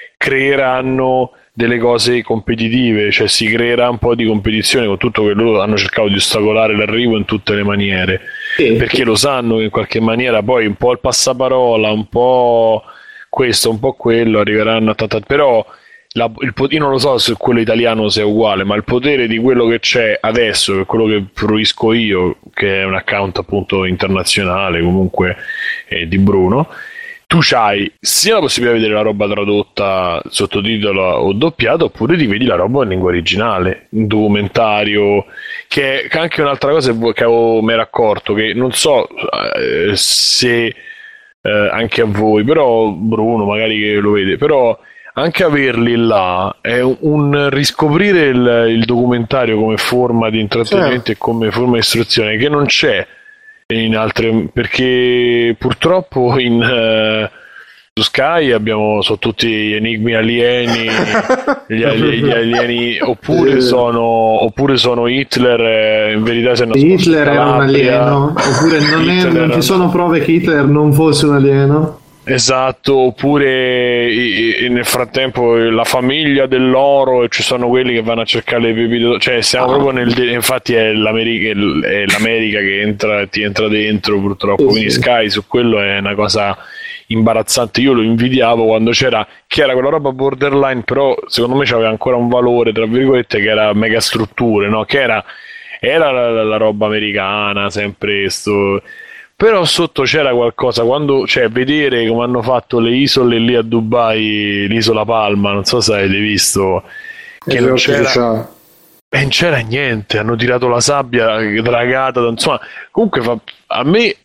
creeranno delle cose competitive, cioè si creerà un po' di competizione con tutto che loro hanno cercato di ostacolare l'arrivo in tutte le maniere, sì, perché sì. Lo sanno che in qualche maniera poi un po' il passaparola, un po' questo, un po' quello arriveranno a tanta... però la, il, io non lo so se quello italiano sia uguale, ma il potere di quello che c'è adesso, che è quello che fruisco io, che è un account appunto internazionale comunque eh, di Bruno, tu c'hai sia la possibilità di vedere la roba tradotta, sottotitola o doppiata, oppure ti vedi la roba in lingua originale, un documentario, che è anche un'altra cosa che avevo, mi ero accorto, che non so eh, se eh, anche a voi, però Bruno magari che lo vede, però anche averli là è un riscoprire il, il documentario come forma di intrattenimento, sì, e come forma di istruzione che non c'è in altre, perché purtroppo in uh, su Sky abbiamo sono tutti gli enigmi alieni gli, gli alieni oppure sono oppure sono Hitler, eh, in verità se non Hitler è un alieno, oppure non, è, non ci sono prove che Hitler non fosse un alieno. Esatto, oppure i, i, nel frattempo la famiglia dell'oro e ci sono quelli che vanno a cercare le pepite, cioè siamo ah. proprio nel, infatti è l'America, è l'America che entra, ti entra dentro purtroppo, sì, quindi sì. Sky su quello è una cosa imbarazzante, io lo invidiavo quando c'era, che era quella roba borderline, però secondo me c'aveva ancora un valore tra virgolette, che era megastrutture, no? Che era, era la, la, la roba americana, sempre sto... però sotto c'era qualcosa, quando, cioè vedere come hanno fatto le isole lì a Dubai, l'isola Palma, non so se avete visto, che non c'era, e non c'era niente, hanno tirato la sabbia dragata, insomma, comunque fa, a me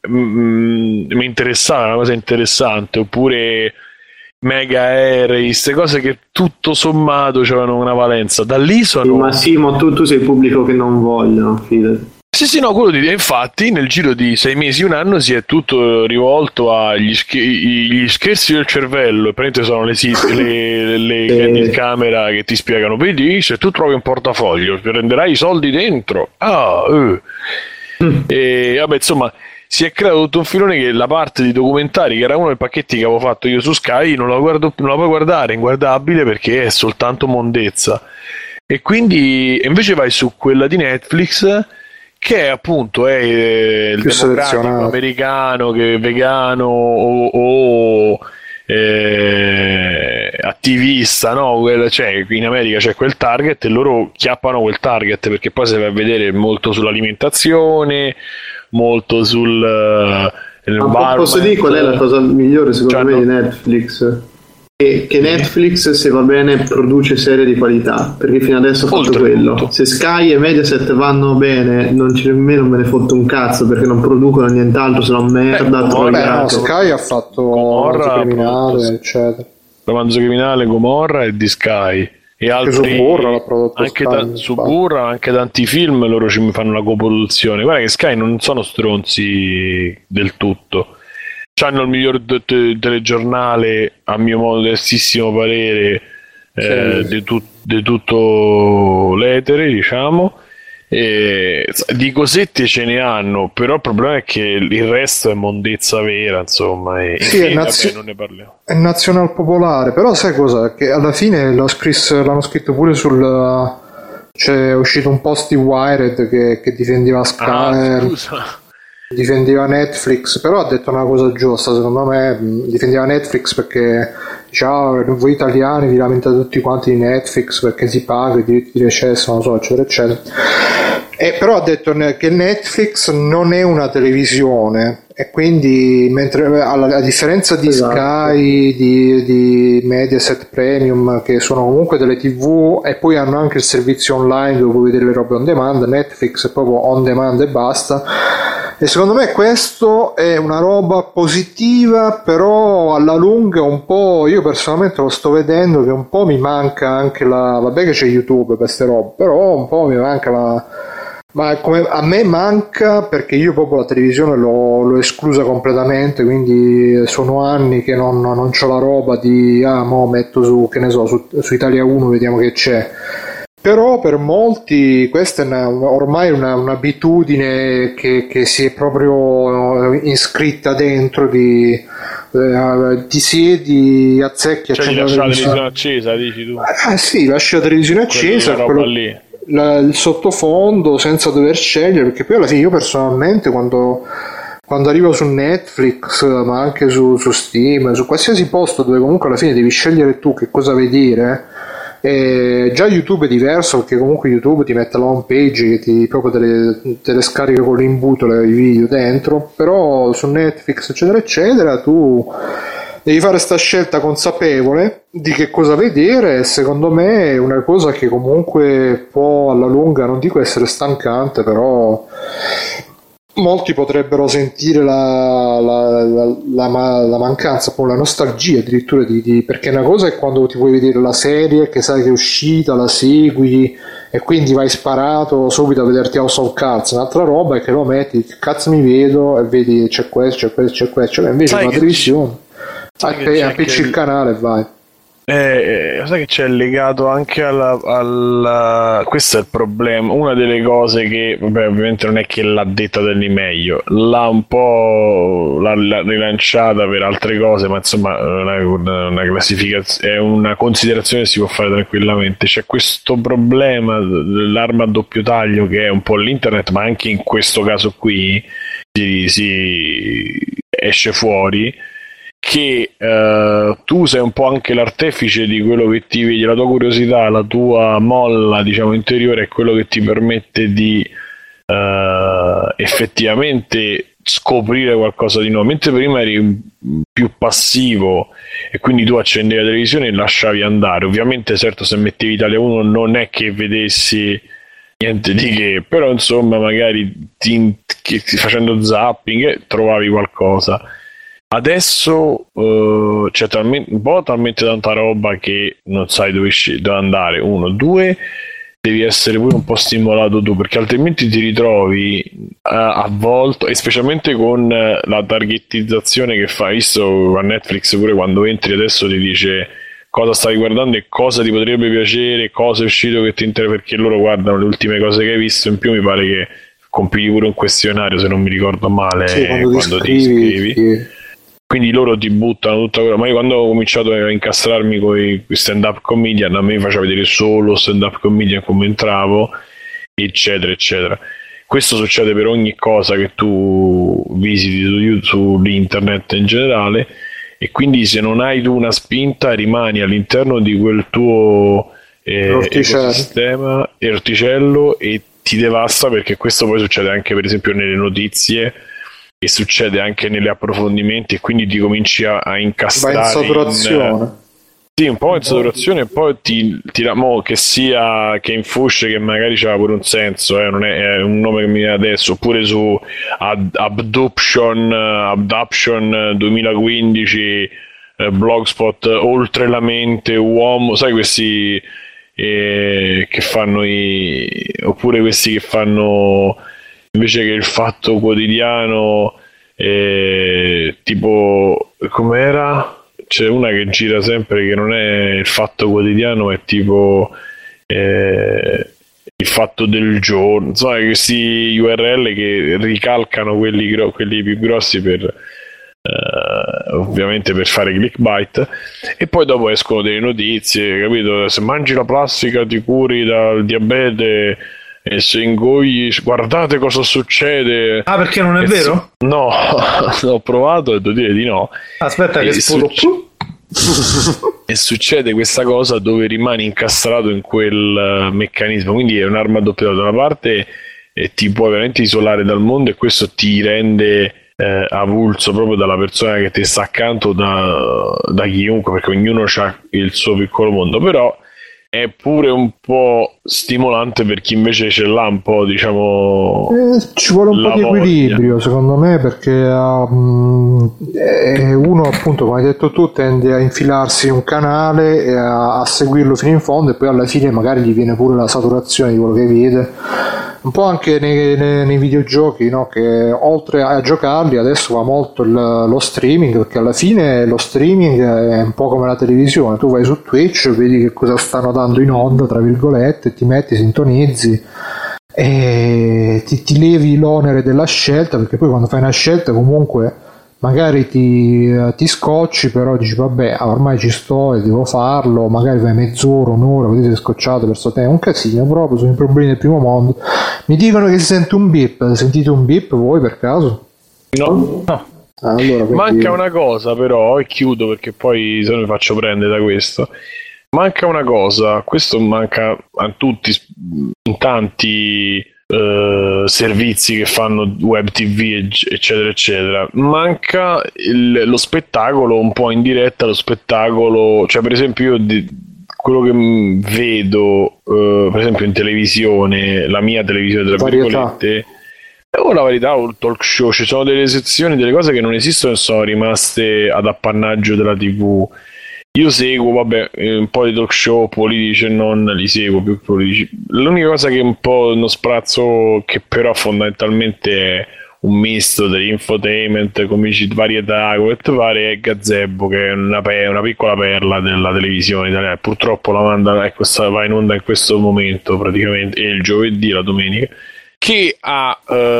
mm, mi interessava, una cosa interessante, oppure mega aerei, queste cose che tutto sommato c'erano una valenza, da lì sono... Ma sì, ma tu, tu sei il pubblico che non vogliono, fidati. Sì, sì, no, quello di infatti nel giro di sei mesi, un anno si è tutto rivolto agli sch- gli scherzi del cervello, e praticamente sono le, sit- le, le candid camera che ti spiegano, vedi, se tu trovi un portafoglio prenderai i soldi dentro. Ah, eh. mm. E vabbè, insomma, si è creato tutto un filone che la parte di documentari, che era uno dei pacchetti che avevo fatto io su Sky, non la, guardo, non la puoi guardare, è inguardabile perché è soltanto mondezza. E quindi invece vai su quella di Netflix, che è appunto è il più democratico americano, che è vegano o, o eh, attivista, no? Cioè, in America c'è quel target e loro chiappano quel target, perché poi si va a vedere molto sull'alimentazione, molto sul uh, posso dire qual è la cosa migliore secondo cioè, me no. di Netflix? E che Netflix, se va bene, produce serie di qualità, perché fino adesso ha fatto quello. Tutto. Se Sky e Mediaset vanno bene, non c'è nemmeno me ne fotto un cazzo, perché non producono nient'altro se non merda. Eh, vabbè, no, Sky ha fatto Romanzo Criminale, eccetera. Romanzo Criminale, Gomorra e di Sky. E altri, su Burra l'ha prodotto anche Sky, da, su Burra, anche tanti film loro ci fanno la coproduzione. Guarda che Sky non sono stronzi del tutto. C'hanno il miglior te- te- telegiornale, a mio modestissimo parere, eh, sì. di, tu- di tutto l'etere, diciamo. E di cosette ce ne hanno, però il problema è che il resto è mondezza vera, insomma. E sì, è, nazio- non ne parliamo. È nazional popolare, però sai cosa? Che alla fine l'ho scritto, l'hanno scritto pure sul. C'è uscito un post di Wired che, che difendeva Sky. Ah, scusa. Difendeva Netflix, però ha detto una cosa giusta secondo me, difendeva Netflix perché diciamo, voi italiani vi lamentate tutti quanti di Netflix perché si paga i diritti di recesso, non so, eccetera eccetera, e però ha detto che Netflix non è una televisione, e quindi mentre a, a differenza di esatto. Sky, di, di Mediaset Premium, che sono comunque delle tv e poi hanno anche il servizio online dove puoi vedere le robe on demand, Netflix è proprio on demand e basta. E secondo me questo è una roba positiva, però alla lunga un po', io personalmente lo sto vedendo che un po' mi manca anche la, vabbè che c'è YouTube per queste robe, però un po' mi manca la, ma come a me manca, perché io proprio la televisione l'ho, l'ho esclusa completamente, quindi sono anni che non, non c'ho la roba di, ah mo metto su, che ne so, su, su Italia uno vediamo che c'è. Però per molti questa è una, ormai una, un'abitudine che, che si è proprio iscritta dentro, di eh, ti siedi, azzecchi, cioè accendi la televisione accesa, dici tu? Ah sì, lascia la televisione accesa, quello, lì. La, il sottofondo senza dover scegliere, perché poi alla fine io personalmente quando quando arrivo su Netflix, ma anche su, su Steam, su qualsiasi posto dove comunque alla fine devi scegliere tu che cosa vedere. E già YouTube è diverso, perché comunque YouTube ti mette la home page che ti proprio te le, te le scarica con l'imbuto i video dentro, però su Netflix eccetera eccetera tu devi fare sta scelta consapevole di che cosa vedere, e secondo me è una cosa che comunque può alla lunga, non dico essere stancante, però molti potrebbero sentire la, la, la, la, la mancanza, poi la nostalgia addirittura di, di, perché una cosa è quando ti vuoi vedere la serie che sai che è uscita, la segui e quindi vai sparato subito a vederti House of Cards, un'altra roba è che lo metti, che cazzo mi vedo, e vedi c'è questo, c'è questo, c'è questo, cioè, invece una televisione appicci il canale e vai. Eh, sai che c'è legato anche alla, alla questo è il problema, una delle cose che vabbè, ovviamente non è che l'ha detta del di meglio, l'ha un po' l'ha, l'ha rilanciata per altre cose, ma insomma non è una, una classificazione, è una considerazione che si può fare tranquillamente. C'è questo problema dell'arma a doppio taglio che è un po' l'internet, ma anche in questo caso qui si, si esce fuori che uh, tu sei un po' anche l'artefice di quello che ti vedi, la tua curiosità, la tua molla, diciamo, interiore è quello che ti permette di uh, effettivamente scoprire qualcosa di nuovo, mentre prima eri più passivo e quindi tu accendevi la televisione e lasciavi andare. Ovviamente certo, se mettevi Italia uno non è che vedessi niente di che, però insomma magari ti, ti, facendo zapping trovavi qualcosa. Adesso uh, c'è talmente, un po' talmente tanta roba che non sai dove, dove andare, uno, due, devi essere pure un po' stimolato tu, perché altrimenti ti ritrovi a, a volte, e specialmente con la targetizzazione che fa, visto a Netflix pure quando entri adesso ti dice cosa stai guardando e cosa ti potrebbe piacere, cosa è uscito che ti interessa, perché loro guardano le ultime cose che hai visto. In più mi pare che compili pure un questionario, se non mi ricordo male, sì, quando, quando ti iscrivi, ti iscrivi. Sì. Quindi loro ti buttano tutta quella. Ma io quando ho cominciato a incastrarmi con i stand up comedian, a me mi faceva vedere solo stand up comedian come entravo, eccetera eccetera. Questo succede per ogni cosa che tu visiti su YouTube, sull'internet in generale, e quindi se non hai tu una spinta rimani all'interno di quel tuo eh, ecosistema e orticello, e ti devasta, perché questo poi succede anche per esempio nelle notizie, e succede anche negli approfondimenti, e quindi ti cominci a, a incastrare. Va in saturazione. In, sì, un po' in saturazione, e poi ti, ti mo, che sia che in Fush, che magari c'ha pure un senso, eh, non è, è un nome che mi viene adesso, oppure su Ad, Abduction Abduction duemilaquindici, eh, Blogspot, Oltre la mente uomo, sai questi eh, che fanno i, oppure questi che fanno invece che Il Fatto Quotidiano, eh, tipo com'era? C'è una che gira sempre che non è Il Fatto Quotidiano, è tipo eh, Il Fatto del Giorno, insomma questi U R L che ricalcano quelli, quelli più grossi per eh, ovviamente per fare clickbait, e poi dopo escono delle notizie, capito? Se mangi la plastica ti curi dal diabete, e se ingogli guardate cosa succede. Ah, perché non è e vero? Su- no, ho provato e devo dire di no. Aspetta che sputo. Succe- e succede questa cosa dove rimani incastrato in quel uh, meccanismo, quindi è un'arma a doppio taglio. Da una parte eh, ti può veramente isolare dal mondo, e questo ti rende eh, avulso proprio dalla persona che ti sta accanto, da, da chiunque, perché ognuno ha il suo piccolo mondo. Però è pure un po' stimolante per chi invece ce l'ha un po', diciamo, eh, ci vuole un po' di equilibrio voglia. Secondo me, perché um, eh, uno appunto, come hai detto tu, tende a infilarsi in un canale e a, a seguirlo fino in fondo, e poi alla fine magari gli viene pure la saturazione di quello che vede. Un po' anche nei, nei, nei videogiochi, no? Che oltre a giocarli adesso va molto il, lo streaming, perché alla fine lo streaming è un po' come la televisione. Tu vai su Twitch, vedi che cosa stanno dando in onda, tra virgolette, ti metti, sintonizzi e ti, ti levi l'onere della scelta, perché poi quando fai una scelta comunque magari ti, ti scocci, però dici vabbè, ormai ci sto e devo farlo, magari fai mezz'ora, un'ora, così sei scocciato verso te, è un casino proprio, sono i problemi del primo mondo. Mi dicono che si sente un beep, sentite un beep voi per caso? No, no. Allora, quindi... Manca una cosa però, e chiudo perché poi se no mi faccio prendere da questo. Manca una cosa, questo manca a tutti, in tanti uh, servizi che fanno web tv eccetera eccetera. Manca il, lo spettacolo un po' in diretta, lo spettacolo, cioè per esempio io di, quello che vedo uh, per esempio in televisione, la mia televisione tra virgolette, o la varietà o il talk show, ci sono delle sezioni, delle cose che non esistono e sono rimaste ad appannaggio della tivù. Io seguo, vabbè, un po' di talk show politici e non li seguo più politici. L'unica cosa che è un po' uno sprazzo, che però fondamentalmente è un misto di infotainment, comici, varietà, come te pare, è Gazebo, che è una, pe- una piccola perla della televisione italiana. Purtroppo la manda, ecco, sta, va in onda in questo momento praticamente, e il giovedì, la domenica, che ha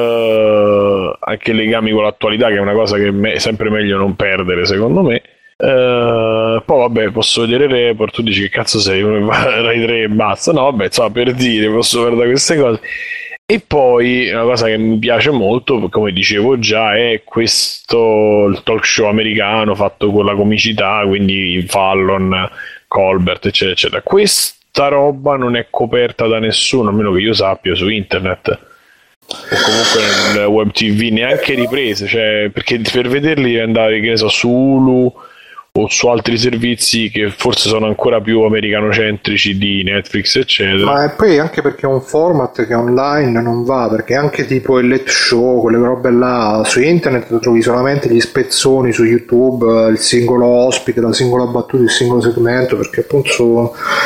uh, anche legami con l'attualità, che è una cosa che è sempre meglio non perdere secondo me. Uh, poi vabbè, posso vedere Report, tu dici che cazzo sei, Rai tre e basta. No vabbè, insomma, per dire, posso guardare queste cose. E poi una cosa che mi piace molto, come dicevo già, è questo il talk show americano fatto con la comicità, quindi Fallon, Colbert eccetera eccetera. Questa roba non è coperta da nessuno, a meno che io sappia, su internet o comunque nel web tv, neanche riprese, cioè, perché per vederli devi andare, che ne so, su Hulu o su altri servizi che forse sono ancora più americanocentrici di Netflix eccetera. Ma è poi anche perché è un format che online non va, perché anche tipo il late show, quelle robe là, su internet trovi solamente gli spezzoni, su YouTube il singolo ospite, la singola battuta, il singolo segmento, perché appunto su,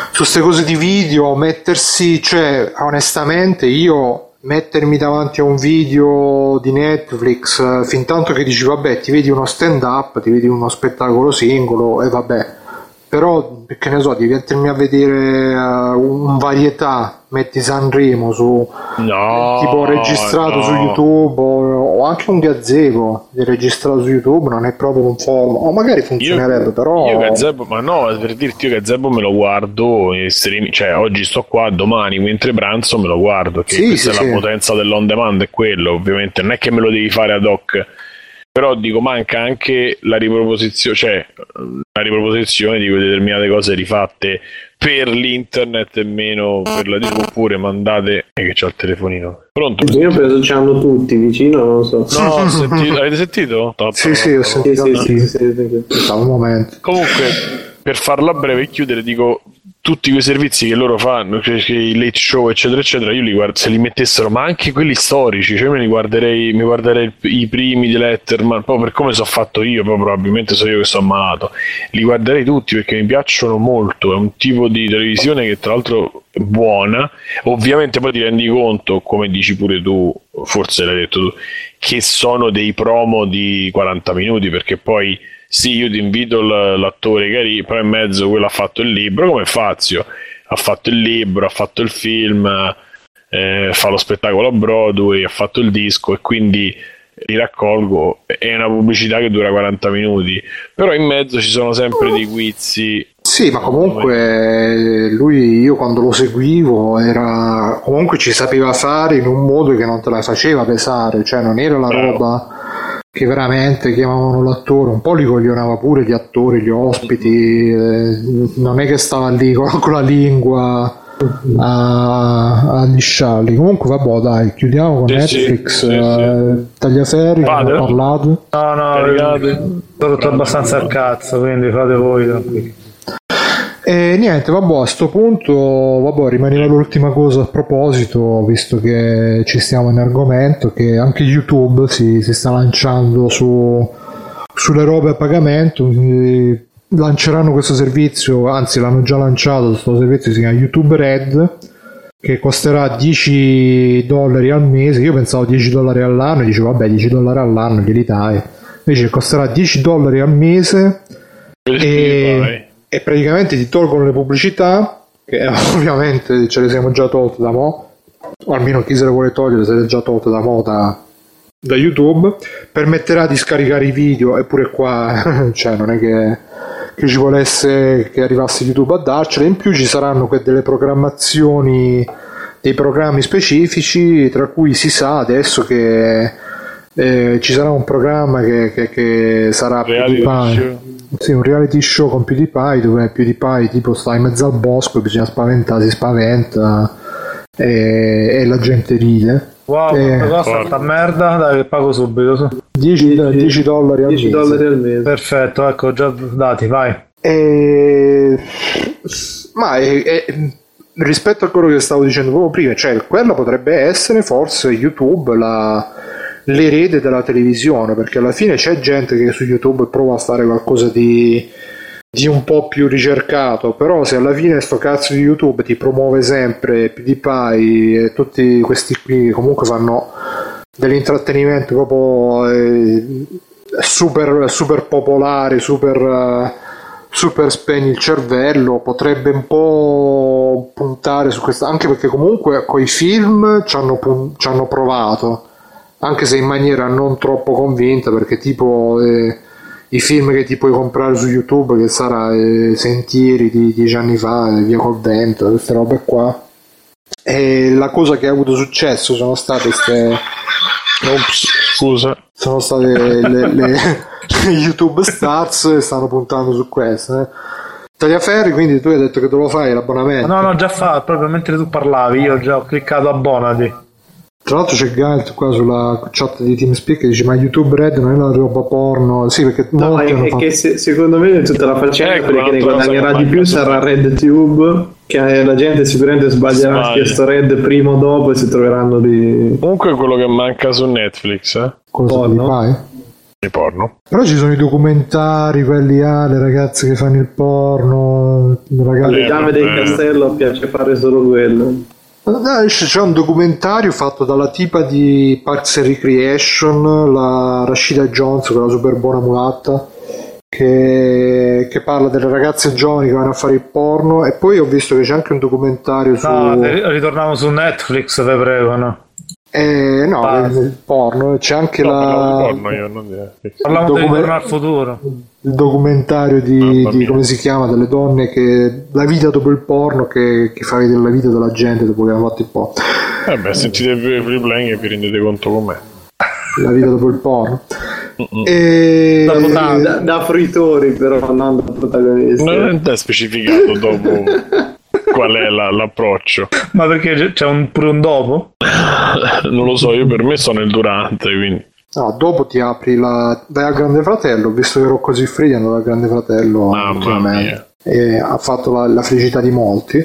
su queste cose di video, mettersi, cioè onestamente io mettermi davanti a un video di Netflix fin tanto che dici vabbè ti vedi uno stand up, ti vedi uno spettacolo singolo e vabbè, però che ne so, devi mettermi a vedere uh, un varietà, metti Sanremo su no, tipo registrato no. su YouTube o, o anche un gazebo registrato su YouTube non è proprio un format, o magari funzionerebbe io, però io gazebo, ma no, per dirti io gazebo me lo guardo in streaming, cioè oggi sto qua, domani mentre pranzo me lo guardo, che sì, questa sì, è la sì. potenza dell'on demand, è quello, ovviamente non è che me lo devi fare ad hoc, però dico manca anche la riproposizione, cioè la riproposizione di quelle determinate cose rifatte per l'internet e meno per la tivù, oppure mandate e che c'ho il telefonino pronto. Io penso ce l'hanno tutti vicino, non lo so. No, ho sentito, avete sentito? Top, sì sì ho top, sentito sì, sì, sì, sì, sì, sì. sì. Un momento. Comunque, per farla breve e chiudere, dico tutti quei servizi che loro fanno, che, che i late show eccetera eccetera, io li guardo, se li mettessero, ma anche quelli storici, cioè me li guarderei, mi guarderei i primi di Letterman, proprio per come sono fatto io, poi probabilmente so io che sono malato, li guarderei tutti perché mi piacciono molto, è un tipo di televisione che tra l'altro è buona, ovviamente poi ti rendi conto, come dici pure tu, forse l'hai detto tu, che sono dei promo di quaranta minuti, perché poi sì, io ti invito l'attore Cari, però in mezzo quello ha fatto il libro, come Fazio, ha fatto il libro, ha fatto il film, eh, fa lo spettacolo a Broadway, ha fatto il disco e quindi li raccolgo, è una pubblicità che dura quaranta minuti, però in mezzo ci sono sempre dei guizzi. Sì, ma comunque lui, io quando lo seguivo era comunque ci sapeva fare in un modo che non te la faceva pesare, cioè non era la roba che veramente chiamavano l'attore, un po' li coglionava pure gli attori, gli ospiti, eh, non è che stava lì con, con la lingua a, a lisciarli. Comunque vabbè dai, chiudiamo con sì, Netflix, sì, sì, eh, sì. Tagliaferri, che Fate. hanno parlato. No, no, sono rotto abbastanza al cazzo, quindi fate voi tranquilli. E niente, vabbè, a sto punto vabbè, rimaneva l'ultima cosa a proposito, visto che ci stiamo in argomento, che anche YouTube si, si sta lanciando su, sulle robe a pagamento, quindi lanceranno questo servizio, anzi l'hanno già lanciato, questo servizio si chiama YouTube Red, che costerà dieci dollari al mese. Io pensavo dieci dollari all'anno, e dicevo vabbè dieci dollari all'anno glieli dai, invece costerà dieci dollari al mese e... e praticamente ti tolgono le pubblicità, che ovviamente ce le siamo già tolte da mo', o almeno chi se le vuole togliere se le è già tolte da mo' da, da YouTube, permetterà di scaricare i video, eppure qua cioè non è che, che ci volesse che arrivasse YouTube a darcele. In più ci saranno que- delle programmazioni, dei programmi specifici, tra cui si sa adesso che eh, ci sarà un programma che, che, che sarà PewDiePie. Sì, un reality show con PewDiePie, dove PewDiePie tipo sta in mezzo al bosco e bisogna spaventare, si spaventa e, e la gente ride. Wow, e... questa cosa sta merda, dai che pago subito. dieci dollari al dieci mese. dollari al mese. Perfetto, ecco, già dati, vai. E... ma è, è... rispetto a quello che stavo dicendo proprio prima, cioè quella potrebbe essere forse YouTube la... l'erede della televisione, perché alla fine c'è gente che su YouTube prova a fare qualcosa di, di un po' più ricercato, però se alla fine sto cazzo di YouTube ti promuove sempre PewDiePie e tutti questi qui che comunque fanno dell'intrattenimento proprio eh, super, super popolare, super, uh, super spegni il cervello, potrebbe un po' puntare su questo, anche perché comunque coi film ci hanno, pun- ci hanno provato, anche se in maniera non troppo convinta, perché tipo eh, i film che ti puoi comprare su YouTube, che sarà eh, Sentieri di dieci anni fa, eh, Via col vento, queste robe qua, e la cosa che ha avuto successo sono state queste Ops, scusa, sono state le, le YouTube Stars, e stanno puntando su questo, eh. Tagliaferri, quindi tu hai detto che te lo fai l'abbonamento? No, no, già fa, proprio mentre tu parlavi, io già ho cliccato abbonati. Tra l'altro c'è Galt qua sulla chat di TeamSpeak che dice ma YouTube Red non è la roba porno. Sì, perché no, è, è che se, secondo me tutta la faccenda, ecco, perché ne guadagnerà di più sarà RedTube, che la gente sicuramente sbaglierà a chiesto Red prima o dopo e si troveranno di... Comunque quello che manca su Netflix, eh? Cosa porno? fai? di porno. Però ci sono i documentari, quelli ah, le ragazze che fanno il porno, ragazzi... Le dame del castello piace fare solo quello. C'è un documentario fatto dalla tipa di Parks and Recreation, la Rashida Jones, quella super buona mulatta, che, che parla delle ragazze giovani che vanno a fare il porno. E poi ho visto che c'è anche un documentario su... No, ritorniamo su Netflix, vi prego, no? Eh, no, ah. il porno, c'è anche no, la... Porno, io non parliamo document... di Ritorno al futuro. Il documentario di, di come si chiama, delle donne che la vita dopo il porno, che, che fa vedere la vita della gente dopo che hanno fatto il porno. Eh beh, sentite il free playing e vi rendete conto com'è la vita dopo il porno. E... da, da, da fruitori, però non da protagonisti. Non è specificato dopo qual è la, l'approccio. Ma perché c'è un, pure un dopo? Non lo so, io per me sono nel durante, quindi. No, dopo ti apri la... vai al Grande Fratello, visto che ero così freddo, andavo al Grande Fratello ultimamente e ha fatto la, la felicità di molti.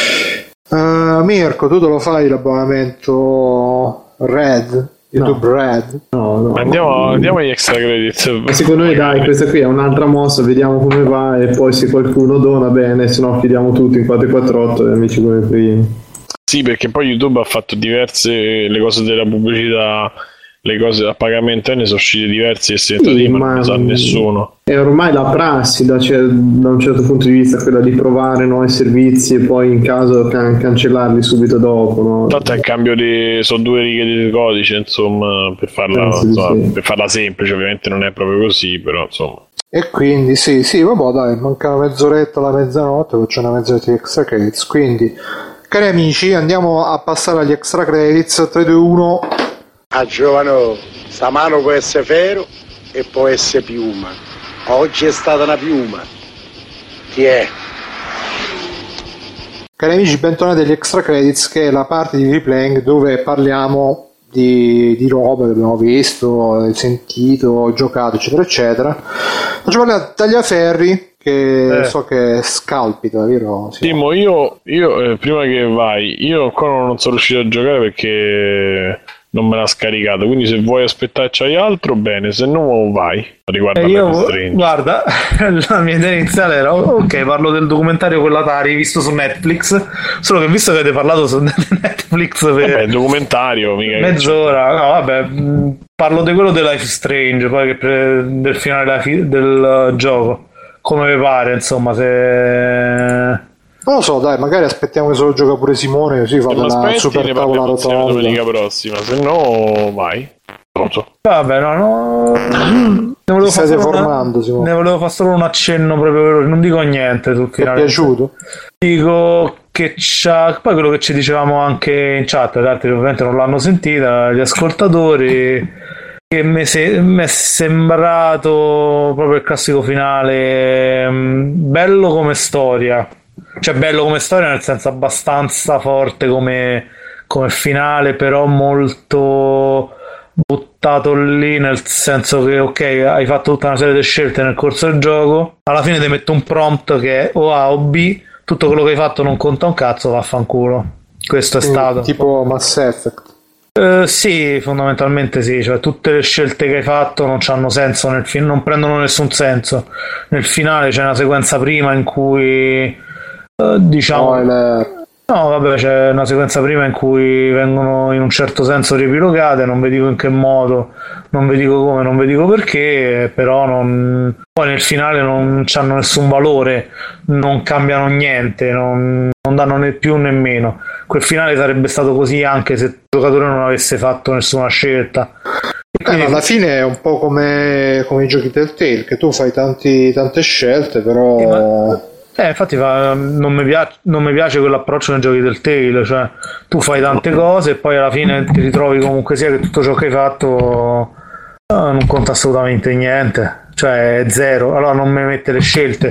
uh, Mirko, tu te lo fai l'abbonamento Red? YouTube no. Red? No, no. Andiamo, andiamo agli extra credits. Ma secondo me dai, questa qui è un'altra mossa, vediamo come va e poi se qualcuno dona bene, se no chiudiamo tutto in quattro quattro otto e amici come prima. Sì, perché poi YouTube ha fatto diverse le cose della pubblicità, le cose a pagamento, e ne sono uscite diverse e sì, ma non ne sa nessuno. È ormai la prassi da, cioè, da un certo punto di vista, quella di provare nuovi servizi e poi in caso can- cancellarli subito dopo, no? Tanto è un cambio di sono due righe di codice, insomma, per farla, sì, insomma, sì. per farla semplice, ovviamente non è proprio così, però insomma. E quindi sì, sì, vabbè, dai, manca una mezz'oretta alla mezzanotte, faccio una mezz'oretta di extra credits, quindi cari amici, andiamo a passare agli extra credits. Tre, due, uno. A giovano, sta mano può essere ferro e può essere piuma. Oggi è stata una piuma. Chi è? Cari amici, bentornati agli extra credits, che è la parte di replaying dove parliamo di, di roba che abbiamo visto, sentito, giocato, eccetera, eccetera. Faccio parlare a Tagliaferri, che eh. so che scalpita, vero? Sì. Timo, io, io eh, prima che vai, io ancora non sono riuscito a giocare perché non me l'ha scaricato, quindi se vuoi aspettarci altro bene, se no vai. Riguardo eh io, guarda, la mia idea iniziale era ok, parlo del documentario con l'Atari visto su Netflix, solo che visto che avete parlato su Netflix per vabbè, documentario mica mezz'ora, no vabbè, parlo di quello di Life is Strange, poi che pre- del finale del, del gioco, come vi pare, insomma, se... Non lo so, dai, magari aspettiamo che se lo gioca pure Simone, così fa una super tavola rotonda domenica prossima, se no vai. Pronto. Vabbè, no, no. Ne volevo State formando, una... Ne volevo fare solo un accenno proprio veloce, non dico niente sul finale. Ti è piaciuto? Dico che c'ha, poi quello che ci dicevamo anche in chat, gli altri ovviamente non l'hanno sentita, gli ascoltatori, che mi se- è sembrato proprio il classico finale, bello come storia. Cioè bello come storia nel senso abbastanza forte come, come finale, però molto buttato lì, nel senso che ok, hai fatto tutta una serie di scelte nel corso del gioco, alla fine ti metto un prompt che è o A o B, tutto quello che hai fatto non conta un cazzo, vaffanculo. Questo è Quindi, stato tipo Mass Effect. Uh, sì, fondamentalmente sì, cioè tutte le scelte che hai fatto non hanno senso nel film, non prendono nessun senso. Nel finale c'è una sequenza prima in cui Uh, diciamo Spoiler. no vabbè c'è una sequenza prima in cui vengono in un certo senso riepilogate, non vi dico in che modo, non vi dico come, non vi dico perché, però non... poi nel finale non hanno nessun valore, non cambiano niente, non, non danno né più né meno. Quel finale sarebbe stato così anche se il giocatore non avesse fatto nessuna scelta. Eh, quindi... alla fine è un po' come, come i giochi Telltale, che tu fai tanti, tante scelte, però... Eh, ma... Eh, infatti fa, non, mi piace, non mi piace quell'approccio nei giochi del Tale, cioè tu fai tante cose e poi alla fine ti ritrovi comunque sia che tutto ciò che hai fatto eh, non conta assolutamente niente, cioè è zero, allora non mi mette le scelte,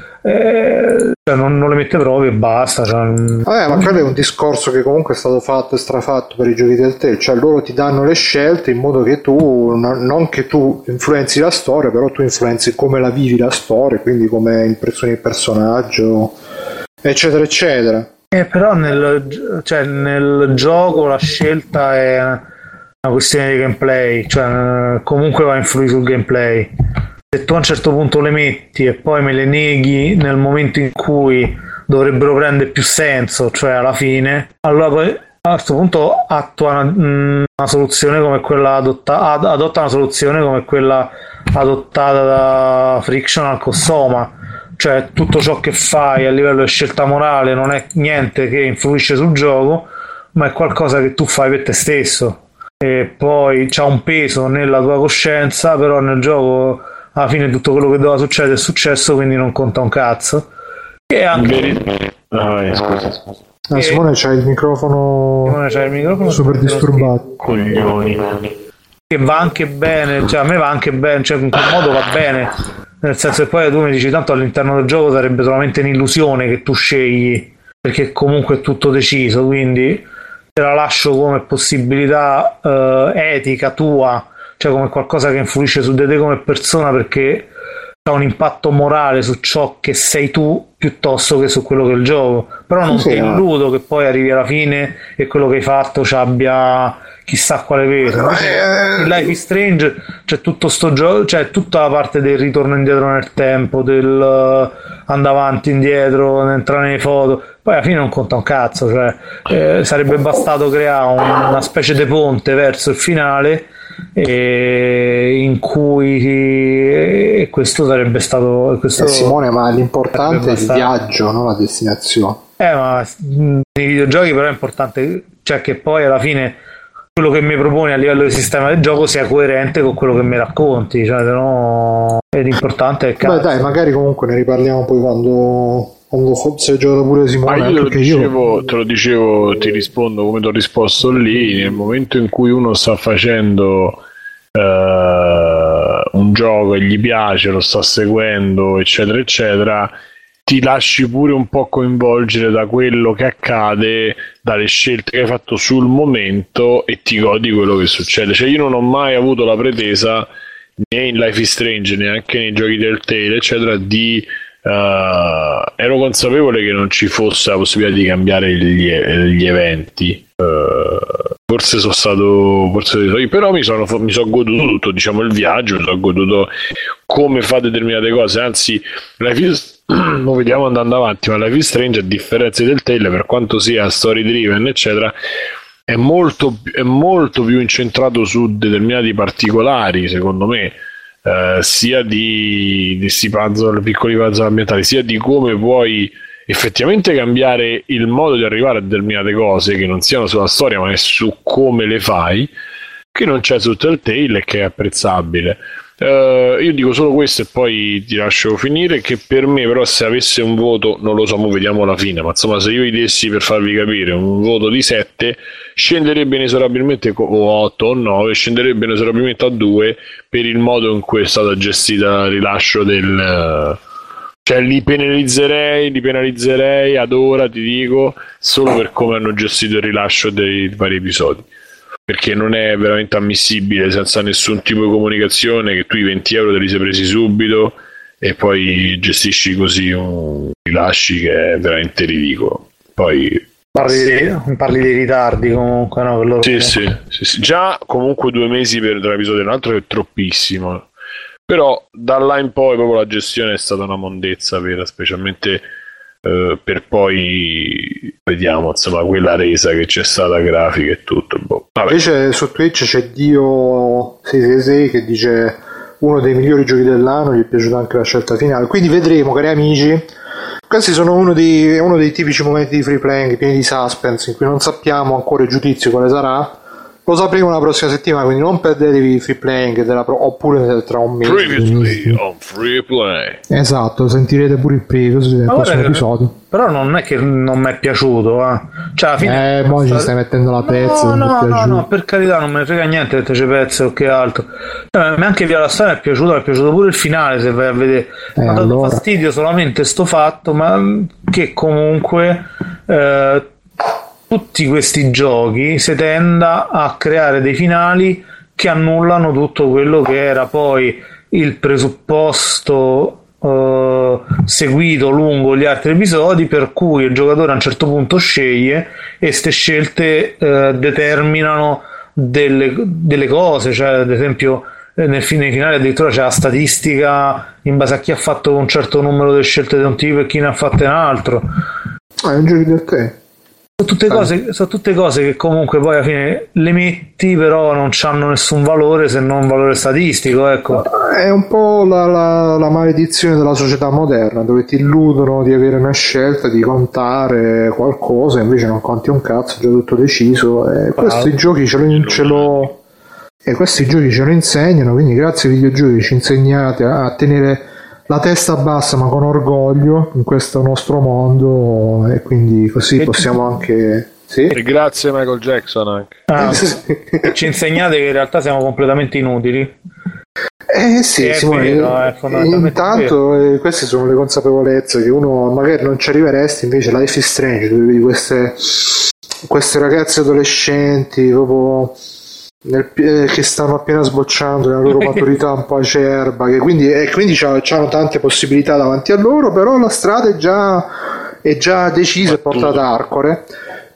eh, cioè non, non le mette proprio e basta. Cioè... Vabbè, ma quello è un discorso che comunque è stato fatto e strafatto per i giochi del Tale, cioè loro ti danno le scelte in modo che tu, non che tu influenzi la storia, però tu influenzi come la vivi la storia, quindi come impressioni il personaggio, eccetera eccetera. Eh, però nel, cioè, nel gioco la scelta è una questione di gameplay, cioè comunque va a influire sul gameplay. Se tu a un certo punto le metti e poi me le neghi nel momento in cui dovrebbero prendere più senso, cioè alla fine, allora poi a questo punto attua una, una soluzione come quella adottata, adotta una soluzione come quella adottata da Frictional con Soma, cioè tutto ciò che fai a livello di scelta morale non è niente che influisce sul gioco, ma è qualcosa che tu fai per te stesso e poi c'ha un peso nella tua coscienza, però nel gioco alla fine tutto quello che doveva succedere è successo, quindi non conta un cazzo. E anche oh, eh, scusa, scusa. Ah, Simone c'ha il microfono, Simone c'ha il microfono super disturbato, coglioni, che va anche bene, cioè a me va anche bene, cioè in quel modo va bene, nel senso che poi tu mi dici tanto all'interno del gioco sarebbe solamente un'illusione che tu scegli, perché comunque è tutto deciso, quindi te la lascio come possibilità eh, etica tua, cioè come qualcosa che influisce su di te come persona, perché ha un impatto morale su ciò che sei tu piuttosto che su quello che è il gioco. Però non sì, ti no. illudo che poi arrivi alla fine e quello che hai fatto ci abbia chissà quale peso. Eh, In Life is Strange c'è tutto sto gioco, c'è tutta la parte del ritorno indietro nel tempo, del uh, andare avanti, indietro, entrare nelle foto. Poi alla fine non conta un cazzo, cioè eh, sarebbe bastato creare un, una specie di ponte verso il finale, e in cui e questo sarebbe stato questo eh, Simone, ma l'importante è il bastato. viaggio, non la destinazione. Eh, ma mh, nei videogiochi però è importante, cioè che poi alla fine quello che mi proponi a livello di sistema del gioco sia coerente con quello che mi racconti, cioè se no è l'importante è il cazzo. Beh dai, magari comunque ne riparliamo poi quando quando forse gioca pure Simone. Ma io te lo, perché dicevo, io... te lo dicevo, ti rispondo come ti ho risposto lì, nel momento in cui uno sta facendo eh, un gioco e gli piace, lo sta seguendo, eccetera, eccetera, ti lasci pure un po' coinvolgere da quello che accade, dalle scelte che hai fatto sul momento e ti godi quello che succede. Cioè io non ho mai avuto la pretesa, né in Life is Strange, neanche nei giochi del Tale, eccetera, di... Uh, ero consapevole che non ci fosse la possibilità di cambiare gli, gli eventi. Uh, forse sono stato, forse, però mi sono, mi sono goduto tutto, diciamo, il viaggio, mi sono goduto come fa determinate cose. Anzi, Life is, lo vediamo andando avanti, ma Life is Strange, a differenza del Tale, per quanto sia story driven, eccetera, è molto, è molto più incentrato su determinati particolari, secondo me. Uh, sia di questi puzzle, piccoli puzzle ambientali, sia di come puoi effettivamente cambiare il modo di arrivare a determinate cose che non siano sulla storia ma è su come le fai, che non c'è su Telltale e che è apprezzabile. Uh, io dico solo questo e poi ti lascio finire, che per me però se avesse un voto, non lo so, mo vediamo alla fine, ma insomma se io gli dessi, per farvi capire, un voto di sette, scenderebbe inesorabilmente, o otto o nove, scenderebbe inesorabilmente a due per il modo in cui è stata gestita il rilascio del... Cioè li penalizzerei, li penalizzerei ad ora, ti dico, solo per come hanno gestito il rilascio dei vari episodi. Perché non è veramente ammissibile, senza nessun tipo di comunicazione, che tu i venti euro te li sei presi subito e poi gestisci così un rilasci che è veramente ridicolo. Poi parli dei, parli dei ritardi comunque, no? Per loro sì, sì, sì, sì. Già comunque due mesi per l'episodio dell'altro è troppissimo, però da là in poi proprio la gestione è stata una mondezza vera, specialmente Uh, per poi vediamo insomma quella resa che c'è stata, grafica e tutto. Boh. Invece su Twitch c'è Dio sei sei sei che dice uno dei migliori giochi dell'anno, gli è piaciuta anche la scelta finale, quindi vedremo, cari amici. Questi sono uno dei, uno dei tipici momenti di free playing pieni di suspense in cui non sappiamo ancora il giudizio quale sarà. Lo sapremo la prossima settimana, quindi non perdetevi il free playing della pro- oppure tra un mese. Previously on Free Play. Esatto, sentirete pure il preview del prossimo episodio. Però non è che non mi è piaciuto, eh. Ccè alla fine. Eh, mo ci stai mettendo la pezza. No, no, no, no, per carità, non me ne frega niente che c'è pezzo o che altro. Eh, anche via la storia mi è piaciuto, mi è piaciuto pure il finale, se vai a vedere. Eh, mi ha dato allora. fastidio solamente sto fatto, ma che comunque. Eh, tutti questi giochi si tenda a creare dei finali che annullano tutto quello che era poi il presupposto eh, seguito lungo gli altri episodi, per cui il giocatore a un certo punto sceglie e queste scelte eh, determinano delle, delle cose, cioè ad esempio nel fine finale addirittura c'è la statistica in base a chi ha fatto un certo numero di scelte di un tipo e chi ne ha fatte un altro. Ah, è un gioco di te. Sono tutte, cose, sono tutte cose che comunque poi alla fine le metti, però non hanno nessun valore se non un valore statistico, ecco. È un po' la, la, la maledizione della società moderna, dove ti illudono di avere una scelta, di contare qualcosa, invece non conti un cazzo, è già tutto deciso. E questi ah, giochi ce lo, ce lo e questi giochi ce lo insegnano, quindi grazie ai videogiochi ci insegnate a, a tenere la testa bassa ma con orgoglio in questo nostro mondo, e quindi così e possiamo anche sì? E grazie Michael Jackson anche ah, ci insegnate che in realtà siamo completamente inutili. Eh sì, Simone, vero, è intanto eh, queste sono le consapevolezze che uno magari non ci arriveresti, invece Life is Strange, dove vedi queste queste ragazze adolescenti proprio Nel, eh, che stanno appena sbocciando nella loro maturità un po' acerba, che quindi, e quindi hanno tante possibilità davanti a loro, però la strada è già, è già decisa e portata a Arcore.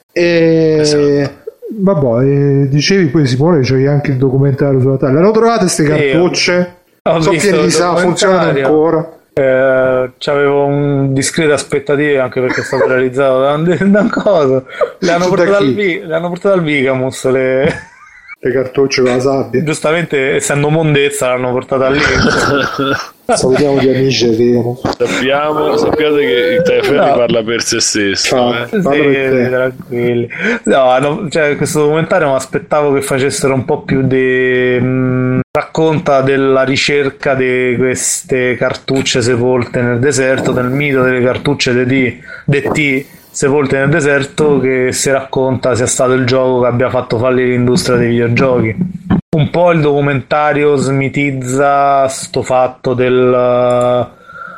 E esatto. Vabbè, eh, dicevi poi Simone, c'è anche il documentario sulla taglia. L'hanno trovate queste cartucce? Sono pieni di sa, funzionano ancora. Eh, c'avevo un discrete aspettative anche perché è stato realizzato da un, da un coso. Le hanno portate al, le hanno portate al Vigamus le le cartucce con la sabbia, giustamente essendo mondezza l'hanno portata lì. Salutiamo gli amici che sappiamo, sappiate che il Tagliaferri no. parla per se stesso. Ciao, eh. sì, per tranquilli. No, no, cioè, questo documentario mi aspettavo che facessero un po' più di mh, racconta della ricerca di queste cartucce sepolte nel deserto, del mito delle cartucce di D T sepolte nel deserto, che si racconta sia stato il gioco che abbia fatto fallire l'industria dei videogiochi. Un po' il documentario smitizza sto fatto del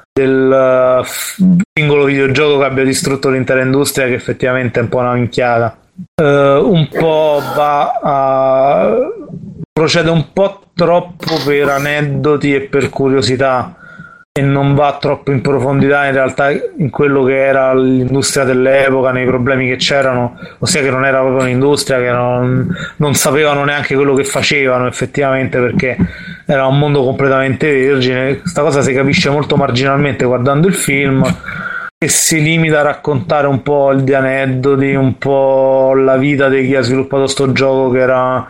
del singolo videogioco che abbia distrutto l'intera industria, che effettivamente è un po' una minchiata. Uh, un po' va a procede un po' troppo per aneddoti e per curiosità e non va troppo in profondità in realtà in quello che era l'industria dell'epoca, nei problemi che c'erano, ossia che non era proprio un'industria, che non, non sapevano neanche quello che facevano effettivamente, perché era un mondo completamente vergine. Questa cosa si capisce molto marginalmente guardando il film, che si limita a raccontare un po' di aneddoti, un po' la vita di chi ha sviluppato sto gioco, che era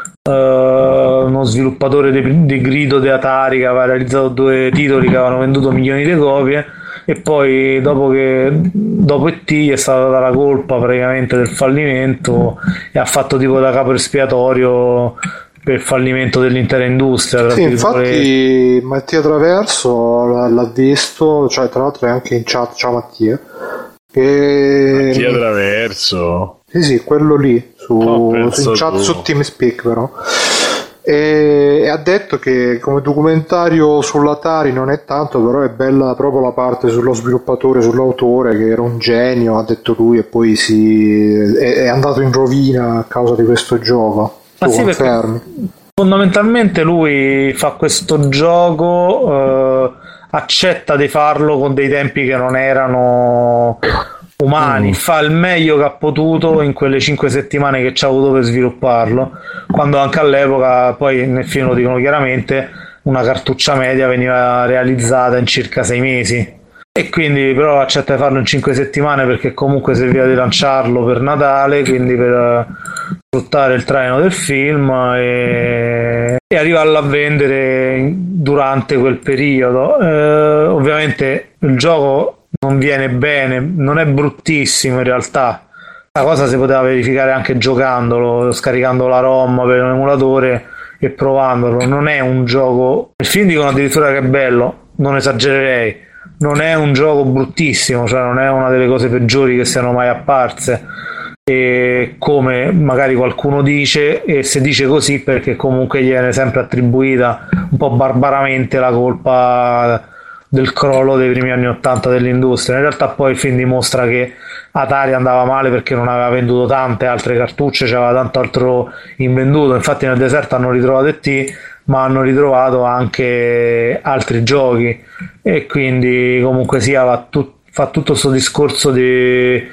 Uh, uno sviluppatore di, di grido di Atari, che aveva realizzato due titoli che avevano venduto milioni di copie, e poi dopo che dopo E T gli è stata data la colpa praticamente del fallimento e ha fatto tipo da capo espiatorio per il fallimento dell'intera industria. Sì, infatti Mattia Traverso l'ha, l'ha visto, cioè tra l'altro è anche in chat. Ciao Mattia. E... Mattia Traverso, sì sì, quello lì su, oh, su in chat tu. Su TeamSpeak però, e, e ha detto che come documentario sull'Atari non è tanto, però è bella proprio la parte sullo sviluppatore, sull'autore, che era un genio, ha detto lui, e poi si è, è andato in rovina a causa di questo gioco. Tu sì, confermi? Fondamentalmente lui fa questo gioco, eh, accetta di farlo con dei tempi che non erano umani, mm. fa il meglio che ha potuto in quelle cinque settimane che ci ha avuto per svilupparlo, quando anche all'epoca, poi nel film lo dicono chiaramente, una cartuccia media veniva realizzata in circa sei mesi, e quindi però accetta di farlo in cinque settimane perché comunque serviva di lanciarlo per Natale, quindi per sfruttare il traino del film e, e arrivarlo a vendere durante quel periodo. Eh, ovviamente il gioco non viene bene, non è bruttissimo in realtà, la cosa si poteva verificare anche giocandolo, scaricando la ROM per un emulatore e provandolo. Non è un gioco, il film dicono addirittura che è bello, non esagererei, non è un gioco bruttissimo, cioè non è una delle cose peggiori che siano mai apparse, e come magari qualcuno dice, e se dice così perché comunque gli viene sempre attribuita un po' barbaramente la colpa del crollo dei primi anni ottanta dell'industria. In realtà poi il film dimostra che Atari andava male perché non aveva venduto tante altre cartucce, c'aveva tanto altro invenduto. Infatti nel deserto hanno ritrovato E T, ma hanno ritrovato anche altri giochi, e quindi comunque sia va, tut- fa tutto questo discorso di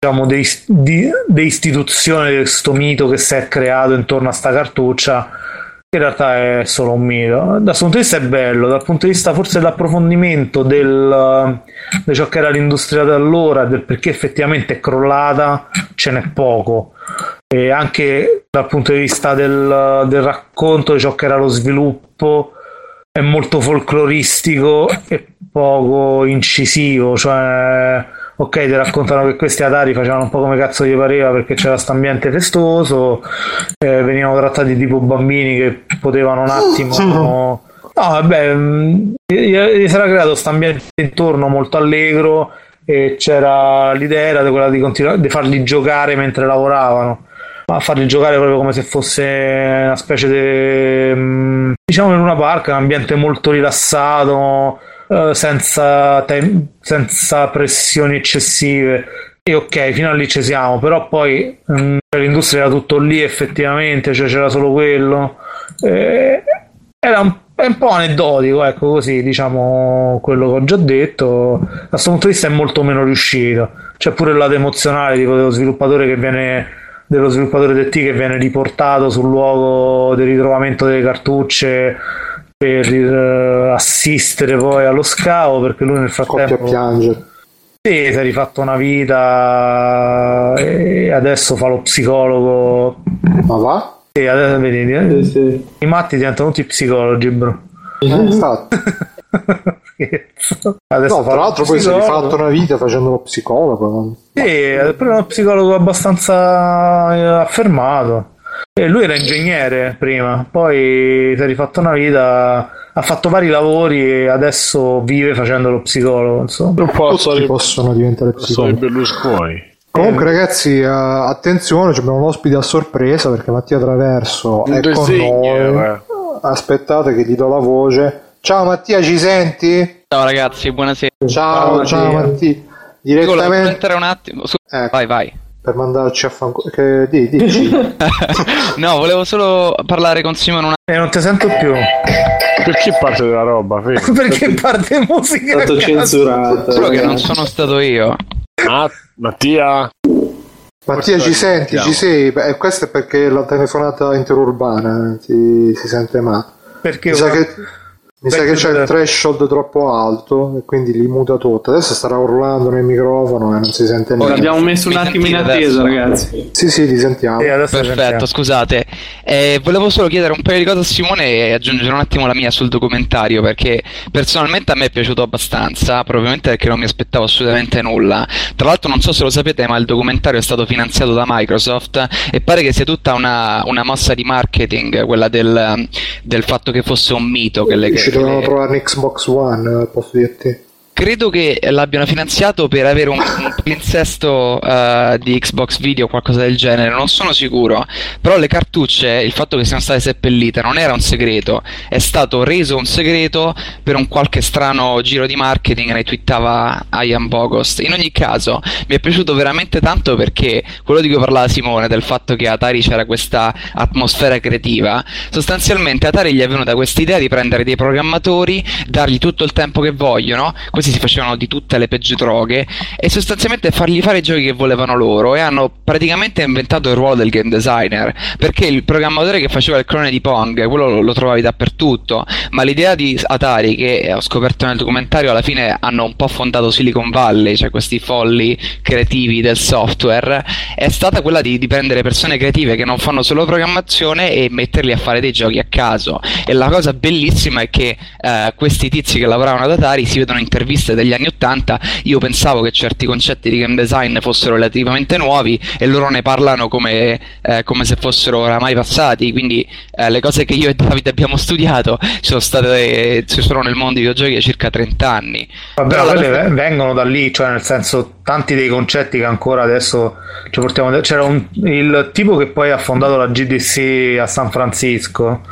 diciamo di, di, di istituzione di sto mito che si è creato intorno a sta cartuccia, che in realtà è solo un mito. Dal punto di vista è bello, dal punto di vista forse dell'approfondimento del, di ciò che era l'industria da allora, del perché effettivamente è crollata, ce n'è poco. E anche dal punto di vista del, del racconto di ciò che era lo sviluppo è molto folcloristico e poco incisivo, cioè ok, ti raccontano che questi Atari facevano un po' come cazzo gli pareva perché c'era questo ambiente festoso, eh, venivano trattati tipo bambini che potevano un attimo no vabbè, gli si era creato questo ambiente intorno molto allegro e c'era l'idea era quella di continuare di farli giocare mentre lavoravano, a farli giocare proprio come se fosse una specie di, diciamo, in una park, un ambiente molto rilassato, eh, senza, te- senza pressioni eccessive. E ok, fino a lì ci siamo, però poi mh, l'industria era tutto lì effettivamente, cioè c'era solo quello. Eh, era un, è un po' aneddotico, ecco, così, diciamo, quello che ho già detto. Da questo punto di vista è molto meno riuscito. C'è pure il lato emozionale tipo dello sviluppatore che viene dello sviluppatore D T che viene riportato sul luogo del ritrovamento delle cartucce per uh, assistere poi allo scavo, perché lui nel frattempo Coppia a piangere. Sì, si è rifatto una vita e adesso fa lo psicologo. Ma va? Sì, adesso vedi, eh? Sì, sì. I matti diventano tutti psicologi, bro. Eh, infatti. Scherzo. Adesso No, fa tra lo l'altro poi si è psicologo. rifatto una vita facendo lo psicologo. Sì, è però uno psicologo abbastanza eh, affermato. E lui era ingegnere prima, poi si è rifatto una vita, ha fatto vari lavori e adesso vive facendo lo psicologo, insomma. Un po' Tutti storia, possono diventare storia psicologi. Berlusconi. Comunque ragazzi, uh, attenzione, abbiamo un ospite a sorpresa perché Mattia Traverso Un è con designer. noi. Aspettate che gli do la voce. Ciao Mattia, ci senti? Ciao ragazzi, buonasera. Ciao, ciao Mattia. Dico, Direttamente commentare un attimo. Su- Ecco, Vai, vai. per mandarci a fanculo. Che di, dici. No, volevo solo parlare con Simone una... E non ti sento più. Perché parte della roba? Fermo. Perché parte musica? È stato a caso. censurato. Solo che non sono stato io. Ah, Mattia? Mattia, ci senti? Ci sei? Beh, questo è perché la telefonata interurbana ti, si sente male. Perché Mi sa ora- che, mi sa che perché- c'è il threshold troppo alto e quindi li muta tutto. Adesso starà urlando nel microfono e non si sente niente. L'abbiamo messo un Mi attimo in sentite attesa, adesso? ragazzi. Sì, sì, ti sentiamo. Sì, adesso Perfetto, sentiamo. scusate. Eh, volevo solo chiedere un paio di cose a Simone e aggiungere un attimo la mia sul documentario, perché personalmente a me è piaciuto abbastanza, probabilmente perché non mi aspettavo assolutamente nulla. Tra l'altro non so se lo sapete, ma il documentario è stato finanziato da Microsoft e pare che sia tutta una, una mossa di marketing, quella del, del fatto che fosse un mito. Che le, che, Ci che dovevano le- trovare un Xbox One, posso dirti. Credo che l'abbiano finanziato per avere un, un palinsesto uh, di Xbox Video o qualcosa del genere, non sono sicuro, però le cartucce, il fatto che siano state seppellite non era un segreto, è stato reso un segreto per un qualche strano giro di marketing, ne twittava Ian Bogost. In ogni caso mi è piaciuto veramente tanto perché quello di cui parlava Simone, del fatto che Atari c'era questa atmosfera creativa, sostanzialmente Atari gli è venuta questa idea di prendere dei programmatori, dargli tutto il tempo che vogliono, questi si facevano di tutte le peggio droghe, e sostanzialmente fargli fare i giochi che volevano loro, e hanno praticamente inventato il ruolo del game designer, perché il programmatore che faceva il clone di Pong, quello lo, lo trovavi dappertutto, ma l'idea di Atari, che ho scoperto nel documentario, alla fine hanno un po' fondato Silicon Valley, cioè questi folli creativi del software, è stata quella di, di prendere persone creative che non fanno solo programmazione e metterli a fare dei giochi a caso. E la cosa bellissima è che eh, questi tizi che lavoravano ad Atari si vedono interviste degli anni ottanta. Io pensavo che certi concetti di game design fossero relativamente nuovi e loro ne parlano come, eh, come se fossero oramai passati, quindi eh, le cose che io e Davide abbiamo studiato ci sono state, ci sono nel mondo dei videogiochi da circa trenta anni. Vabbè, Però alla quelle fine- ve- vengono da lì, cioè nel senso tanti dei concetti che ancora adesso ci portiamo. C'era un, il tipo che poi ha fondato la G D C a San Francisco,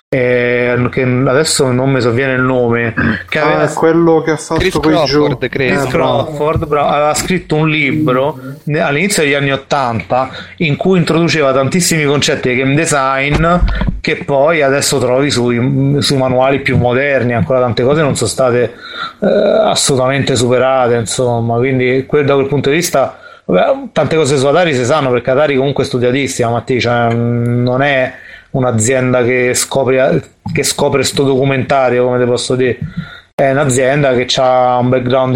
eh, che adesso non mi sovviene il nome, che Ah, aveva è quello che ha fatto Chris quei Crawford, giochi. credo. Chris Eh, bravo. Crawford, bravo, aveva scritto un libro ne- all'inizio degli anni ottanta in cui introduceva tantissimi concetti di game design che poi adesso trovi sui, sui manuali più moderni. Ancora tante cose non sono state eh, assolutamente superate, insomma, quindi que- da quel punto di vista Vabbè, tante cose su Atari si sanno, perché Atari comunque è studiatissima, Mattia, cioè, non è un'azienda che scopre che scopre sto documentario, come te posso dire. È un'azienda che ha un background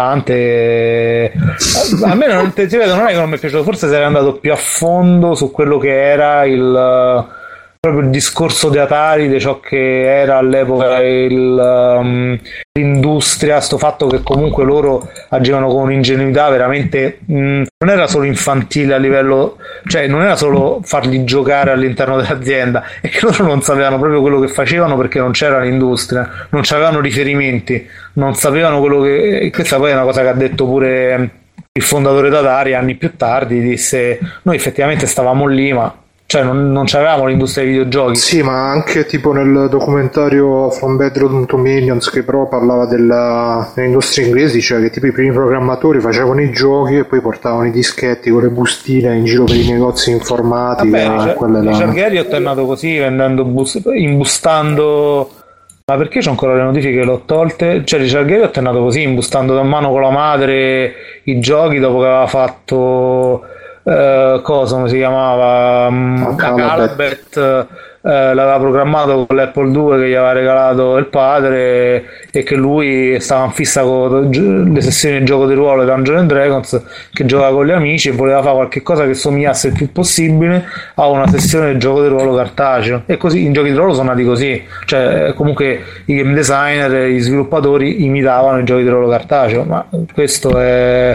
importante. A me non, ti vedo, non è che non mi è piaciuto, forse sarei andato più a fondo su quello che era il proprio il discorso di Atari, di ciò che era all'epoca il, um, l'industria, sto fatto che comunque loro agivano con un'ingenuità veramente mh, non era solo infantile a livello, cioè non era solo farli giocare all'interno dell'azienda, è che loro non sapevano proprio quello che facevano, perché non c'era l'industria, non c'avevano riferimenti, non sapevano quello che, questa poi è una cosa che ha detto pure il fondatore d'Atari anni più tardi, disse noi effettivamente stavamo lì, ma cioè non, non c'avevamo l'industria dei videogiochi. Sì, ma anche tipo nel documentario From Bedroom to Millions, che però parlava della, dell'industria inglese, diceva che tipo i primi programmatori facevano i giochi e poi portavano i dischetti con le bustine in giro per i negozi informatica. Vabbè, Richard, Richard Garriott è nato così, vendendo bus, imbustando. Ma perché c'ho ancora le notifiche che l'ho tolte? Cioè Richard Garriott è nato così, imbustando da mano con la madre i giochi dopo che aveva fatto Uh, cosa come si chiamava um, Alabet, uh, l'aveva programmato con l'Apple due che gli aveva regalato il padre, e che lui stava in fissa con le sessioni di gioco di ruolo di Dungeons and Dragons, che giocava con gli amici e voleva fare qualche cosa che somigliasse il più possibile a una sessione di gioco di ruolo cartaceo, e così i giochi di ruolo sono nati così, cioè comunque i game designer, gli sviluppatori imitavano i giochi di ruolo cartaceo, ma questo è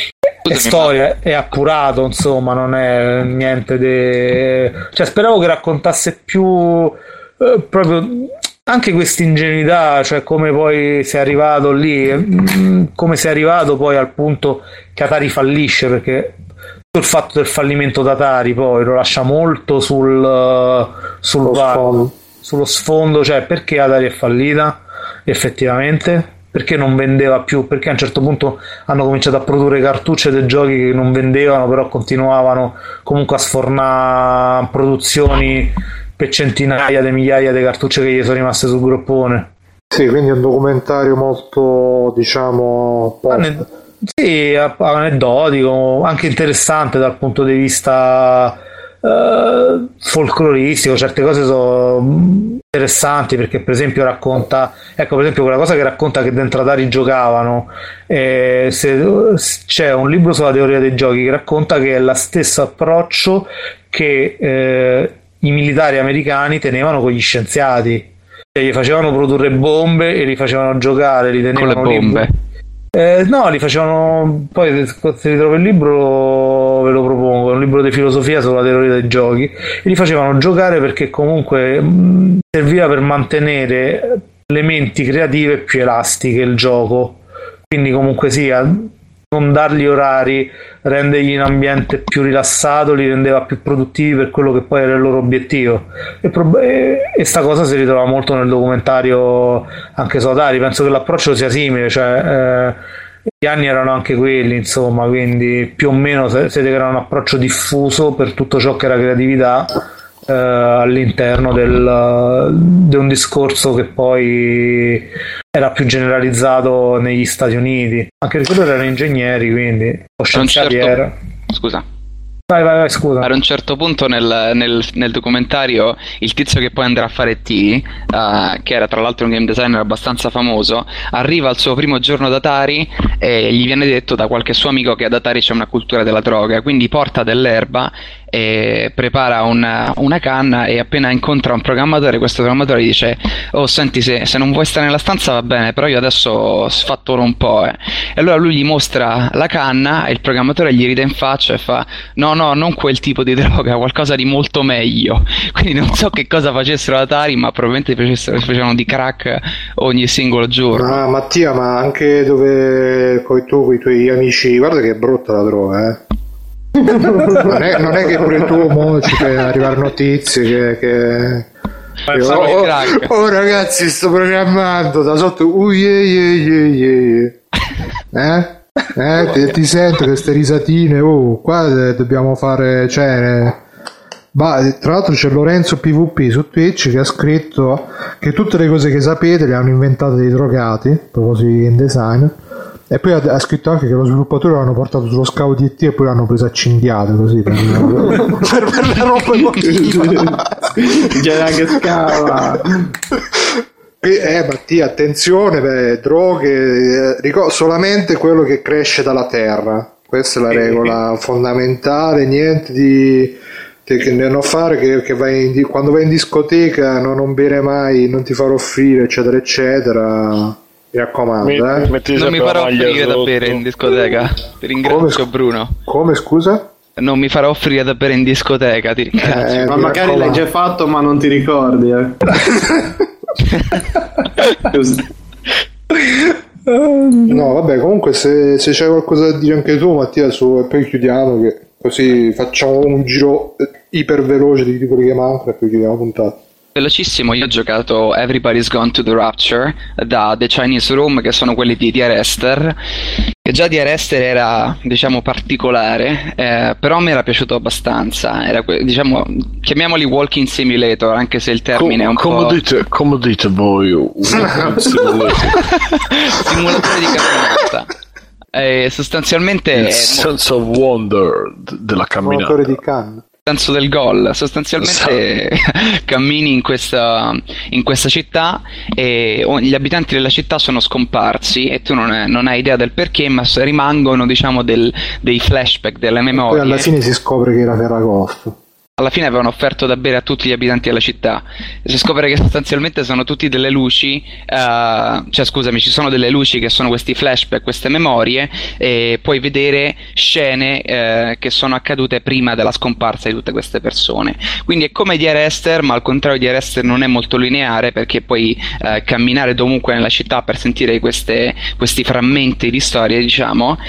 è storia, è accurato, insomma, non è niente de... cioè speravo che raccontasse più eh, proprio anche questa ingenuità, cioè come poi sei arrivato lì, come sei arrivato poi al punto che Atari fallisce, perché il fatto del fallimento d'Atari poi lo lascia molto sul, sul sfondo. sullo sfondo, cioè perché Atari è fallita effettivamente, perché non vendeva più, perché a un certo punto hanno cominciato a produrre cartucce dei giochi che non vendevano, però continuavano comunque a sfornare produzioni per centinaia di migliaia di cartucce che gli sono rimaste sul groppone. Sì, quindi è un documentario molto, diciamo, pop. Ane- sì, aneddotico, anche interessante dal punto di vista Uh, folcloristico. Certe cose sono interessanti, perché per esempio racconta, ecco per esempio quella cosa che racconta che dentro Atari giocavano, eh, se, c'è un libro sulla teoria dei giochi che racconta che è lo stesso approccio che eh, i militari americani tenevano con gli scienziati, cioè gli facevano produrre bombe e li facevano giocare, li tenevano con le bombe lì. Eh, no, li facevano, poi se ritrovo il libro ve lo propongo, è un libro di filosofia sulla teoria dei giochi, e li facevano giocare perché comunque mh, serviva per mantenere le menti creative più elastiche il gioco, quindi comunque sia non dargli orari, rendergli un ambiente più rilassato, li rendeva più produttivi per quello che poi era il loro obiettivo, e, prob- e, e sta cosa si ritrova molto nel documentario anche su Atari. Penso che l'approccio sia simile, cioè eh, gli anni erano anche quelli, insomma, quindi più o meno si vede che era un approccio diffuso per tutto ciò che era creatività eh, all'interno del, di un discorso che poi era più generalizzato negli Stati Uniti, anche perché loro erano ingegneri, quindi o scienziati certo... era. Scusa. Vai, vai, vai, scusa. Ad un certo punto nel, nel, nel documentario il tizio che poi andrà a fare T, uh, che era tra l'altro un game designer abbastanza famoso, arriva al suo primo giorno d'Atari e gli viene detto da qualche suo amico che ad Atari c'è una cultura della droga, quindi porta dell'erba e prepara una, una canna, e appena incontra un programmatore, questo programmatore gli dice: oh senti, se, se non vuoi stare nella stanza va bene, però io adesso sfattoro un po', eh. E allora lui gli mostra la canna e il programmatore gli ride in faccia e fa: no no, non quel tipo di droga, qualcosa di molto meglio. Quindi non so che cosa facessero Atari, ma probabilmente facessero, facevano di crack ogni singolo giorno. Ma Mattia, ma anche dove coi tu, con i tuoi amici, guarda che è brutta la droga, eh. non, è, non è che pure tu mo ci fai arrivare notizie che, che... Che, oh, oh, oh ragazzi, sto programmando da sotto, uh, yeah, yeah, yeah, yeah. eh Eh, ti, ti sento queste risatine, oh, qua dobbiamo fare, cioè, bah, tra l'altro c'è Lorenzo P V P su Twitch che ha scritto che tutte le cose che sapete le hanno inventate dei drogati, proprio in design, E poi ha, ha scritto anche che lo sviluppatore l'hanno portato sullo scavo di E T e poi l'hanno preso a cinghiate così per, per, per la roba emotiva. C'era anche scava. Eh Mattia, attenzione, beh, droghe, eh, ricor- solamente quello che cresce dalla terra, questa è la regola fondamentale, niente di che non fare che, che vai in, quando vai in discoteca no, non bere mai, non ti farò offrire eccetera eccetera, mi raccomando. Mi, eh. Non mi farò offrire da bere in discoteca, ti ringrazio come, Bruno. Come scusa? Non mi farò offrire da bere in discoteca, ti ringrazio. Eh, ma magari l'hai già fatto ma non ti ricordi, eh. No vabbè, comunque se, se c'è qualcosa da dire anche tu Mattia su, e poi chiudiamo, che così facciamo un giro iper veloce di quelli che mancano e poi chiudiamo la puntata. Velocissimo, io ho giocato Everybody's Gone to the Rapture da The Chinese Room, che sono quelli di D R Esther, che già D R Esther era, diciamo, particolare, eh, però mi era piaciuto abbastanza, era, diciamo, chiamiamoli walking simulator, anche se il termine Com- è un come po'... Dite, come dite voi? Simulatore di camminata. Eh, sostanzialmente... Il è sense of wonder della camminata. Simulatore di canna. Senso del gol, sostanzialmente cammini in questa, in questa città e gli abitanti della città sono scomparsi e tu non, è, non hai idea del perché, ma rimangono, diciamo, del, dei flashback, delle memorie. E poi alla fine si scopre che era Ferragosto. Alla fine avevano offerto da bere a tutti gli abitanti della città. Si scopre che sostanzialmente sono tutti delle luci, uh, cioè scusami, ci sono delle luci che sono questi flashback, queste memorie, e puoi vedere scene uh, che sono accadute prima della scomparsa di tutte queste persone. Quindi è come D R Esther, ma al contrario D R Esther non è molto lineare, perché puoi uh, camminare dovunque nella città per sentire queste, questi frammenti di storia, diciamo,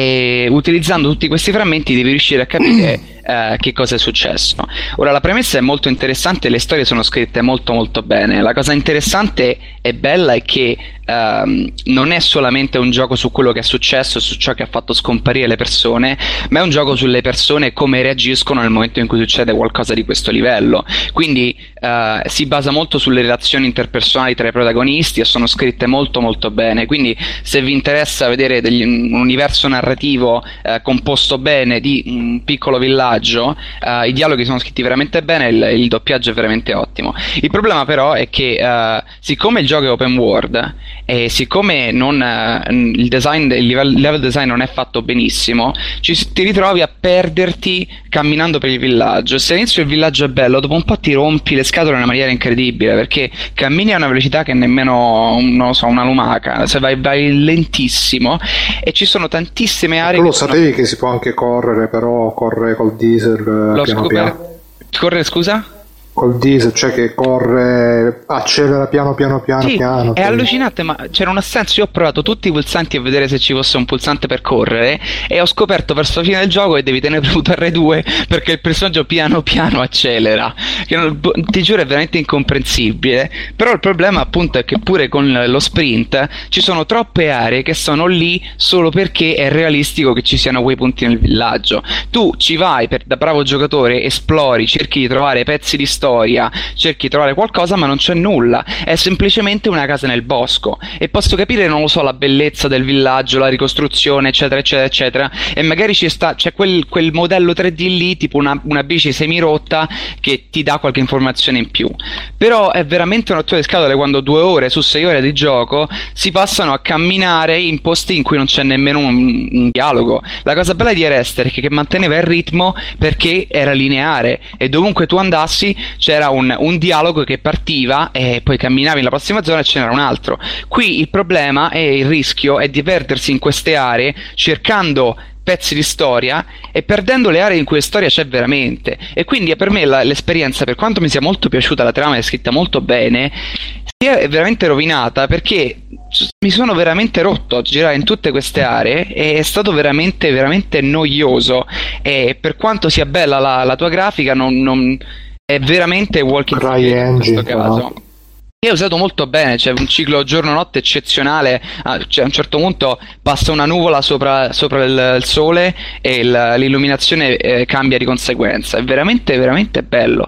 e utilizzando tutti questi frammenti devi riuscire a capire Uh, che cosa è successo. Ora, la premessa è molto interessante, le storie sono scritte molto molto bene. La cosa interessante e bella è che uh, non è solamente un gioco su quello che è successo, su ciò che ha fatto scomparire le persone, ma è un gioco sulle persone e come reagiscono nel momento in cui succede qualcosa di questo livello. Quindi uh, si basa molto sulle relazioni interpersonali tra i protagonisti e sono scritte molto molto bene. Quindi se vi interessa vedere degli, un universo narrativo uh, composto bene di un piccolo villaggio, Uh, i dialoghi sono scritti veramente bene, il, il doppiaggio è veramente ottimo. Il problema però è che uh, siccome il gioco è open world e siccome non, uh, il design, il level, level design non è fatto benissimo, ci, ti ritrovi a perderti camminando per il villaggio. Se all'inizio il villaggio è bello, dopo un po' ti rompi le scatole in una maniera incredibile, perché cammini a una velocità che nemmeno, non lo so, una lumaca, se vai, vai lentissimo e ci sono tantissime aree. Tu lo che sapevi sono... che si può anche correre, però corre col diesel L'ho piano scoper- piano. Corre, scusa? Col diesel, cioè che corre, accelera piano piano piano Sì, piano. è poi... allucinante, ma c'era un senso. Io ho provato tutti i pulsanti a vedere se ci fosse un pulsante per correre e ho scoperto verso la fine del gioco che devi tenere premuto erre due perché il personaggio piano piano accelera, che non, ti giuro è veramente incomprensibile. Però il problema appunto è che pure con lo sprint ci sono troppe aree che sono lì solo perché è realistico che ci siano quei punti nel villaggio. Tu ci vai per, da bravo giocatore, esplori, cerchi di trovare pezzi di storia, cerchi di trovare qualcosa, ma non c'è nulla, è semplicemente una casa nel bosco. E posso capire, non lo so, la bellezza del villaggio, la ricostruzione eccetera eccetera eccetera, e magari ci sta, c'è quel, quel modello tre D lì, tipo una, una bici semirotta che ti dà qualche informazione in più. Però è veramente un rottura di scatole quando due ore su sei ore di gioco si passano a camminare in posti in cui non c'è nemmeno un, un dialogo. La cosa bella di Arrested è che, che manteneva il ritmo perché era lineare e dovunque tu andassi c'era un, un dialogo che partiva e poi camminavi nella prossima zona e ce n'era un altro. Qui il problema è il rischio è di perdersi in queste aree cercando pezzi di storia e perdendo le aree in cui storia c'è veramente. E quindi per me la, l'esperienza, per quanto mi sia molto piaciuta, la trama è scritta molto bene, si è veramente rovinata perché mi sono veramente rotto a girare in tutte queste aree e è stato veramente veramente noioso. E per quanto sia bella la, la tua grafica, non, non è veramente walking Cry in questo Engine, caso. no? Io ho usato molto bene, c'è un ciclo giorno-notte eccezionale, ah, cioè a un certo punto passa una nuvola sopra, sopra il, il sole e il, l'illuminazione eh, cambia di conseguenza, è veramente veramente bello.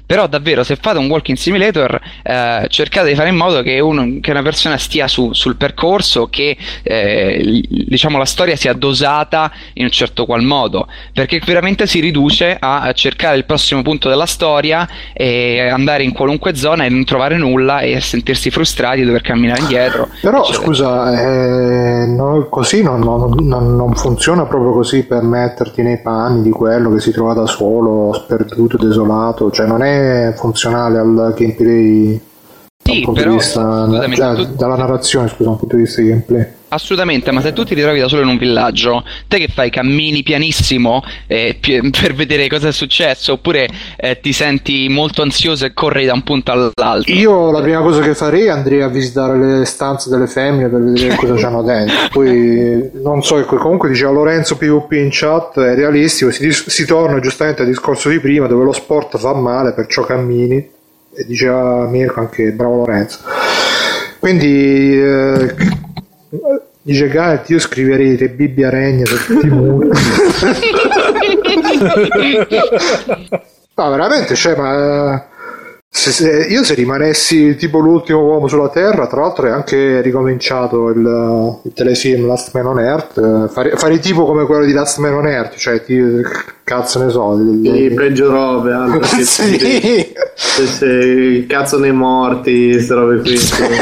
Però davvero, se fate un walking simulator, eh, cercate di fare in modo che, uno, che una persona stia su, sul percorso, che eh, diciamo la storia sia dosata in un certo qual modo, perché veramente si riduce a cercare il prossimo punto della storia e andare in qualunque zona e non trovare nulla e sentirsi frustrati di dover camminare indietro. Però eccetera. scusa, eh, no, così non, non, non, non funziona proprio così per metterti nei panni di quello che si trova da solo, sperduto, desolato, cioè non è funzionale al gameplay. Sì, punto però, di vista, scusami, cioè, tu... dalla narrazione, scusa, dal punto di vista di gameplay. Assolutamente, ma se tu ti ritrovi da solo in un villaggio, te che fai? Cammini pianissimo eh, pi- per vedere cosa è successo, oppure eh, ti senti molto ansioso e corri da un punto all'altro? Io la prima cosa che farei andrei a visitare le stanze delle femmine per vedere cosa c'hanno dentro. Poi non so, comunque diceva Lorenzo P V P in chat, è realistico, si, si torna giustamente al discorso di prima dove lo sport fa male, perciò cammini. E diceva Mirko anche, bravo Lorenzo. Quindi eh, dice Gareth, io scriverei tre Bibbia Regna per tutti i muri. No, veramente, cioè, ma se, se, io se rimanessi tipo l'ultimo uomo sulla Terra, tra l'altro è anche ricominciato il, il telefilm Last Man on Earth, fare, fare tipo come quello di Last Man on Earth, cioè ti, cazzo ne so, i peggio robe, altro che sì. se, se, il cazzo nei morti, queste robe qui.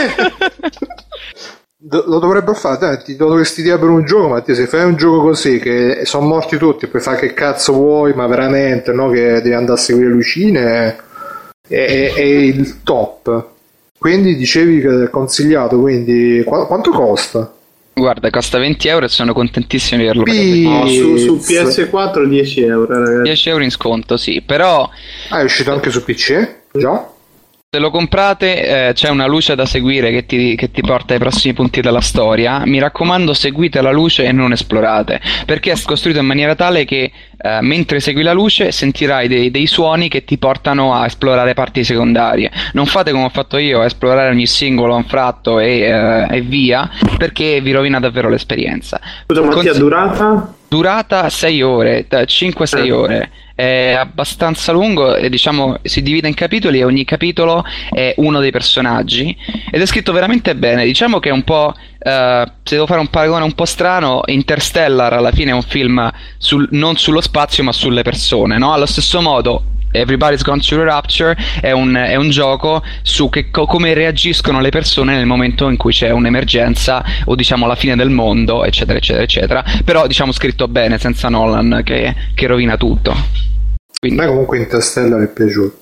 Lo dovrebbero fare, dai, ti lo dovresti dire per un gioco, ma ti, se fai un gioco così che sono morti tutti, puoi fare che cazzo vuoi, ma veramente, no, che devi andare a seguire Lucine, è, è, è il top. Quindi dicevi che è consigliato, quindi qu- quanto costa? Guarda, costa venti euro e sono contentissimo di averlo Pizz. pagato. No, su, su P S quattro dieci euro, ragazzi. dieci euro in sconto, sì, però Ah, è uscito anche su P C? Già? se lo comprate eh, c'è una luce da seguire che ti, che ti porta ai prossimi punti della storia. Mi raccomando, seguite la luce e non esplorate, perché è costruito in maniera tale che eh, mentre segui la luce sentirai dei, dei suoni che ti portano a esplorare parti secondarie. Non fate come ho fatto io, a esplorare ogni singolo anfratto e, eh, e via, perché vi rovina davvero l'esperienza. Scusa, Mattia, Consi- durata? Durata sei ore, cinque sei Eh. ore. È abbastanza lungo e diciamo si divide in capitoli e ogni capitolo è uno dei personaggi ed è scritto veramente bene. Diciamo che è un po', eh, se devo fare un paragone un po' strano, Interstellar alla fine è un film sul, non sullo spazio ma sulle persone, no? Allo stesso modo Everybody's Gone Through the Rapture è un, è un gioco su che, co- come reagiscono le persone nel momento in cui c'è un'emergenza o diciamo la fine del mondo, eccetera eccetera eccetera, però diciamo scritto bene, senza Nolan che, che rovina tutto. Quindi... A me comunque Interstellar è piaciuto.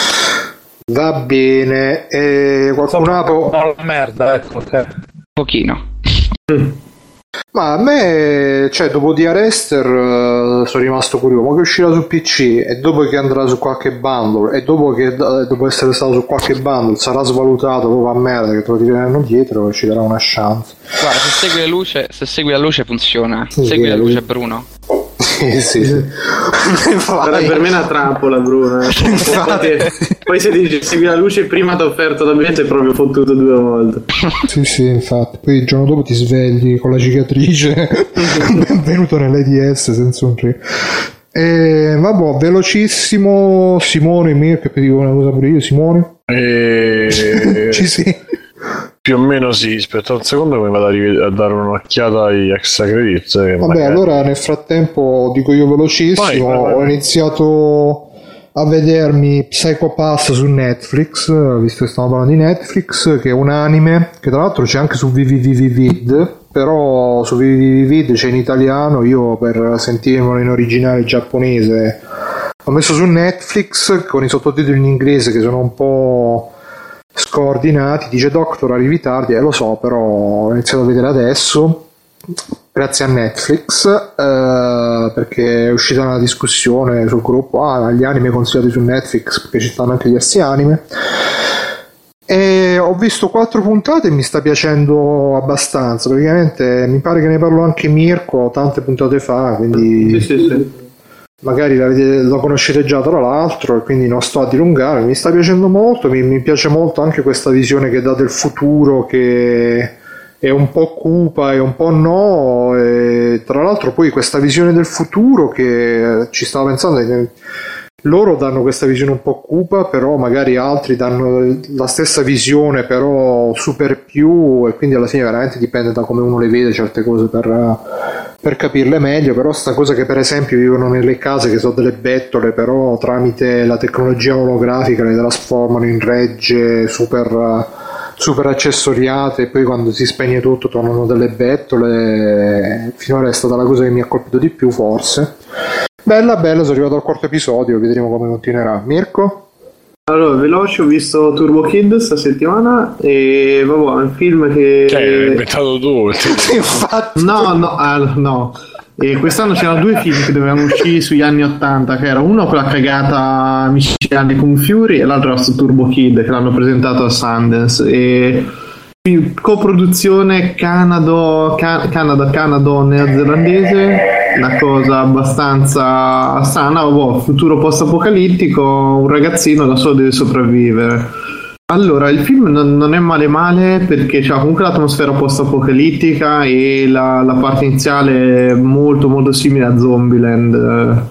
Va bene, e qualcun altro? No, la merda, ecco. Okay. Un pochino. Ma a me, cioè, dopo di Arrester uh, sono rimasto curioso, ma che uscirà su P C e dopo che andrà su qualche bundle e dopo che uh, dopo essere stato su qualche bundle sarà svalutato proprio a merda, che te lo tireranno dietro, ci darà una chance. Guarda, se segui la luce, se segui la luce funziona. Sì, segui la luce, lui... Bruno. sì, sì, sì. Però per me è una trappola, Bruno. Poi, poi se dici segui la luce prima ti ho offerto l'ambiente è proprio fottuto due volte. Sì, sì, infatti. Poi il giorno dopo ti svegli con la cicatrice. Benvenuto nell'A D S senza un tre. E vabbè, velocissimo. Simone, Mir, che dico una cosa pure io, Simone. E... Ci sei? Più o meno sì, aspetta un secondo che mi vado a, rive- a dare un'occhiata agli extra credits. Vabbè, magari... allora nel frattempo dico io velocissimo, vai, vai, vai. Ho iniziato a vedermi Psycho Pass su Netflix, visto che stiamo parlando di Netflix, che è un anime, che tra l'altro c'è anche su V V V Vid, però su V V V Vid c'è in italiano, io per sentirmelo in originale giapponese ho messo su Netflix con i sottotitoli in inglese che sono un po' scordinati. Dice Doctor arrivi tardi, eh lo so, però ho iniziato a vedere adesso grazie a Netflix, eh, perché è uscita una discussione sul gruppo, ah, gli anime consigliati su Netflix, perché ci stanno anche diversi anime, e ho visto quattro puntate e mi sta piacendo abbastanza. Praticamente mi pare che ne parlò anche Mirko tante puntate fa, quindi sì, sì, sì. magari la vedete, lo conoscete già tra l'altro, e quindi non sto a dilungare. Mi sta piacendo molto, mi, mi piace molto anche questa visione che dà del futuro, che è un po' cupa e un po' no, e tra l'altro poi questa visione del futuro che ci stavo pensando, loro danno questa visione un po' cupa, però magari altri danno la stessa visione però super più, e quindi alla fine veramente dipende da come uno le vede certe cose per, per capirle meglio. Però sta cosa che per esempio vivono nelle case che sono delle bettole, però tramite la tecnologia olografica le trasformano in regge super, super accessoriate, e poi quando si spegne tutto tornano delle bettole. Finora è stata la cosa che mi ha colpito di più, forse. Bella, bella, sono arrivato al quarto episodio, vedremo come continuerà. Mirko? Allora, veloce, ho visto Turbo Kid sta settimana e vabbè, è un film che... Cioè, l'hai inventato tu. Infatti. No, no, ah, no. E quest'anno c'erano due film che dovevano uscire sugli anni ottanta, che era uno quella cagata micidiale con Fury e l'altro era su Turbo Kid, che l'hanno presentato a Sundance. E... coproduzione Canado, Can- Canada, Canado-neozelandese, una cosa abbastanza strana. Boh, futuro post-apocalittico, un ragazzino da solo deve sopravvivere. Allora, il film non, non è male male, perché c'ha comunque l'atmosfera post-apocalittica e la, la parte iniziale è molto molto simile a Zombieland.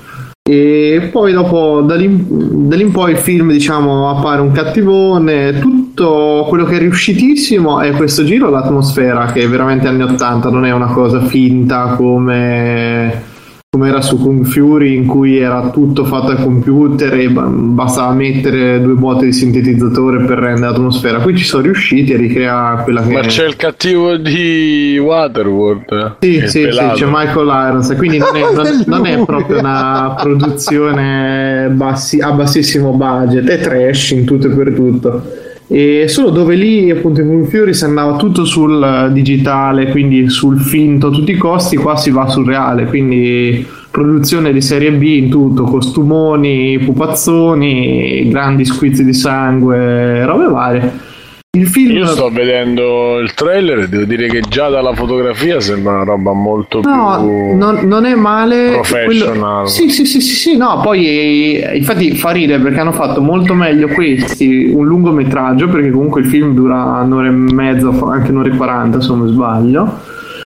E poi dopo da lì, da lì in poi il film, diciamo, appare un cattivone. Tutto quello che è riuscitissimo è questo giro, l'atmosfera, che è veramente anni ottanta, non è una cosa finta come come era su Kung Fury, in cui era tutto fatto al computer e bastava mettere due botte di sintetizzatore per rendere l'atmosfera. Qui ci sono riusciti a ricreare quella che Ma è... c'è il cattivo di Waterworld. Sì, sì, sì, c'è Michael Irons, quindi non è, non, non è proprio una produzione bassi, a bassissimo budget, è trash in tutto e per tutto. E solo dove lì appunto in Kung Fury si andava tutto sul digitale, quindi sul finto a tutti i costi, qua si va sul reale, quindi produzione di serie B in tutto, costumoni, pupazzoni, grandi squizzi di sangue, robe varie. Il film... Io sto vedendo il trailer e devo dire che già dalla fotografia sembra una roba molto no, più non, non è male, professional. Quello... Sì, sì, sì, sì, sì, no, poi eh, infatti fa ridere perché hanno fatto molto meglio questi un lungometraggio, perché comunque il film dura un'ora e mezza, anche un'ora e quaranta se non sbaglio,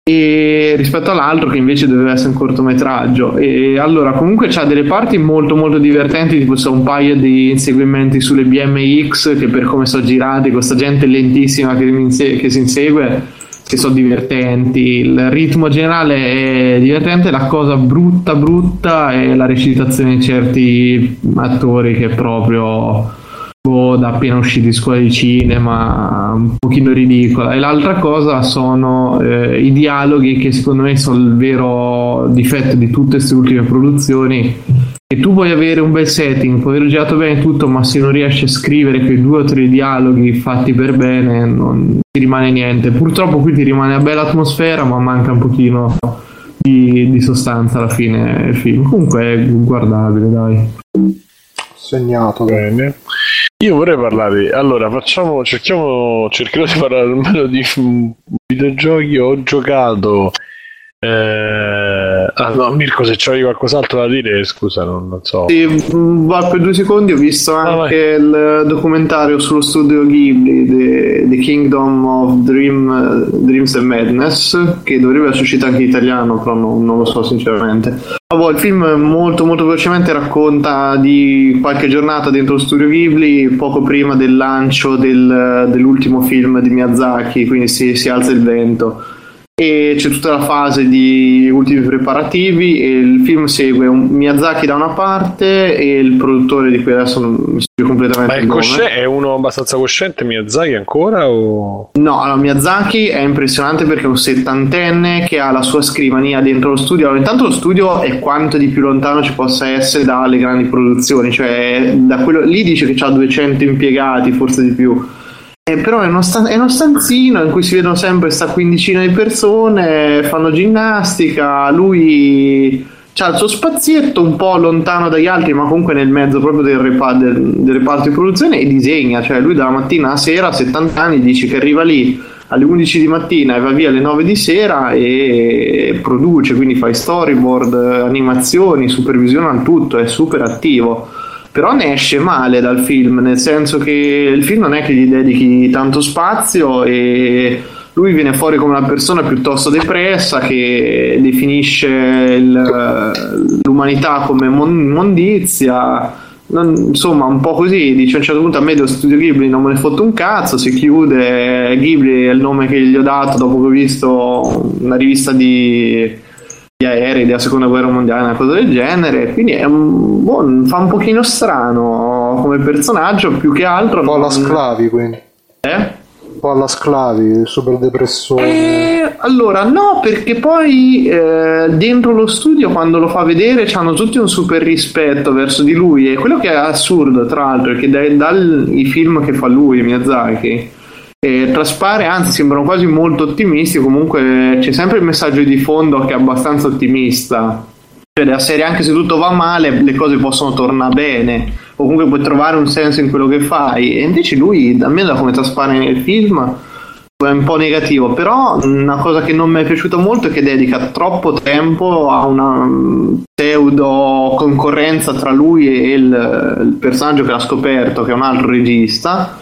e rispetto all'altro che invece doveva essere un cortometraggio. E allora comunque c'ha delle parti molto molto divertenti, tipo c'è un paio di inseguimenti sulle B M X che per come sono girati, questa gente lentissima che, inse- che si insegue, che sono divertenti. Il ritmo generale è divertente, la cosa brutta brutta è la recitazione di certi attori che è proprio da appena usciti di scuola di cinema, un pochino ridicola. E l'altra cosa sono eh, i dialoghi, che secondo me sono il vero difetto di tutte queste ultime produzioni, che tu puoi avere un bel setting, puoi aver girato bene tutto, ma se non riesci a scrivere quei due o tre dialoghi fatti per bene non ti rimane niente. Purtroppo qui ti rimane una bella atmosfera, ma manca un pochino di, di sostanza alla fine il film. Comunque è guardabile, dai. Segnato. Bene. Io vorrei parlare, allora facciamo, cerchiamo, cercherò di parlare almeno di videogiochi. Ho giocato, eh... ah no, Mirko, se c'hai qualcos'altro da dire, scusa, non, non so. Sì, va per due secondi, ho visto anche ah, il documentario sullo studio Ghibli, The, The Kingdom of Dream, Dreams and Madness, che dovrebbe essere uscito anche in italiano, però non, non lo so sinceramente. Il film molto molto velocemente racconta di qualche giornata dentro lo studio Ghibli, poco prima del lancio del, dell'ultimo film di Miyazaki, quindi si, si alza il vento. E c'è tutta la fase di ultimi preparativi e il film segue un Miyazaki da una parte e il produttore di cui adesso non mi spiego completamente. Ma è, cosci- è uno abbastanza cosciente Miyazaki ancora o... No, allora Miyazaki è impressionante perché è un settantenne che ha la sua scrivania dentro lo studio. Allora, intanto lo studio è quanto di più lontano ci possa essere dalle grandi produzioni, cioè da quello lì dice che ha duecento impiegati, forse di più. Eh, però è uno, sta- è uno stanzino in cui si vedono sempre questa quindicina di persone, fanno ginnastica, lui c'ha il suo spazietto un po' lontano dagli altri, ma comunque nel mezzo proprio del, repa- del, del reparto di produzione, e disegna, cioè lui dalla mattina alla sera, a settanta anni, dice che arriva lì alle undici di mattina e va via alle nove di sera e produce, quindi fa i storyboard, animazioni, supervisiona tutto, è super attivo. Però ne esce male dal film, nel senso che il film non è che gli dedichi tanto spazio e lui viene fuori come una persona piuttosto depressa che definisce il, l'umanità come mon- mondizia, non, insomma un po' così, dice a un certo punto a me dello studio Ghibli non me ne fotte un cazzo, si chiude, Ghibli è il nome che gli ho dato dopo che ho visto una rivista di, di aerei della seconda guerra mondiale, una cosa del genere, quindi è un, boh, fa un pochino strano come personaggio, più che altro un po' alla Sclavi, quindi eh? un po' alla Sclavi, super depressore. Eh, allora no, perché poi eh, dentro lo studio quando lo fa vedere hanno tutti un super rispetto verso di lui, e quello che è assurdo tra l'altro è che dai, dai film che fa lui, Miyazaki, eh, traspare, anzi sembrano quasi molto ottimisti, comunque c'è sempre il messaggio di fondo che è abbastanza ottimista, cioè della serie anche se tutto va male le cose possono tornare bene, o comunque puoi trovare un senso in quello che fai, e invece lui, almeno da come traspare nel film, è un po' negativo. Però una cosa che non mi è piaciuta molto è che dedica troppo tempo a una pseudo concorrenza tra lui e il, il personaggio che ha scoperto, che è un altro regista,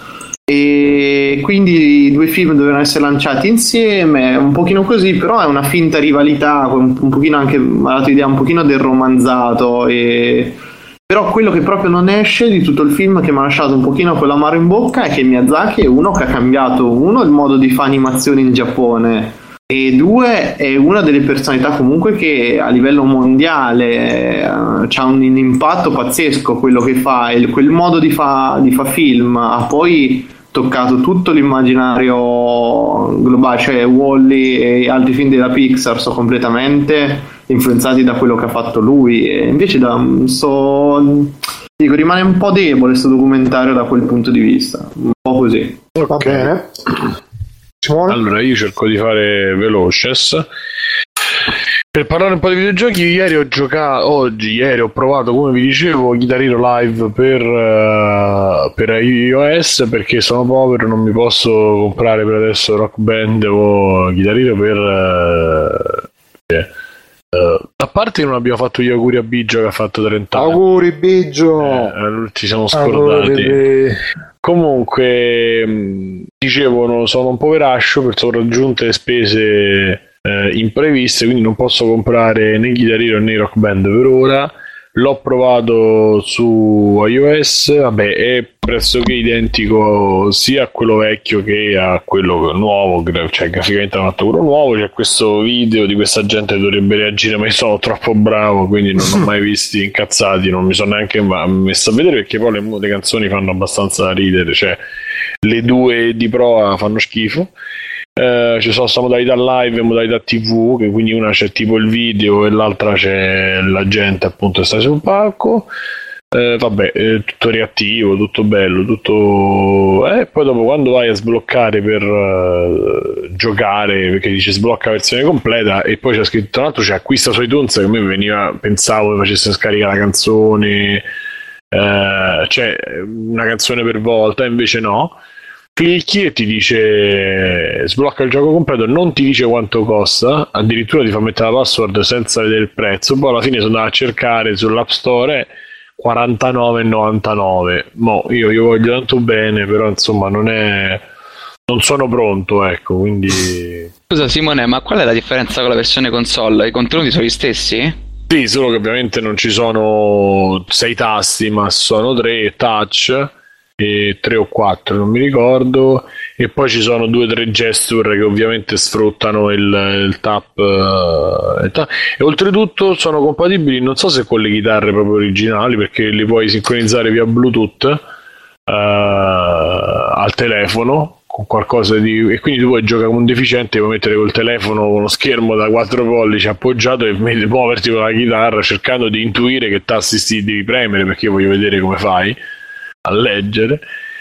e quindi i due film dovevano essere lanciati insieme, un pochino così, però è una finta rivalità, un, un pochino anche, mi ha dato idea un pochino del romanzato, e però quello che proprio non esce di tutto il film, che mi ha lasciato un pochino con l'amaro in bocca, è che Miyazaki è uno che ha cambiato, uno, il modo di fare animazioni in Giappone, e due, è una delle personalità comunque che a livello mondiale eh, c'ha un, un impatto pazzesco quello che fa, e quel modo di fa, di fa film ha poi toccato tutto l'immaginario globale, cioè Wall-E e altri film della Pixar sono completamente influenzati da quello che ha fatto lui, e invece da sto, dico, rimane un po' debole questo documentario da quel punto di vista, un po' così. Va bene. Simone? Allora io cerco di fare veloces. Per parlare un po' di videogiochi, ieri ho giocato, oggi, ieri ho provato, come vi dicevo, Guitar Hero Live per, uh, per iOS, perché sono povero, non mi posso comprare per adesso Rock Band o Guitar Hero per... Uh, yeah. Uh, a parte che non abbiamo fatto gli auguri a Biggio che ha fatto trenta anni. Auguri Biggio! Eh, ci siamo scordati. Auguri. Comunque, mh, dicevo, sono un poverascio, perché sono raggiunte le spese eh, impreviste, quindi non posso comprare né Guitar Hero né Rock Band per ora. L'ho provato su iOS, vabbè, è pressoché identico sia a quello vecchio che a quello nuovo, cioè graficamente hanno fatto quello nuovo. C'è questo video di questa gente che dovrebbe reagire, ma io sono troppo bravo, quindi non ho mai visti incazzati, non mi sono neanche messo a vedere, perché poi le, le canzoni fanno abbastanza ridere, cioè le due di prova fanno schifo. Uh, ci sono sta modalità live e modalità tv, che quindi una c'è tipo il video e l'altra c'è la gente appunto che sta sul palco. Uh, vabbè, è tutto reattivo, tutto bello, tutto. E eh, poi dopo quando vai a sbloccare per uh, giocare, perché dice sblocca versione completa, e poi c'è scritto, tra l'altro c'è acquista su iTunes, che a me veniva, pensavo che facesse scaricare la canzone, uh, cioè una canzone per volta, invece no. Clicchi e ti dice sblocca il gioco completo, non ti dice quanto costa, addirittura ti fa mettere la password senza vedere il prezzo. Poi alla fine sono andato a cercare sull'App Store quarantanove e novantanove. Mo io, io voglio tanto bene, però insomma non è, non sono pronto, ecco, quindi. Scusa Simone, ma qual è la differenza con la versione console? I contenuti sono gli stessi? Sì, solo che ovviamente non ci sono sei tasti, ma sono tre touch, e tre o quattro, non mi ricordo, e poi ci sono due o tre gesture che ovviamente sfruttano il, il tap, uh, il tap e oltretutto sono compatibili, non so se con le chitarre proprio originali, perché li puoi sincronizzare via Bluetooth uh, al telefono con qualcosa di, e quindi tu puoi giocare con un deficiente, puoi mettere col telefono uno schermo da quattro pollici appoggiato e muoverti con la chitarra cercando di intuire che tasti sti devi premere, perché io voglio vedere come fai a leggere,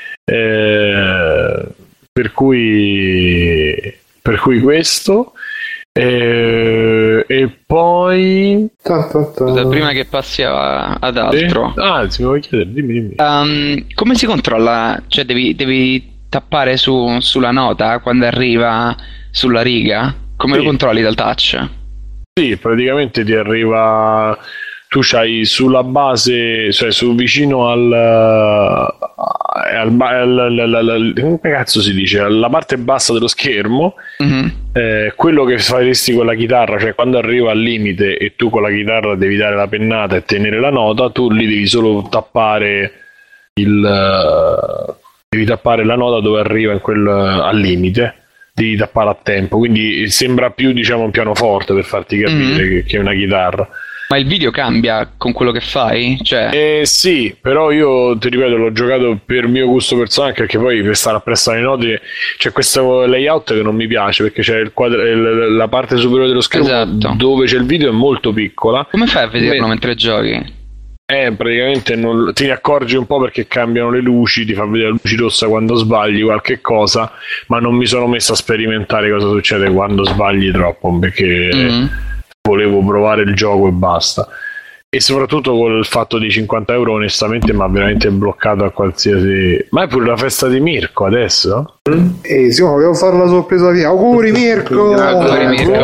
eh, per cui per cui questo eh, e poi Scusa, prima che passi a, ad altro, eh? ah si mi vuoi chiedere, dimmi, dimmi. Um, come si controlla, cioè devi, devi tappare su, sulla nota quando arriva sulla riga, come sì. Lo controlli dal touch? Sì, praticamente ti arriva, tu c'hai sulla base, cioè su vicino al al, al, al, al, al, come cazzo si dice, alla parte bassa dello schermo, mm-hmm. eh, quello che faresti con la chitarra, cioè quando arriva al limite e tu con la chitarra devi dare la pennata e tenere la nota, tu lì devi solo tappare il uh, devi tappare la nota dove arriva in quel, uh, al limite, devi tappare a tempo, quindi sembra più, diciamo, un pianoforte, per farti capire, mm-hmm. che, che una chitarra. Ma il video cambia con quello che fai? Cioè... Eh sì, però io ti ripeto, l'ho giocato per mio gusto personale, perché poi per stare a prestare le note c'è questo layout che non mi piace, perché c'è il quadro, il, la parte superiore dello schermo, esatto, dove c'è il video è molto piccola. Come fai a vederlo Me... mentre giochi? Eh, praticamente non... ti ne accorgi un po' perché cambiano le luci, ti fa vedere la luce rossa quando sbagli qualche cosa, ma non mi sono messo a sperimentare cosa succede quando sbagli troppo, perché... Mm-hmm. volevo provare il gioco e basta, e soprattutto col fatto di cinquanta euro onestamente mi ha veramente bloccato a qualsiasi. Ma è pure la festa di Mirko adesso? Mm? Eh sì, volevo fare la sorpresa via. Auguri Mirko! Auguri Mirko!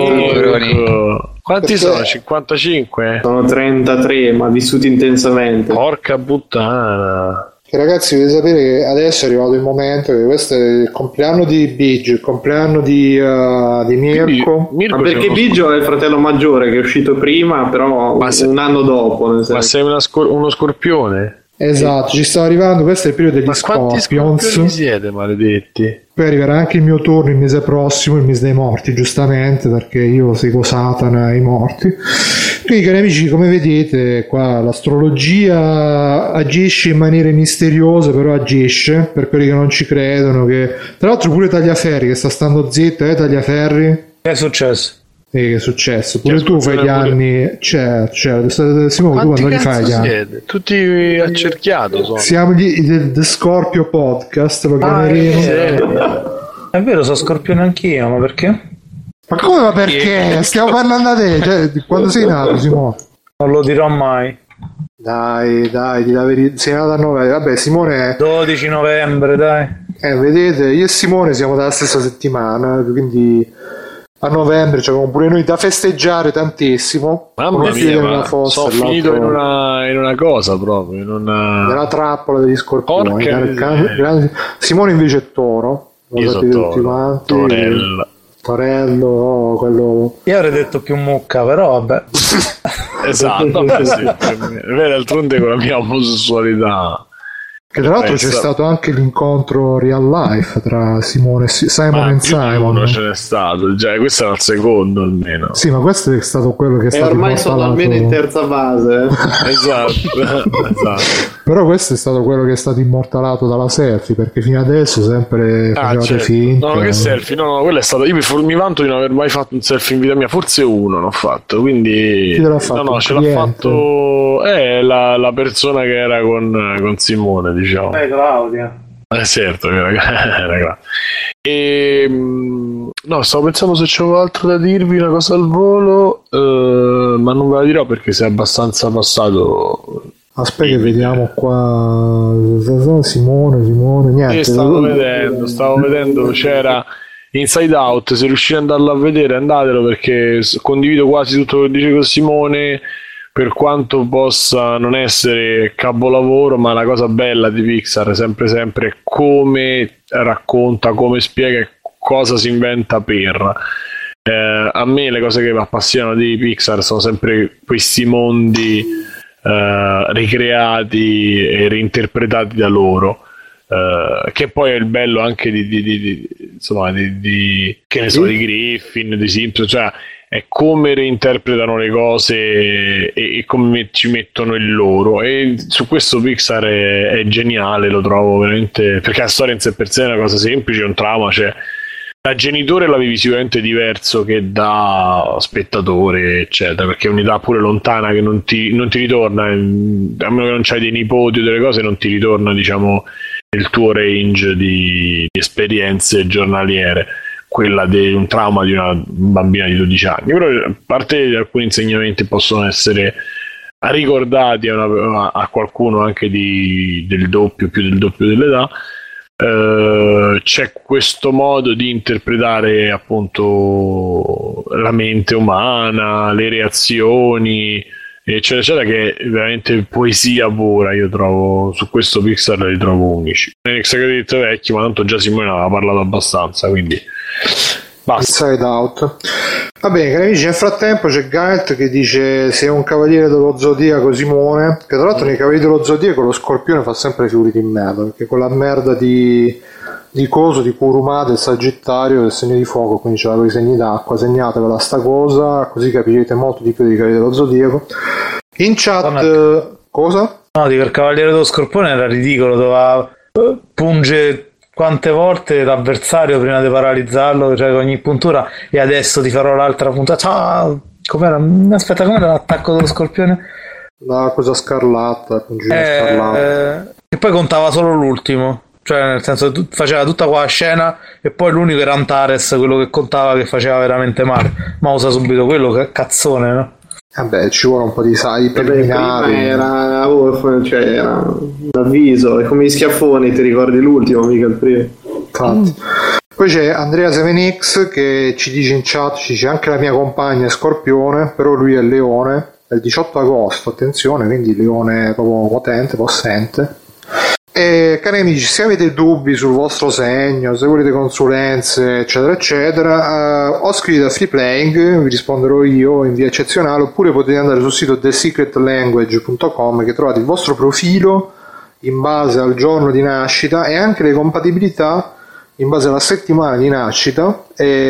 Auguri. Quanti perché sono? cinquantacinque? Sono trentatré, ma vissuti intensamente. Porca puttana! Che ragazzi, dovete sapere che adesso è arrivato il momento che questo è il compleanno di Biggio, il compleanno di, uh, di Mirko. Mirko. Ma perché Biggio è il fratello maggiore che è uscito prima, però un, se... un anno dopo. Nel senso. Ma sei una scor- uno scorpione? Esatto, ci sta arrivando, questo è il periodo degli Ma quanti Scorpions. Scorpioni siete, maledetti? Poi arriverà anche il mio turno il mese prossimo, il mese dei morti, giustamente, perché io seguo Satana e i morti. Quindi, cari amici, come vedete qua l'astrologia agisce in maniere misteriose, però agisce, per quelli che non ci credono, che tra l'altro pure Tagliaferri che sta stando zitto, eh Tagliaferri? Che è successo? E che è successo? Pure tu fai gli anni, cioè, cioè Simone, tu quando li fai gli anni? Siete? Tutti accerchiato sono. Siamo gli The, The Scorpio Podcast, lo chiameremo. Ah, è vero, sono scorpione anch'io, ma perché? Ma come, ma perché? Stiamo parlando a te, cioè, di quando sei nato, Simone? Non lo dirò mai. Dai, dai, di la verità, sei nato a novembre. Vabbè, Simone dodici novembre, dai. Eh, vedete, io e Simone siamo dalla stessa settimana, quindi a novembre c'avevamo pure noi da festeggiare tantissimo. Mamma mia, ma sono finito in una, in una cosa proprio, in una... nella trappola degli scorpioni. Can... Simone invece è toro. Io sono toro, Torello. Torello, oh, quello... Io avrei detto più mucca, però vabbè. Esatto, vabbè, sì, d'altronde con la mia omosessualità. Che tra l'altro c'è stato anche l'incontro real life tra Simone e Simon e Simon. Uno ce n'è stato, già, questo era il secondo almeno. Sì, ma questo è stato quello che è e stato ormai sono almeno in terza fase. Esatto, esatto. Però questo è stato quello che è stato immortalato dalla selfie, perché fino adesso sempre ah, facevate certo. finta. No, che selfie? No, no, quello è stato. Io mi, mi vanto di non aver mai fatto un selfie in vita mia, forse uno l'ho fatto, quindi. Chi te l'ha fatto? No, no, ce l'ha fatto. Eh, la, la persona che era con, con Simone, diciamo. Eh, Claudia. Eh, certo, era e no, stavo pensando se c'avevo altro da dirvi, una cosa al volo, eh, ma non ve la dirò perché sei abbastanza passato. Aspetta che vediamo qua Simone, Simone, niente. Io stavo vedendo, stavo vedendo, c'era Inside Out, se riuscite ad andarlo a vedere andatelo, perché condivido quasi tutto quello che dice con Simone, per quanto possa non essere capolavoro, ma la cosa bella di Pixar è sempre sempre come racconta, come spiega, cosa si inventa per... Eh, a me le cose che mi appassionano di Pixar sono sempre questi mondi Uh, ricreati e reinterpretati da loro, uh, che poi è il bello anche di, di, di, di insomma di, di che ne so, di Griffin, di Simpson, cioè è come reinterpretano le cose e, e come ci mettono il loro, e su questo Pixar è, è geniale, lo trovo veramente, perché la storia in sé per sé è una cosa semplice, è un trauma, cioè da genitore la vivi sicuramente diverso che da spettatore, eccetera, perché è un'età pure lontana che non ti, non ti ritorna, a meno che non c'hai dei nipoti o delle cose, non ti ritorna, diciamo, il tuo range di, di esperienze giornaliere, quella di un trauma di una bambina di dodici anni. Però a parte alcuni insegnamenti possono essere ricordati a, una, a qualcuno anche di, del doppio, più del doppio dell'età. Uh, c'è questo modo di interpretare appunto la mente umana, le reazioni, eccetera eccetera, che è veramente poesia pura. Io trovo su questo Pixar li trovo unici. Phoenix che avete detto vecchio, ma tanto già Simone aveva parlato abbastanza, quindi basta. Inside Out. Va bene, cari amici, nel frattempo c'è Galt che dice sei un cavaliere dello zodiaco Simone, che tra l'altro nei cavalieri dello zodiaco lo Scorpione fa sempre figuri di merda, perché quella merda di di coso, di Kurumada, il Sagittario, del segno di fuoco, quindi c'è la i segni d'acqua, segnatevela sta cosa, così capirete molto di più dei cavalieri dello zodiaco. In chat Donna... cosa? No, dico, il cavaliere dello Scorpione era ridicolo, doveva punge quante volte l'avversario prima di paralizzarlo, cioè ogni puntura, e adesso ti farò l'altra puntata. Ah, com'era? Aspetta, com'era l'attacco dello Scorpione? La cosa scarlatta, pungina eh, scarlatta. E poi contava solo l'ultimo. Cioè, nel senso, faceva tutta quella scena e poi l'unico era Antares, quello che contava, che faceva veramente male. Ma usa subito quello, che cazzone, no? Vabbè, ci vuole un po' di sai prima era, oh, cioè, era l'avviso, è come gli schiaffoni, ti ricordi l'ultimo, mica il primo. Infatti. Mm. Poi c'è Andrea sette X che ci dice in chat, ci dice anche la mia compagna è Scorpione, però lui è Leone, è il diciotto agosto, attenzione, quindi Leone proprio potente, possente. E cari amici, se avete dubbi sul vostro segno, se volete consulenze eccetera eccetera, uh, o scrivete a Free Playing, vi risponderò io in via eccezionale, oppure potete andare sul sito the secret language punto com, che trovate il vostro profilo in base al giorno di nascita e anche le compatibilità in base alla settimana di nascita.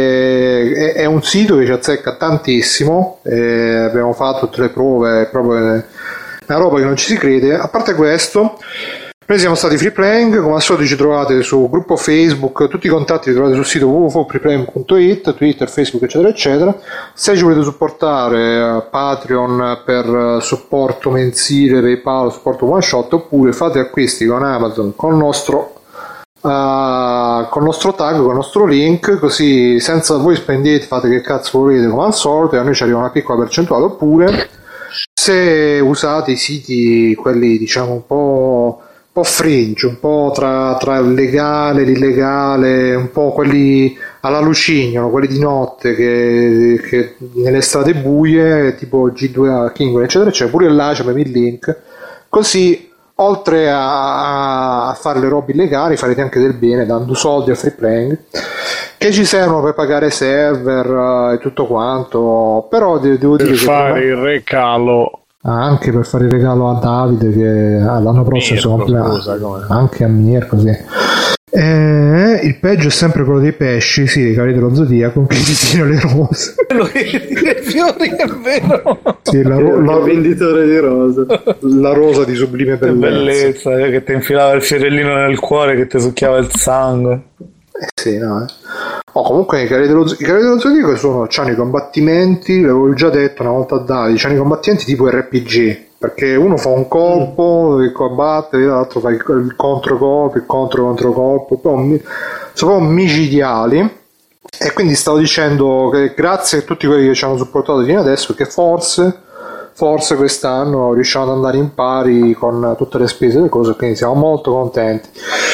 E, è, è un sito che ci azzecca tantissimo, e abbiamo fatto tutte le prove, è proprio una roba che non ci si crede. A parte questo, noi siamo stati Free Playing, come al solito ci trovate su gruppo Facebook, tutti i contatti li trovate sul sito w w w punto free playing punto it, Twitter, Facebook eccetera eccetera. Se ci volete supportare, Patreon per supporto mensile, PayPal, supporto one shot, oppure fate acquisti con Amazon con il nostro Uh, con il nostro tag, con il nostro link, così senza voi spendete, fate che cazzo volete come al solito e a noi ci arriva una piccola percentuale. Oppure se usate i siti quelli diciamo un po' un po' fringe, un po' tra, tra il legale e l'illegale, un po' quelli alla Lucignolo, quelli di notte che, che nelle strade buie tipo G due A, King eccetera eccetera, pure là c'è il link, così oltre a, a fare le robe illegali farete anche del bene dando soldi a Free Playing che ci servono per pagare server uh, e tutto quanto. Però devo per dire fare che il regalo ah, anche per fare il regalo a Davide che ah, l'anno prossimo si compleanno, anche a Mir così. Eh, il peggio è sempre quello dei pesci, sì, i cavalli dello zodiaco che ti tirano le rose. Quello che tira i fiori, è vero. Sì, la, ro- la venditore di rose. La rosa di sublime bellezza. bellezza eh, che ti infilava il fiorellino nel cuore, che ti succhiava il sangue. Eh sì, no, eh. Oh, comunque i cavalli dello, i cavalli dello zodiaco sono, c'hanno i combattimenti, l'avevo già detto una volta a Davide, c'hanno i combattimenti tipo R P G. Perché uno fa un colpo, il combatte, l'altro fa il, il controcolpo, il contro controcolpo, sono proprio micidiali. E quindi stavo dicendo che grazie a tutti quelli che ci hanno supportato fino adesso, che forse, forse quest'anno riusciamo ad andare in pari con tutte le spese e le cose, quindi siamo molto contenti.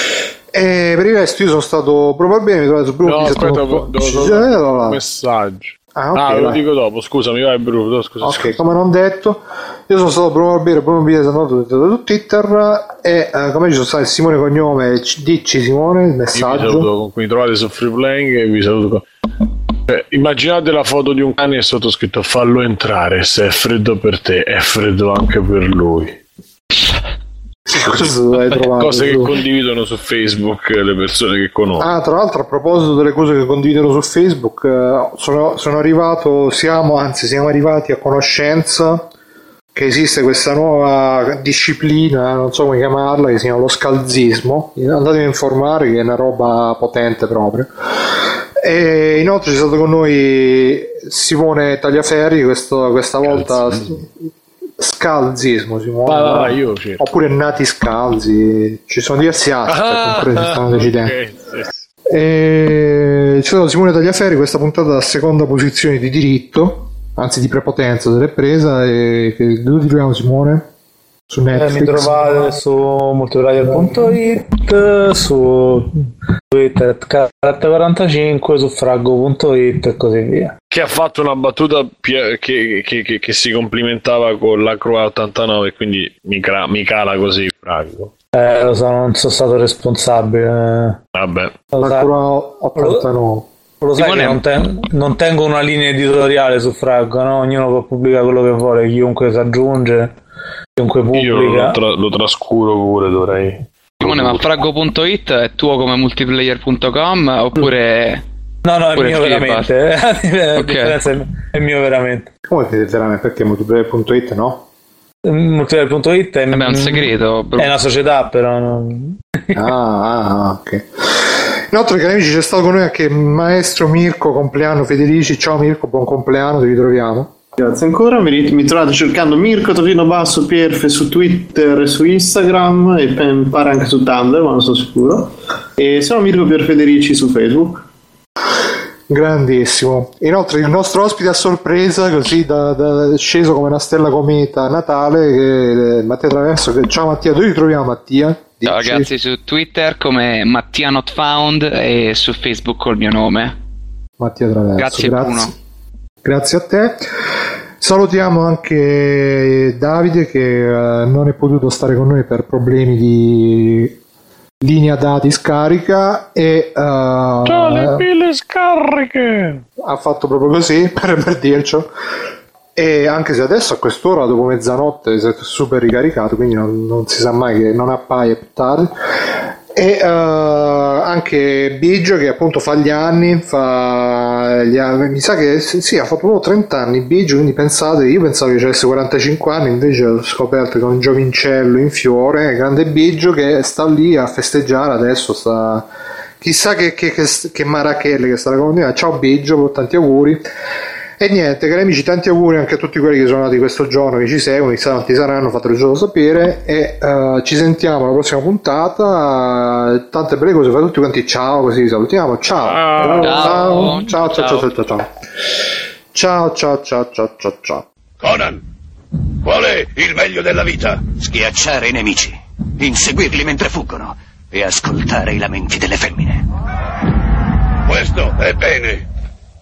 E per il resto io sono stato probabilmente mi trovate su Bruno. No, aspetta, devo, devo dare un messaggio. Ah, okay, ah lo dico dopo, scusami, vai Bruno, scusa. Ok, scusa. Come non detto, io sono stato Bruno Barbiere, Bruno Barbiere sono andato su Twitter e uh, come ci sono stati Simone Cognome, dici Simone il messaggio. Io vi saluto con cui trovate su Free Playing e vi saluto con... eh, immaginate la foto di un cane e sotto scritto fallo entrare, se è freddo per te è freddo anche per lui. Cose che condividono su Facebook le persone che conosco. Ah, tra l'altro, a proposito delle cose che condividono su Facebook, eh, sono, sono arrivato, siamo, anzi, siamo arrivati a conoscenza che esiste questa nuova disciplina, non so come chiamarla, che si chiama lo scalzismo. Andatevi a informare, che è una roba potente proprio. E inoltre c'è stato con noi Simone Tagliaferri, questo, questa volta. Scalzismo si muove, ah, io certo. Oppure nati scalzi, ci sono diversi aspetti ah, che stanno decidendo. Okay, sì. E c'è stato Simone Tagliaferri, questa puntata da seconda posizione di diritto, anzi di prepotenza delle presa. E che, dove ti troviamo Simone? Su Netflix. Eh, mi trovate su multiplayer punto it, su Twitter Karate quarantacinque, su fraggo punto it e così via. Che ha fatto una battuta che, che, che, che si complimentava con la Croa ottantanove, quindi mi, cra- mi cala così fraggo. Eh, lo so, non sono stato responsabile. Vabbè. La Croa ottantanove. Lo sai che non, ten- non tengo una linea editoriale su Fraggo, no? Ognuno può pubblicare quello che vuole, chiunque si aggiunge, chiunque pubblica. Io lo, tra- lo trascuro pure, dovrei. Simone, ma fraggo punto it è tuo come multiplayer punto com oppure... No, no, è oppure mio veramente. La Ok. differenza è, è mio veramente. Come veramente? Perché multiplayer punto it no? multiplayer punto it è, Vabbè, è un segreto, bro. è una società, però non... Ah, ah, ok. Inoltre, cari amici, c'è stato con noi anche maestro Mirko, compleanno Federici. Ciao Mirko, buon compleanno, ti ritroviamo. Grazie ancora, mi, mi trovate cercando Mirko Totino Basso Pierfe su Twitter e su Instagram e mi pare anche su Tumblr, ma non sono sicuro. E sono Mirko Pierfederici su Facebook. Grandissimo. Inoltre il nostro ospite a sorpresa, così da, da sceso come una stella cometa a Natale, che è Mattia Traverso. Che, ciao Mattia, dove ti troviamo Mattia? Ciao Dici. ragazzi, su Twitter come Mattia Not Found e su Facebook col mio nome. Mattia Traverso. Grazie, grazie. Bruno. Grazie a te. Salutiamo anche Davide che uh, non è potuto stare con noi per problemi di linea dati scarica e uh, Ciao le pile scariche! ha fatto proprio così per, per dircelo. E anche se adesso a quest'ora dopo mezzanotte si è super ricaricato, quindi non, non si sa mai che non appaia più tardi. E uh, anche Biggio che appunto fa gli anni, fa gli anni, mi sa che sì, ha fatto proprio trenta anni Biggio, quindi pensate, io pensavo che avesse quarantacinque anni, invece ho scoperto che è un giovincello in fiore, grande Biggio che sta lì a festeggiare adesso, sta chissà che, che, che, che marachelle che sta la comunità. Ciao Biggio, tanti auguri. E niente, cari amici, tanti auguri anche a tutti quelli che sono nati questo giorno, che ci seguono, chissà quanti saranno, fatelo solo sapere. E uh, ci sentiamo alla prossima puntata. Tante belle cose, fate tutti quanti ciao, così salutiamo. Ciao. Ciao. Ciao, ciao, ciao, ciao, ciao, ciao. Ciao, ciao, ciao, ciao, ciao, ciao. Conan, qual è il meglio della vita? Schiacciare i nemici, inseguirli mentre fuggono e ascoltare i lamenti delle femmine. Questo è bene.